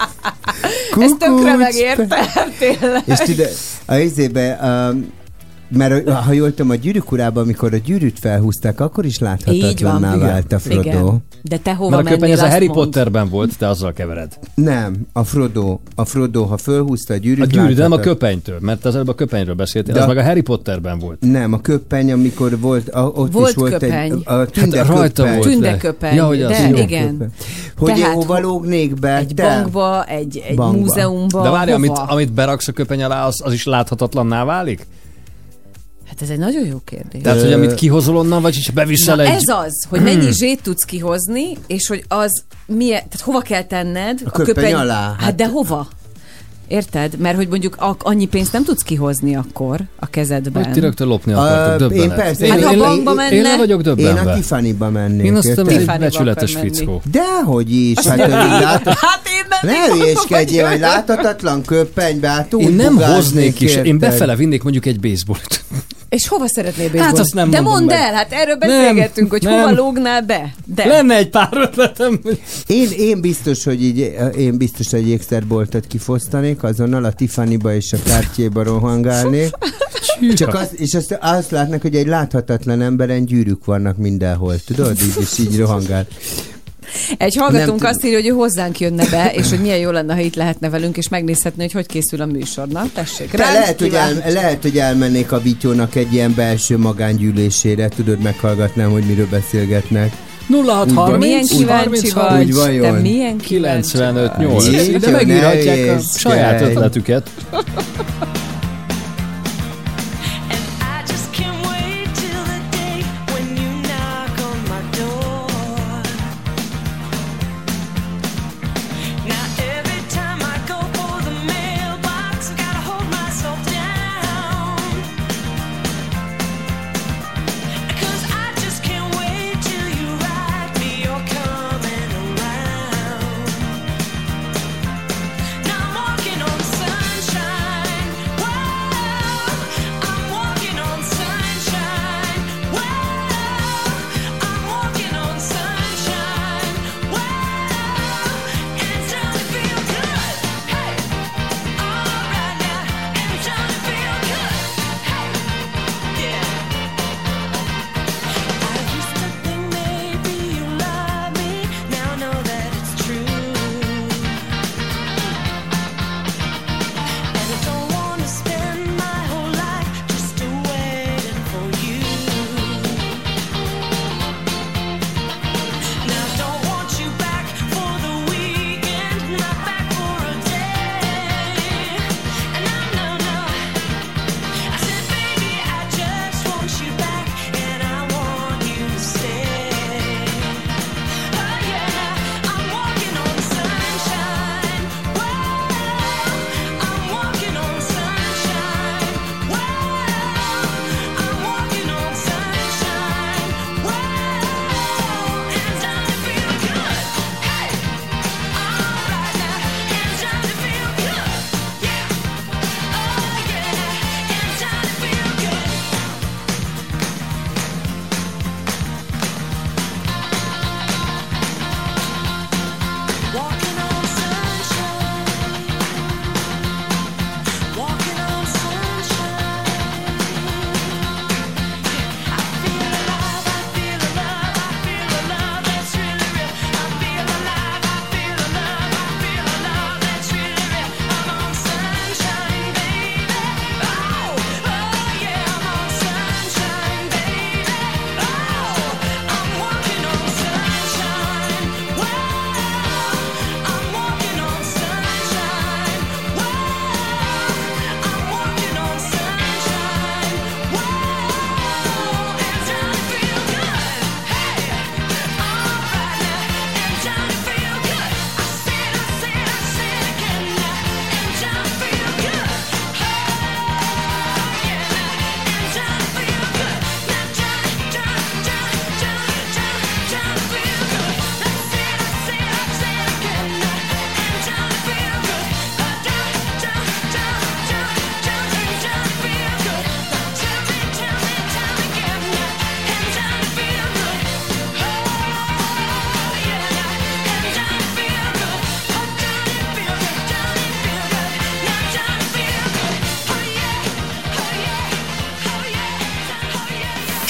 Ezt tökre Kukucs, megértem, tényleg. És tudod, a izébe, um, mert ha jól tudom, a Gyűrűk urában, amikor a gyűrűt felhúzták, akkor is Így van, láthatatlanná igen. vált a Frodo. Igen. De te hova Mert a köpeny mennél, ez a azt Harry mondd. Potterben volt, te azzal kevered. Nem, a Frodo, a Frodo, ha fölhúzta a gyűrűt, A gyűrű, de nem a láthatat- köpenytől, mert az előbb a köpenyről beszéltél, De az a- meg a Harry Potterben volt. Nem, a köpeny, amikor volt, a, ott Volt is volt köpeny. egy, a tünde Hát rajta köpeny. volt. Tündeköpeny, Ja, hogy az de jó. igen. Hogy Tehát én hova ho- lógnék be? Egy te? bankba, egy, egy Bankba. múzeumba, De várj, amit, hova? amit beraksz a köpeny alá, az, az is láthatatlanná válik? Hát ez egy nagyon jó kérdés. Tehát, hogy amit kihozol onnan, vagy ha beviszel Na egy... ez az, hogy mennyi zsét tudsz kihozni, és hogy az milyen, tehát hova kell tenned A köpeny alá, Hát, hát- de hova? Érted? Mert hogy mondjuk a- annyi pénzt nem tudsz kihozni akkor a kezedben. Vagy ti rögtön lopni A- akartok, én döbbenet. persze. Én, Hát, ha én, bankba én, menne- én le vagyok Én a döbbenve. Tiffany-ba mennék. Én azt hiszem, ez érted? egy Tiffany-ba becsületes akar menni. fickó. Dehogy is. Hát, hogy látod, Hát én mennék ne abba, hülyéskedjél, vagy- hogy láthatatlan köpenybe, hát úgy Én nem bugáznék, hoznék is, én érted? befele vinnék mondjuk egy baseballt. És hova szeretnél Hát baseball? azt nem De mondom mondd meg. el, hát erről Nem, beszélgettünk, hogy nem. hova lógnál be. De. Lenne egy pár ötletem. Én, én biztos, hogy így, én biztos, hogy ékszerboltot kifosztanék, azonnal a Tiffany-ba és a Cartier-ba rohangálnék. Csak az, és azt, azt látnak, hogy egy láthatatlan emberen gyűrűk vannak mindenhol, tudod? Így, és így rohangál. Egy hallgatónk Nem azt írja, hogy ő hozzánk jönne be, és hogy milyen jó lenne, ha itt lehetne velünk, és megnézhetné, hogy hogy készül a műsor. Na, tessék. De Ránk lehet, hogy el, kíváncsi. lehet, hogy elmennék a Vityónak egy ilyen belső magángyűlésére, tudod, meghallgatnám, hogy miről beszélgetnek. nulla hat Úgy van. harminc, Milyen kíváncsi harminc, vagy, Úgy vajon? te milyen kíváncsi kilencvenöt vagy. nyolc. Így De van, megírhatják a nehéz, saját kell. ötletüket. I just can't wait till the day when you knock on my door. Now every time I go for the mailbox, I gotta hold myself down. 'Cause I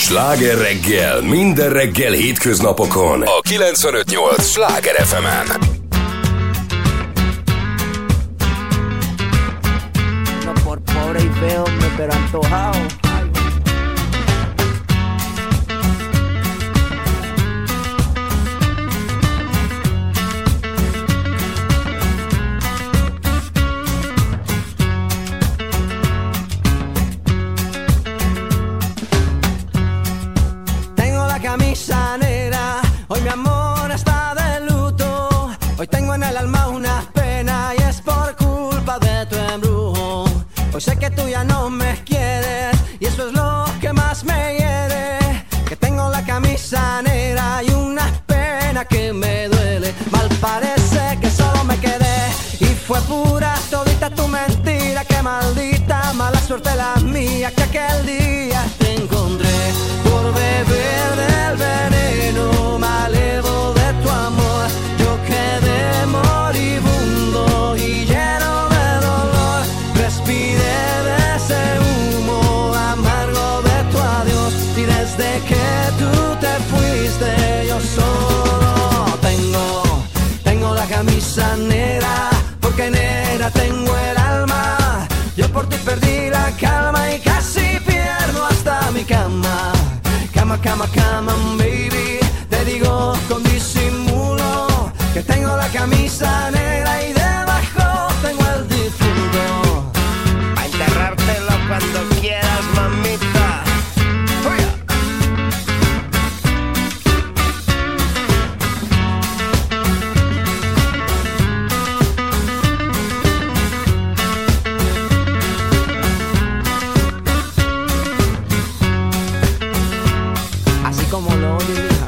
Sláger reggel, minden reggel hétköznapokon a kilencvenöt nyolc Sláger ef emen. No por pobre y feo, pero antojado. Camisa negra, hoy mi amor está de luto. Hoy tengo en el alma una pena y es por culpa de tu embrujo. Hoy sé que tú ya no me quieres y eso es lo que más me hiere. Que tengo la camisa negra y una pena que me duele. Mal parece que solo me quedé y fue pura todita tu mentira. Que maldita mala suerte la mía que aquel día te encontré por beber del veneno malevo de tu amor. Yo quedé moribundo y lleno de dolor. Respiré de ese humo amargo de tu adiós. Y desde que tú te fuiste yo solo tengo, tengo la camisa negra. Porque negra tengo el alma. Yo por ti perdí la calma y casi pierdo hasta mi cama. Cama, cama, cama, baby. Te digo con disimulo que tengo la camisa negra y debajo tengo el difunto. A enterrártelo cuando quieras, mamita. Como lo hija.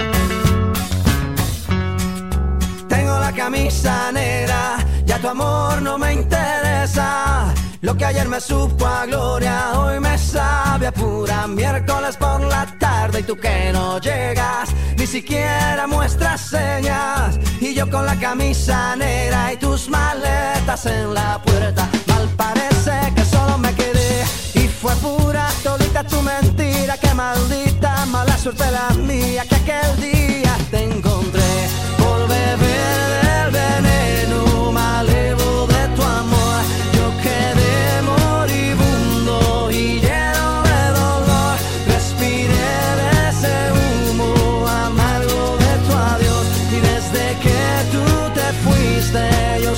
Tengo la camisa negra, ya tu amor no me interesa. Lo que ayer me supo a gloria, hoy me sabe a pura miércoles por la tarde. Y tú que no llegas, ni siquiera muestras señas. Y yo con la camisa negra y tus maletas en la puerta. Mal parece que solo me quedé y fue pura todita tu mentira. Que maldita mala suerte la mía que aquel día te encontré por beber del veneno malevo de tu amor. Yo quedé moribundo y lleno de dolor. Respiré de ese humo amargo de tu adiós. Y desde que tú te fuiste yo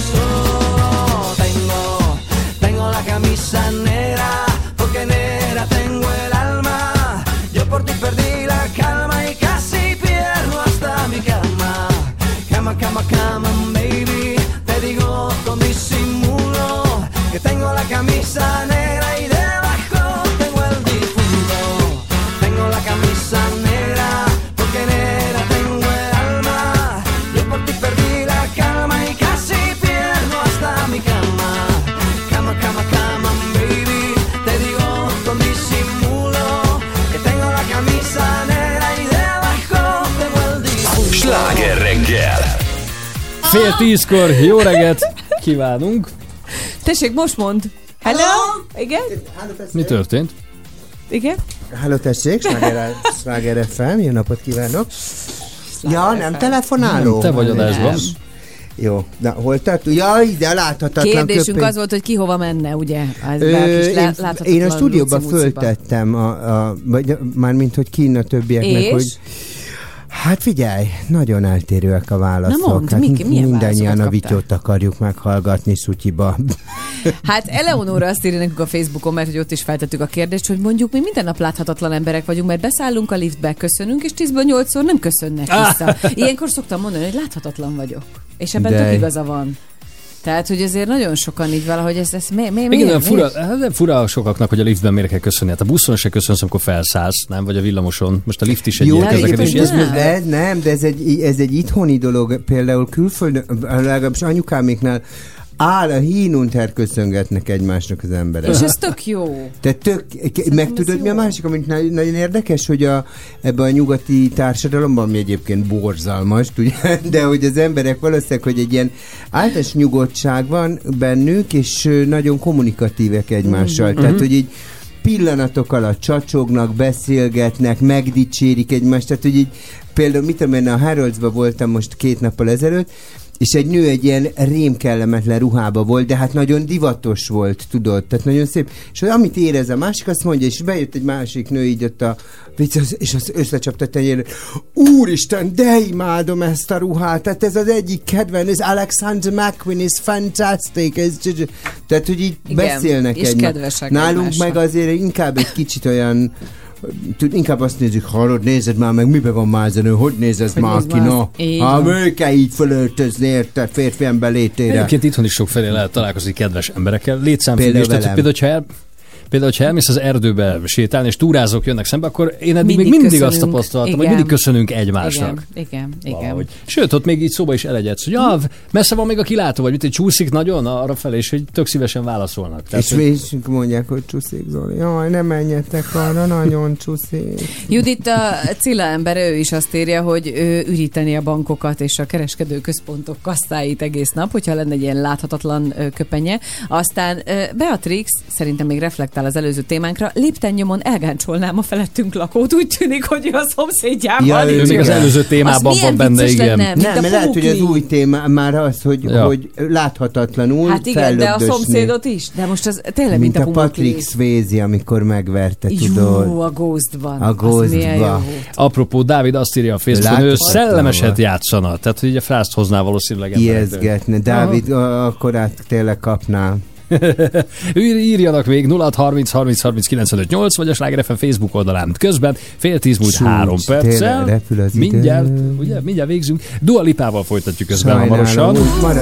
solo tengo, tengo la camisa negra. Porque negra tengo el alma. Yo por ti perdí la calma y casi pierdo hasta mi cama. Cama, cama, cama, baby. Te digo con disimulo que tengo la camisa negra y debajo tengo el difunto. Tengo la camisa negra porque negra tengo el alma. Yo por ti perdí la calma y casi pierdo hasta mi cama. Cama, cama, cama, baby. Te digo con disimulo que tengo la camisa negra y debajo tengo el difunto. Sláger reggel. Fél tízkor, jó reggelt kívánunk. Tessék, most mondd. Hello? Igen? Mi történt? Igen? Halló, tessék, Sláger, Sláger ef em, jó napot kívánok. Ja, nem telefonáló? Nem, te vagy adásban. Jó, de hol tartunk? Jaj, de láthatatlan Kérdésünk köpény. az volt, hogy ki hova menne, ugye? Az Ö, én, én a stúdióban Luci Muciba. föltettem, a, a, vagy mármint, hogy kín a többieknek, És? hogy hát figyelj, nagyon eltérőek a válaszok. Na mondd, hát mik- milyen mindannyian válaszokat a Vityót akarjuk meghallgatni Szutyiba. Hát Eleonóra azt írja nekünk a Facebookon, mert hogy ott is feltettük a kérdést, hogy mondjuk mi minden nap láthatatlan emberek vagyunk, mert beszállunk a liftbe, köszönünk, és tízből nyolcszor nem köszönnek vissza. Ilyenkor szoktam mondani, hogy láthatatlan vagyok. És ebben De- tök igaza van. Tehát, hogy azért nagyon sokan így valahogy ez, ez mi, mi, Igen, miért, nem fura, miért? hát nem fura sokaknak, hogy a liftben miért kell köszönni. Hát a buszon se köszönsz, amikor felszállsz, nem? Vagy a villamoson. Most a lift is egy Jó, ilyen de közlekedési egyébként eszköz. ez, de, nem, de ez egy, ez egy itthoni dolog, például külföldön, legalábbis anyukáméknál áll a hínunter köszöngetnek egymásnak az emberek. És ez tök jó. Te tök, meg tudod, mi a másik, amit na- nagyon érdekes, hogy a, ebben a nyugati társadalomban, ami egyébként borzalmas, ugye, de hogy az emberek valószínűleg, hogy egy ilyen általános nyugodtság van bennük, és ö, nagyon kommunikatívek egymással. Mhm. Tehát, Mhm. hogy így pillanatok alatt csacsognak, beszélgetnek, megdicsérik egymást, tehát hogy így például, mit tudom én, a Harrodsba voltam most két nappal ezelőtt, és egy nő egy ilyen rémkellemetlen ruhába volt, de hát nagyon divatos volt, tudod, tehát nagyon szép. És amit érez a másik, azt mondja, és bejött egy másik nő így ott a és az összecsapta tenyérre. Úristen, de imádom ezt a ruhát, tehát ez az egyik kedvenc, ez Alexander McQueen is fantastic, ez, tehát, hogy így igen, beszélnek egymásnak. Nálunk egymásra. Meg azért inkább egy kicsit olyan tud, inkább azt nézzük, hallod, nézed már meg, miben van már zenő, hogy néz ez már ki, no? Ha ő kell így fölöltözni, érted, férfi ember létére. Egyébként itthon is sokfelé lehet találkozni kedves emberekkel. Létszámfüggés, tehát például, hogyha el, például, hogyha elmész az erdőbe sétálni, és túrázók jönnek szembe, akkor én eddig mindig még mindig köszönünk. Azt tapasztaltam, igen. Hogy mindig köszönünk egymásnak. Igen, igen, igen. Sőt, ott még így szóba is elegyedsz, hogy ja, messze van még a kilátó, vagy mit, egy csúszik nagyon arra felé, és hogy tök szívesen válaszolnak. Tehát, és hogy... és mondják, hogy csúszik, Zoli. Jaj, ne menjetek arra, nagyon csúszik. Judit, a Cilla ember, ő is azt írja, hogy ő üríteni a bankokat és a kereskedőközpontok kasztáit egész nap, hogyha lenne egy ilyen láthatatlan köpenye. Aztán Beatrix szerintem még reflektál az előző témánkra, lépten nyomon elgáncsolnám a felettünk lakót, úgy tűnik, hogy ő a szomszédjában. Ja, ő még az előző témában van benne, igen. Lenne, nem, mert lehet, hogy az új téma már az, hogy, ja. hogy láthatatlanul hát igen, de a szomszédot is. De most az tényleg, mint, mint a, a Patrick Swayze, amikor megverte, tudod. Jó, a Ghostban. A Ghostban. Apropó, Dávid azt írja a Facebookon, ő szellemeset játszana. Tehát, hogy a frászt hozná valószínűleg emberekből. Ijeszgetne. Dávid, akkor át tényleg kapná. Írjanak még nulla hat harminc harminc harminc kilencvenöt nyolc vagy a Sláger ef em Facebook oldalán. Közben fél tíz múlt három perccel. Mindjárt, ugye, mindjárt végzünk. Dua Lipával folytatjuk közben hamarosan.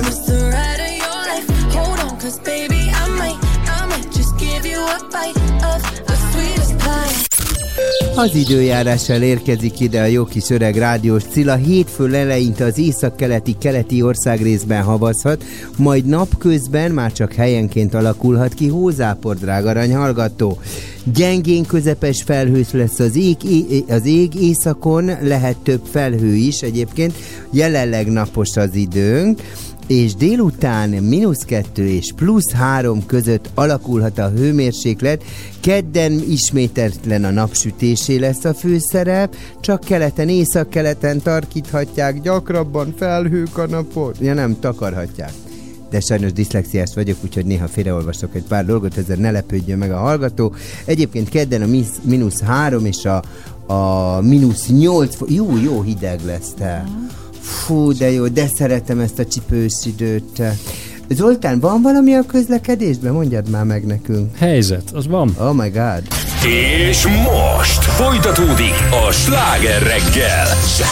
Az időjárással érkezik ide a jó kis öreg rádiós Cilla. Hétfő eleinte az északkeleti keleti országrészben havazhat, majd napközben már csak helyenként alakulhat ki hózápor, drága arany hallgató. Gyengén közepes felhős lesz az ég, az ég, északon lehet több felhő is egyébként, jelenleg napos az időnk, és délután mínusz kettő és plusz három között alakulhat a hőmérséklet. Kedden ismételten a napsütésé lesz a főszerep, csak keleten, északkeleten tarkíthatják gyakrabban felhők a napot. Ja nem, takarhatják. De sajnos diszlexiás vagyok, úgyhogy néha félreolvasok egy pár dolgot, ezzel ne lepődjön meg a hallgató. Egyébként kedden a mínusz három és a, a mínusz nyolc, jó, jó hideg lesz te. Fú, de jó, de szeretem ezt a csipős időt. Zoltán, van valami a közlekedésben? Mondjad már meg nekünk. Helyzet, az van. Oh my god. És most folytatódik a Sláger reggel.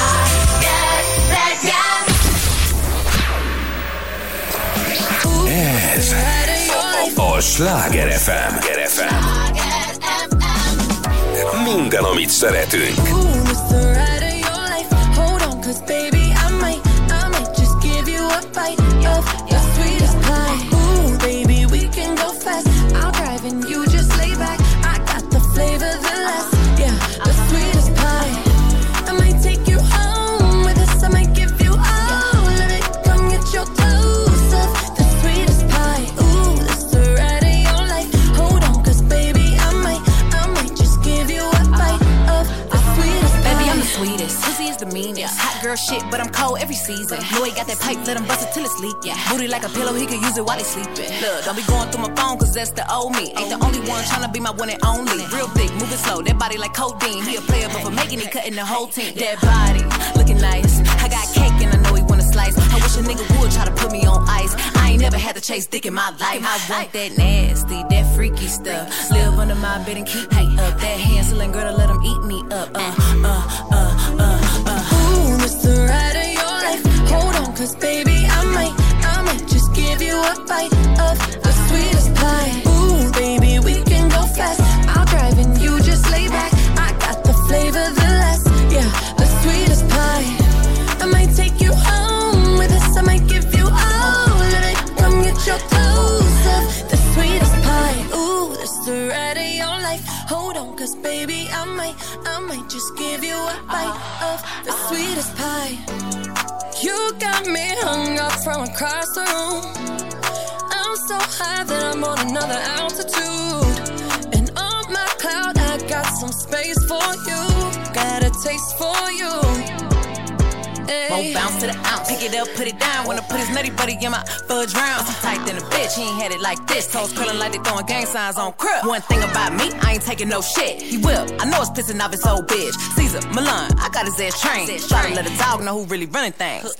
Ez a Sláger ef em. Minden, amit szeretünk. Girl shit, but I'm cold every season. Know he got that pipe, let him bust it till it's leak. Yeah. Booty like a pillow, he could use it while he sleeping. Look, don't be going through my phone, cause that's the old me. Ain't the only one tryna be my one and only. Real thick, moving slow, that body like codeine. He a player, but for making it, cutting the whole team. That body, looking nice. I got cake and I know he wanna slice. I wish a nigga would try to put me on ice. I ain't never had to chase dick in my life. I want that nasty, that freaky stuff. Live under my bed and keep me up. That Hansel girl to let him eat me up. Uh, uh, uh, uh, uh. Ooh, Mister Right of your life. Hold on, cause baby, I might, I might just give you a bite of the sweetest pie. Ooh, baby, we can go fast. I'll drive and you just lay back. I got the flavor, the last, yeah, the sweetest pie. I might take you home with us. I might give you all of it. Come get your dose of the sweetest pie. Ooh, that's the ride of your life. Hold on, cause baby, I might, I might just give you a bite of the sweetest pie. You got me hung up from across the room. I'm so high that I'm on another altitude. And all my taste for you. Won't bounce to the ounce. Pick it up, put it down. Wanna put his nutty buddy in my fudge round. I'm tight than a bitch, he ain't had it like this. Toes curling like they throwing gang signs on crib. One thing about me, I ain't taking no shit. He will, I know it's pissing off his old bitch. Caesar, Milan, I got his ass trained. Try to let a dog know who really running things.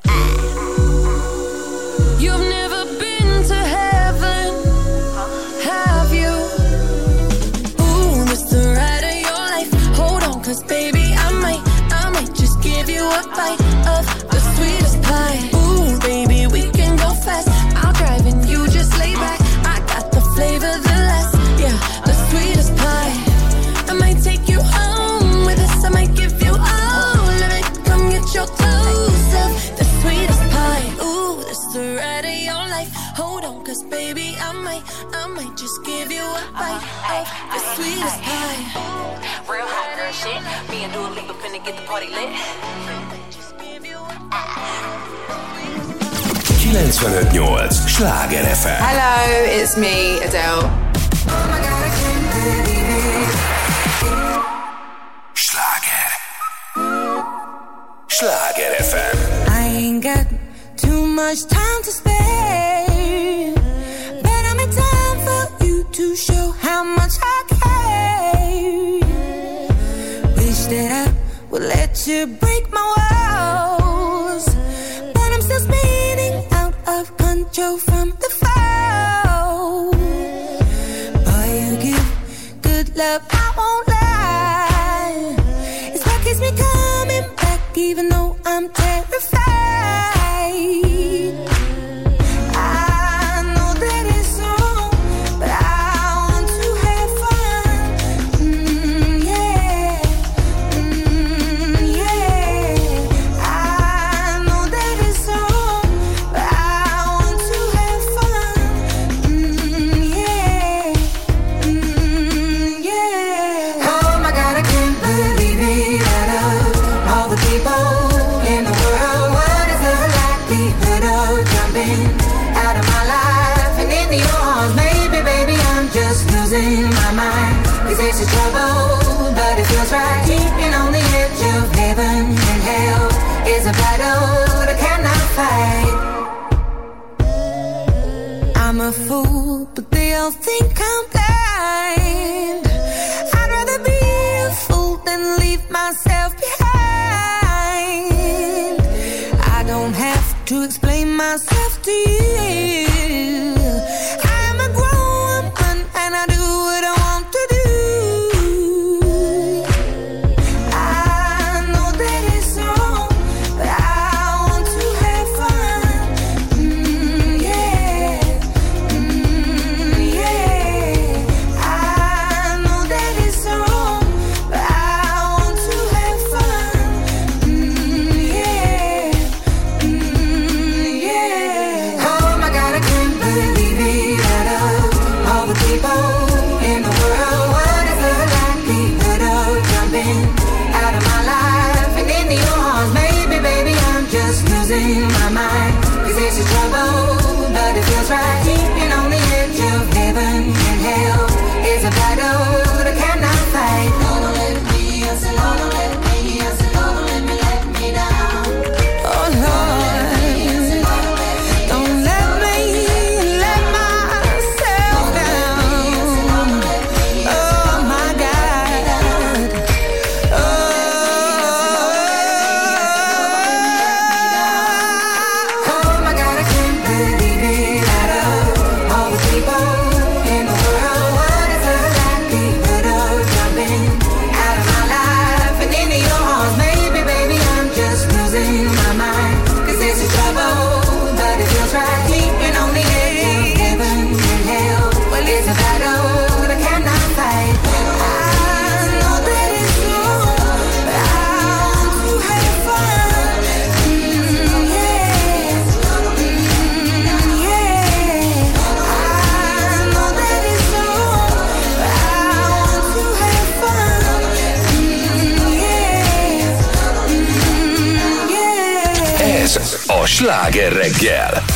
You've never been to heaven, have you? Ooh, this the ride of your life. Hold on, cause baby, I might, I might just give you a bite of the sweetest pie. Ooh, baby, we can go fast. I'll drive and you just lay back. I got the flavor, the last, yeah, the sweetest pie. I might take you home with us. I might give you all. Let me come get your clothes up. The sweetest pie. Ooh, this the ride of your life. Hold on, cause baby, I might, I might just give you a bite of the sweetest pie. Real hot girl shit. Me and Dua Lipa finna get the party lit. kilencvenöt nyolc Sláger ef em. Hello, it's me, Adele. Sláger. Sláger ef em. I ain't got too much time to spare, but I'm in time for you to show how much I care. Wish that I would let you break my walls, but I'm still spinning out of control from the fall. Boy, you give good love, I won't lie. It's what keeps me coming back, even though I'm terrified. I know that it's wrong, but I want to have fun. Mm, yeah, mm, yeah. I know that it's wrong, but I want to have fun. Mm, yeah, mm, yeah. Oh my God, I can't believe it. Out of all the people in the world, what is the likelihood of jumping out of my life and into your arms? Maybe, baby, I'm just losing my mind. Cause it's a trouble, but it feels right. Keeping on the edge of heaven and hell is a battle that I cannot fight. I'm a fool, but they all think I'm blind. I'd rather be a fool than leave myself behind. I don't have to explain myself to you. I'm a grown woman and I do what I want to do. I know that it's wrong, but I want to have fun. Mm, yeah, mm, yeah. I know that it's wrong, but I want to have fun. Mm, yeah, mm, yeah. Oh my God, I can't believe it. Out of all the people in the world, what is the likelihood of jumping out of my life and into your arms? Maybe, baby, I'm just losing my mind. Cause it's a trouble, but it feels right. Keeping on the edge of heaven and hell is a battle that I cannot fight. Lord, don't let me, I said, Lord, don't let me, I said, Lord, don't let me let me down. Oh Lord, don't let me let myself down. Oh my God. Oh, oh my God, I can't believe it. Out of all the people in the world, what is the likelihood of jumping out of my life and into your arms? Maybe, baby, I'm just losing my mind. Cause it's a trouble, but it feels right. Keeping on the edge of heaven and hell. Well, it's a battle that I cannot fight. I know that it's wrong, but I want to have fun. Mm, yeah, mm, yeah. I know that it's wrong, but I want to have fun. Mm, yeah, mm, yeah. Ez a Sláger reggel.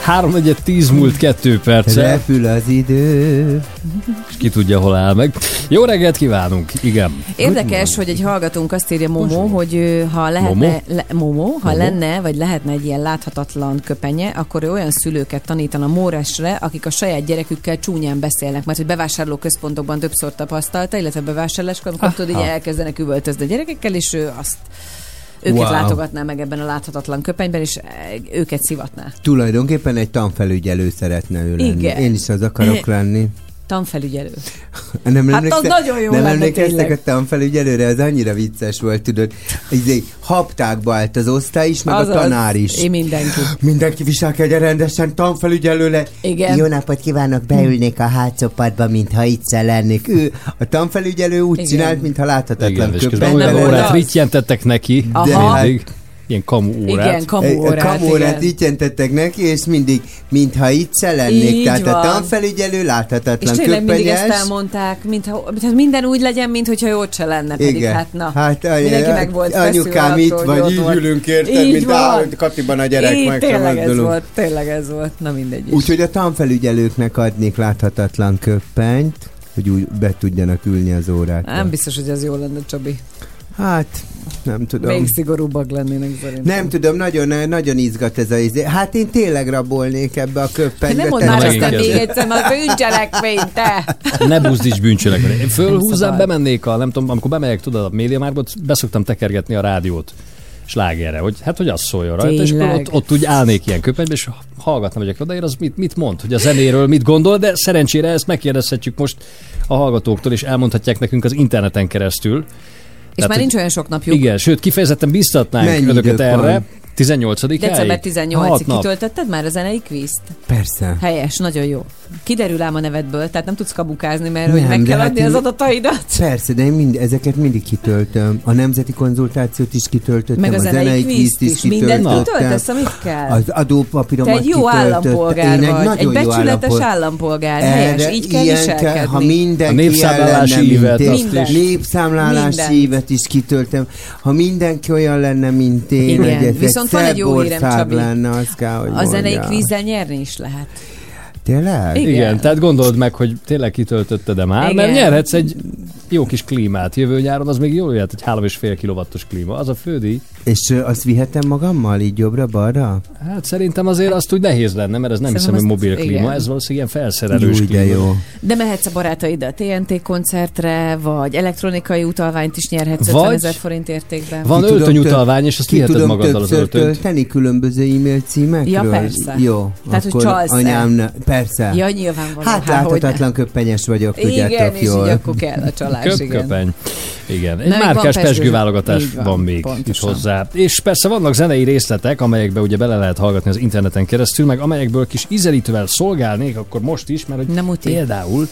háromnegyed tíz múlt kettő perccel. Repül az idő. És ki tudja, hol áll meg. Jó reggelt kívánunk, igen. Érdekes, hogy egy hallgatónk azt írja, Momo, hogy ő, ha lehetne, Momo? Le, Momo, ha Momo? lenne, vagy lehetne egy ilyen láthatatlan köpenye, akkor ő olyan szülőket tanítana Móresre, akik a saját gyerekükkel csúnyán beszélnek, mert hogy bevásárlóközpontokban többször tapasztalta, illetve bevásárláskor, amikor tudod, így elkezdenek üvöltözni a gyerekekkel, és ő azt őket Wow. látogatná meg ebben a láthatatlan köpenyben, és őket szivatná. Tulajdonképpen egy tanfelügyelő szeretne ő lenni. Igen. Én is az akarok lenni. Tanfelügyelő. Nem Hát emlékszel- az nagyon jó Nem lenne emlékeztek tényleg. a tanfelügyelőre? Ez annyira vicces volt, tudod. Izé, haptákba állt az osztály is, meg Azaz. a tanár is. Én mindenki. Mindenki viselkedjen rendesen, tanfelügyelő le. Igen. Jó napot kívánok, beülnék a hátszopadba, mintha itt lennék. Ő, a tanfelügyelő úgy Igen. csinált, mintha láthatatlan Igen, és közben köpenyben olyan lenne. órát rittyentettek neki. Aha. Mindig. Ilyen kamu órát. Igen, kamu órát, kamu órát igen. ítjentettek neki, és mindig, mintha itt se lennék. Így Tehát van. a tanfelügyelő láthatatlan És tényleg mindig köpenyes. ezt elmondták, mintha, mintha minden úgy legyen, mintha ő ott se lenne, pedig Igen. hát na, Hát, mindenki a- meg volt anyukám feszül itt attól, vagy, hogy így ott volt. ülünk, érted, Így mint van. a Katiban a gyerek, Így, meg sem tényleg ez mozdulunk. volt, tényleg ez volt, na mindegy is. Úgyhogy a tanfelügyelőknek adnék láthatatlan köppenyt, hogy úgy be tudjanak ülni az órákra. Nem biztos, hogy ez jó lenne, Csabi. Hát, nem tudom. Még szigorúbbak lennének szerintem. Nem tudom, nagyon, nagyon izgat ez a izé. Hát én tényleg rabolnék ebbe a köppenybe. Nem mondd te már csak- aztán még egyszer, mert bűncselekmény, te! Ne buzdíts bűncselekmény. Én fölhúzzám, szabad. bemennék a, nem tudom, amikor bemegyek, tudod, a médiamárkot, beszoktam tekergetni a rádiót slágerre, hogy hát, hogy az szóljon rajta, és akkor Tényleg? ott, ott úgy állnék ilyen köpenybe, és hallgatnám, hogy odaér, az mit, mit mond, hogy a zenéről mit gondol, de szerencsére ezt megkérdezhetjük most a hallgatóktól, és elmondhatják nekünk az interneten keresztül. És Tehát, már hogy- nincs olyan sok napjuk. Igen, sőt, kifejezetten biztatnánk Mennyi önöket idők erre. van? tizennyolcadikáig? December tizennyolcadikáig Hat nap. kitöltötted már a zenei kvízt? Persze. Helyes, nagyon jó. Kiderül ám a nevedből, tehát nem tudsz kabukázni, mert hogy Nem, meg de kell hát adni én- az adataidat. Persze, de én mind, ezeket mindig kitöltöm. A nemzeti konzultációt is kitöltöttem, Meg a zenei kvízt is. Mindent kitöltöttem. kitöltesz, amit kell. Az adópapíromat Te egy jó kitöltöttem. állampolgár Én egy vagy, nagyon egy jó becsületes állampol- állampolgár, helyes, Erre így kell ilyen viselkedni. ha mindenki A népszámlálási ilyen lenne, ívet, mint azt én, is. népszámlálási Mindent. ívet is kitöltöm. Ha mindenki olyan lenne, mint én, Igen, hogy ez viszont egy van egy szebb jó hírem, ország Csabi. lenne, azt kell, hogy A zenei mondjam. kvízzel nyerni is lehet. Tényleg? Igen. Igen, tehát gondold meg, hogy tényleg kitöltötted de már, Igen. mert nyerhetsz egy jó kis klímát. Jövő nyáron az még jól jöhet, egy három és fél kilowattos klíma. Az a fődíj. És ö, azt vihetem magammal így jobbra-balra? Hát szerintem azért azt úgy nehéz lenne, mert ez nem hiszem, Szerintem hogy azt- mobil klíma, igen. ez valószínűleg ilyen felszerelős Jó, de klíma. jó. De mehetsz a barátaiddal té en té koncertre, vagy elektronikai utalványt is nyerhetsz Vagy- ötvenezer forint értékben. Van Ki tudom öltönyutalvány, és azt ki viheted tudom magaddal az többször öltönyt. tölteni különböző e-mail címekről? Ja, persze. Jó, Tehát, hogy akkor csalsz anyám, ne, persze. Ja, nyilvánvaló. Hát Há, hogy láthatatlan köppenyes vagyok, Igen, tudjátok és jól. így akkor kell a csalás, Köp, igen. köpeny. Igen, egy Na, még van márkás pezsgő- pezsgőválogatás így van, van még pontosan. itt hozzá. És persze vannak zenei részletek, amelyekbe ugye bele lehet hallgatni az interneten keresztül, meg amelyekből kis ízelítővel szolgálnék, akkor most is, mert hogy Nem uti. például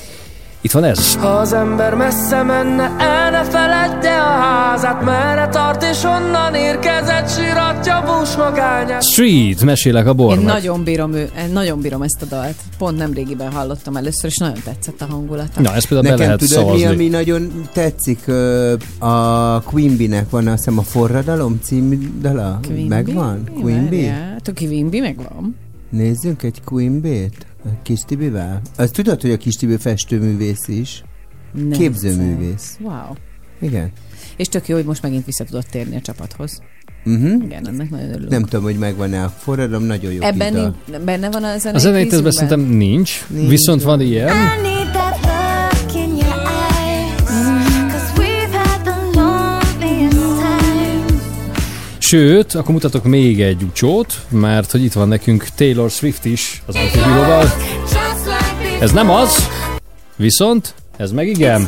itt van ez. Ha az ember messze menne, el ne feledje a házát, merre tart és honnan érkezett, síratja bús magányát. Street, mesélek a Én bornak. nagyon bírom, ő, én nagyon bírom ezt a dalt. Pont nem régiben hallottam először, és nagyon tetszett a hangulata. Na, ezt például be Nekem lehet tudod mi, szavazni. ami nagyon tetszik? Ö, A Queen Bee-nek van, azt hiszem, a Forradalom című dala? Queen Megvan? Bee? Queen Bee? Várjál, a Queen Bee megvan. Nézzünk egy Queen Bee-t? A Kis Tibivel? Azt tudod, hogy a Kis Tibi festőművész is? Nem Képzőművész. viccelsz. Wow. Igen. És tök jó, hogy most megint vissza tudott térni a csapathoz. Uh-huh. Igen, ennek nagyon örülök. Nem tudom, hogy megvan-e a Forradalom, nagyon jó Ebben kis dal. nincs, benne van a zenei A zenei tesztben kvízünkben? szerintem nincs, Nincs. viszont van ilyen. I need that look in your eyes, 'cause we've had the loneliest times. Sőt, akkor mutatok még egy ucsót, mert hogy itt van nekünk Taylor Swift is az antivíróval. Just like Ez nem az, viszont ez meg igen.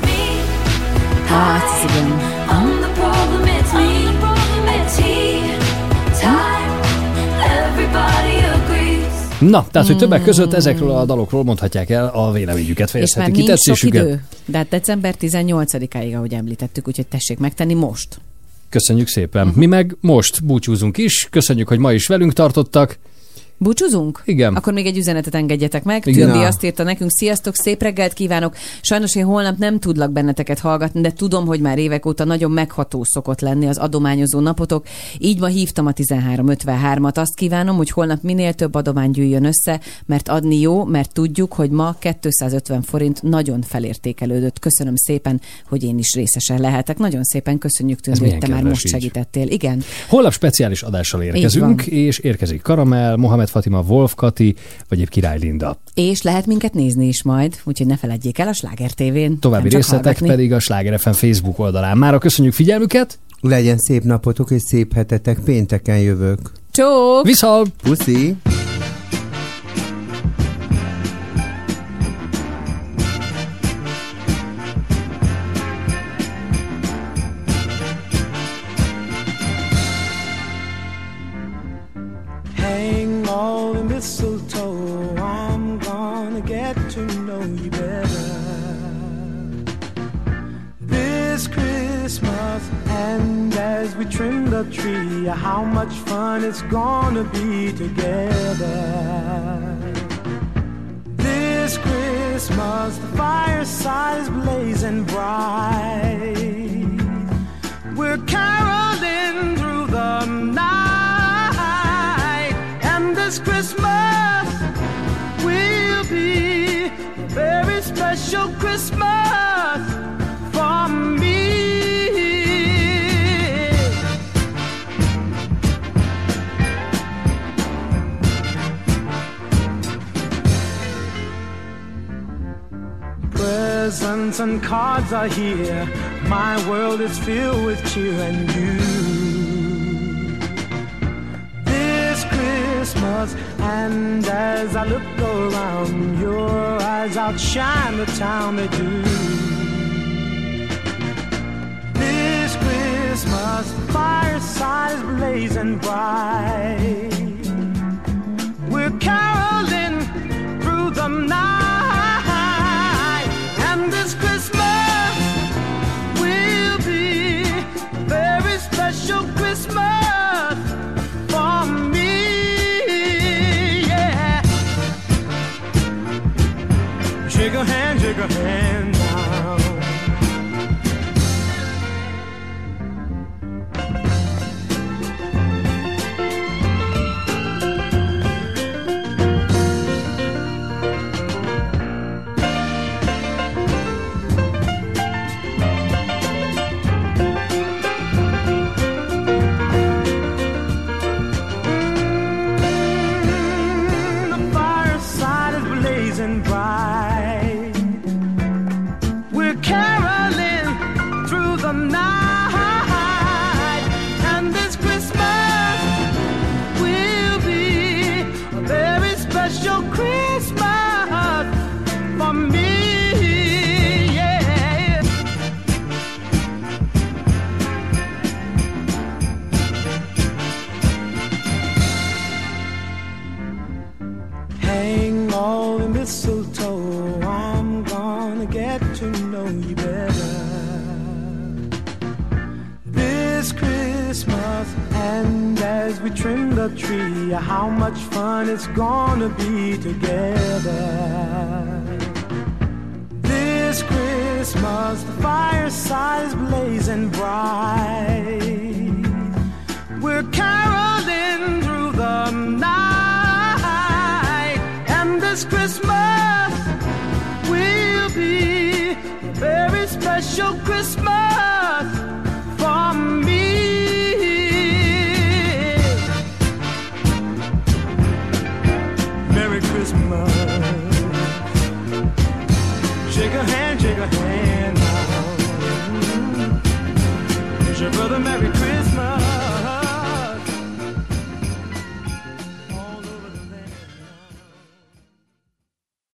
Hát, ez igen. I'm the problem, it's me. At tea time, everybody agrees. Na, tehát, hogy többek között ezekről a dalokról mondhatják el a véleményüket, És már fejezhetik ki nincs sok tetszésüket. idő. De hát december tizennyolcadikáig, ahogy említettük, úgyhogy tessék megtenni most. Köszönjük szépen. Mi meg most búcsúzunk is. Köszönjük, hogy ma is velünk tartottak. Búcsúzunk? Igen. Akkor még egy üzenetet engedjetek meg. Igen. Tüldi azt írta nekünk, sziasztok, szép reggelt kívánok. Sajnos én holnap nem tudlak benneteket hallgatni, de tudom, hogy már évek óta nagyon megható szokott lenni az adományozó napotok. Így ma hívtam a tizenhárom ötvenhármat. Azt kívánom, hogy holnap minél több adomány gyűjjön össze, mert adni jó, mert tudjuk, hogy ma kétszázötven forint nagyon felértékelődött. Köszönöm szépen, hogy én is részesen lehetek. Nagyon szépen köszönjük, Tüldi, hogy te már most így. segítettél. Igen. Holnap speciális adással érkezünk, és érkezik Karamell, Mohamed Fatima, Wolf Kati, vagy épp Király Linda. És lehet minket nézni is majd, úgyhogy ne feledjék el a Sláger tévén. További részletek pedig a Sláger ef em Facebook oldalán. Mára köszönjük figyelmüket! Legyen szép napotok és szép hetetek, pénteken jövök. Csók! Viszont! Puszi! Hang all the mistletoe, I'm gonna get to know you better this Christmas. And as we trim the tree, how much fun it's gonna be together this Christmas. The fireside is blazing bright, we're caroling through the night, and this Christmas will be a very special Christmas for me. Presents and cards are here, my world is filled with cheer and you. This Christmas, and as I look around, your eyes outshine the town they do. This Christmas, the fireside is blazing bright, we're caroling through the night, and this Christmas will be a very special Christmas for me, yeah. Shake a hand, shake a hand now. Mistletoe, I'm gonna get to know you better this Christmas, and as we trim the tree, how much fun it's gonna be together this Christmas. The fireside is blazing bright, we're caroling through the night, and this Christmas will be a very special Christmas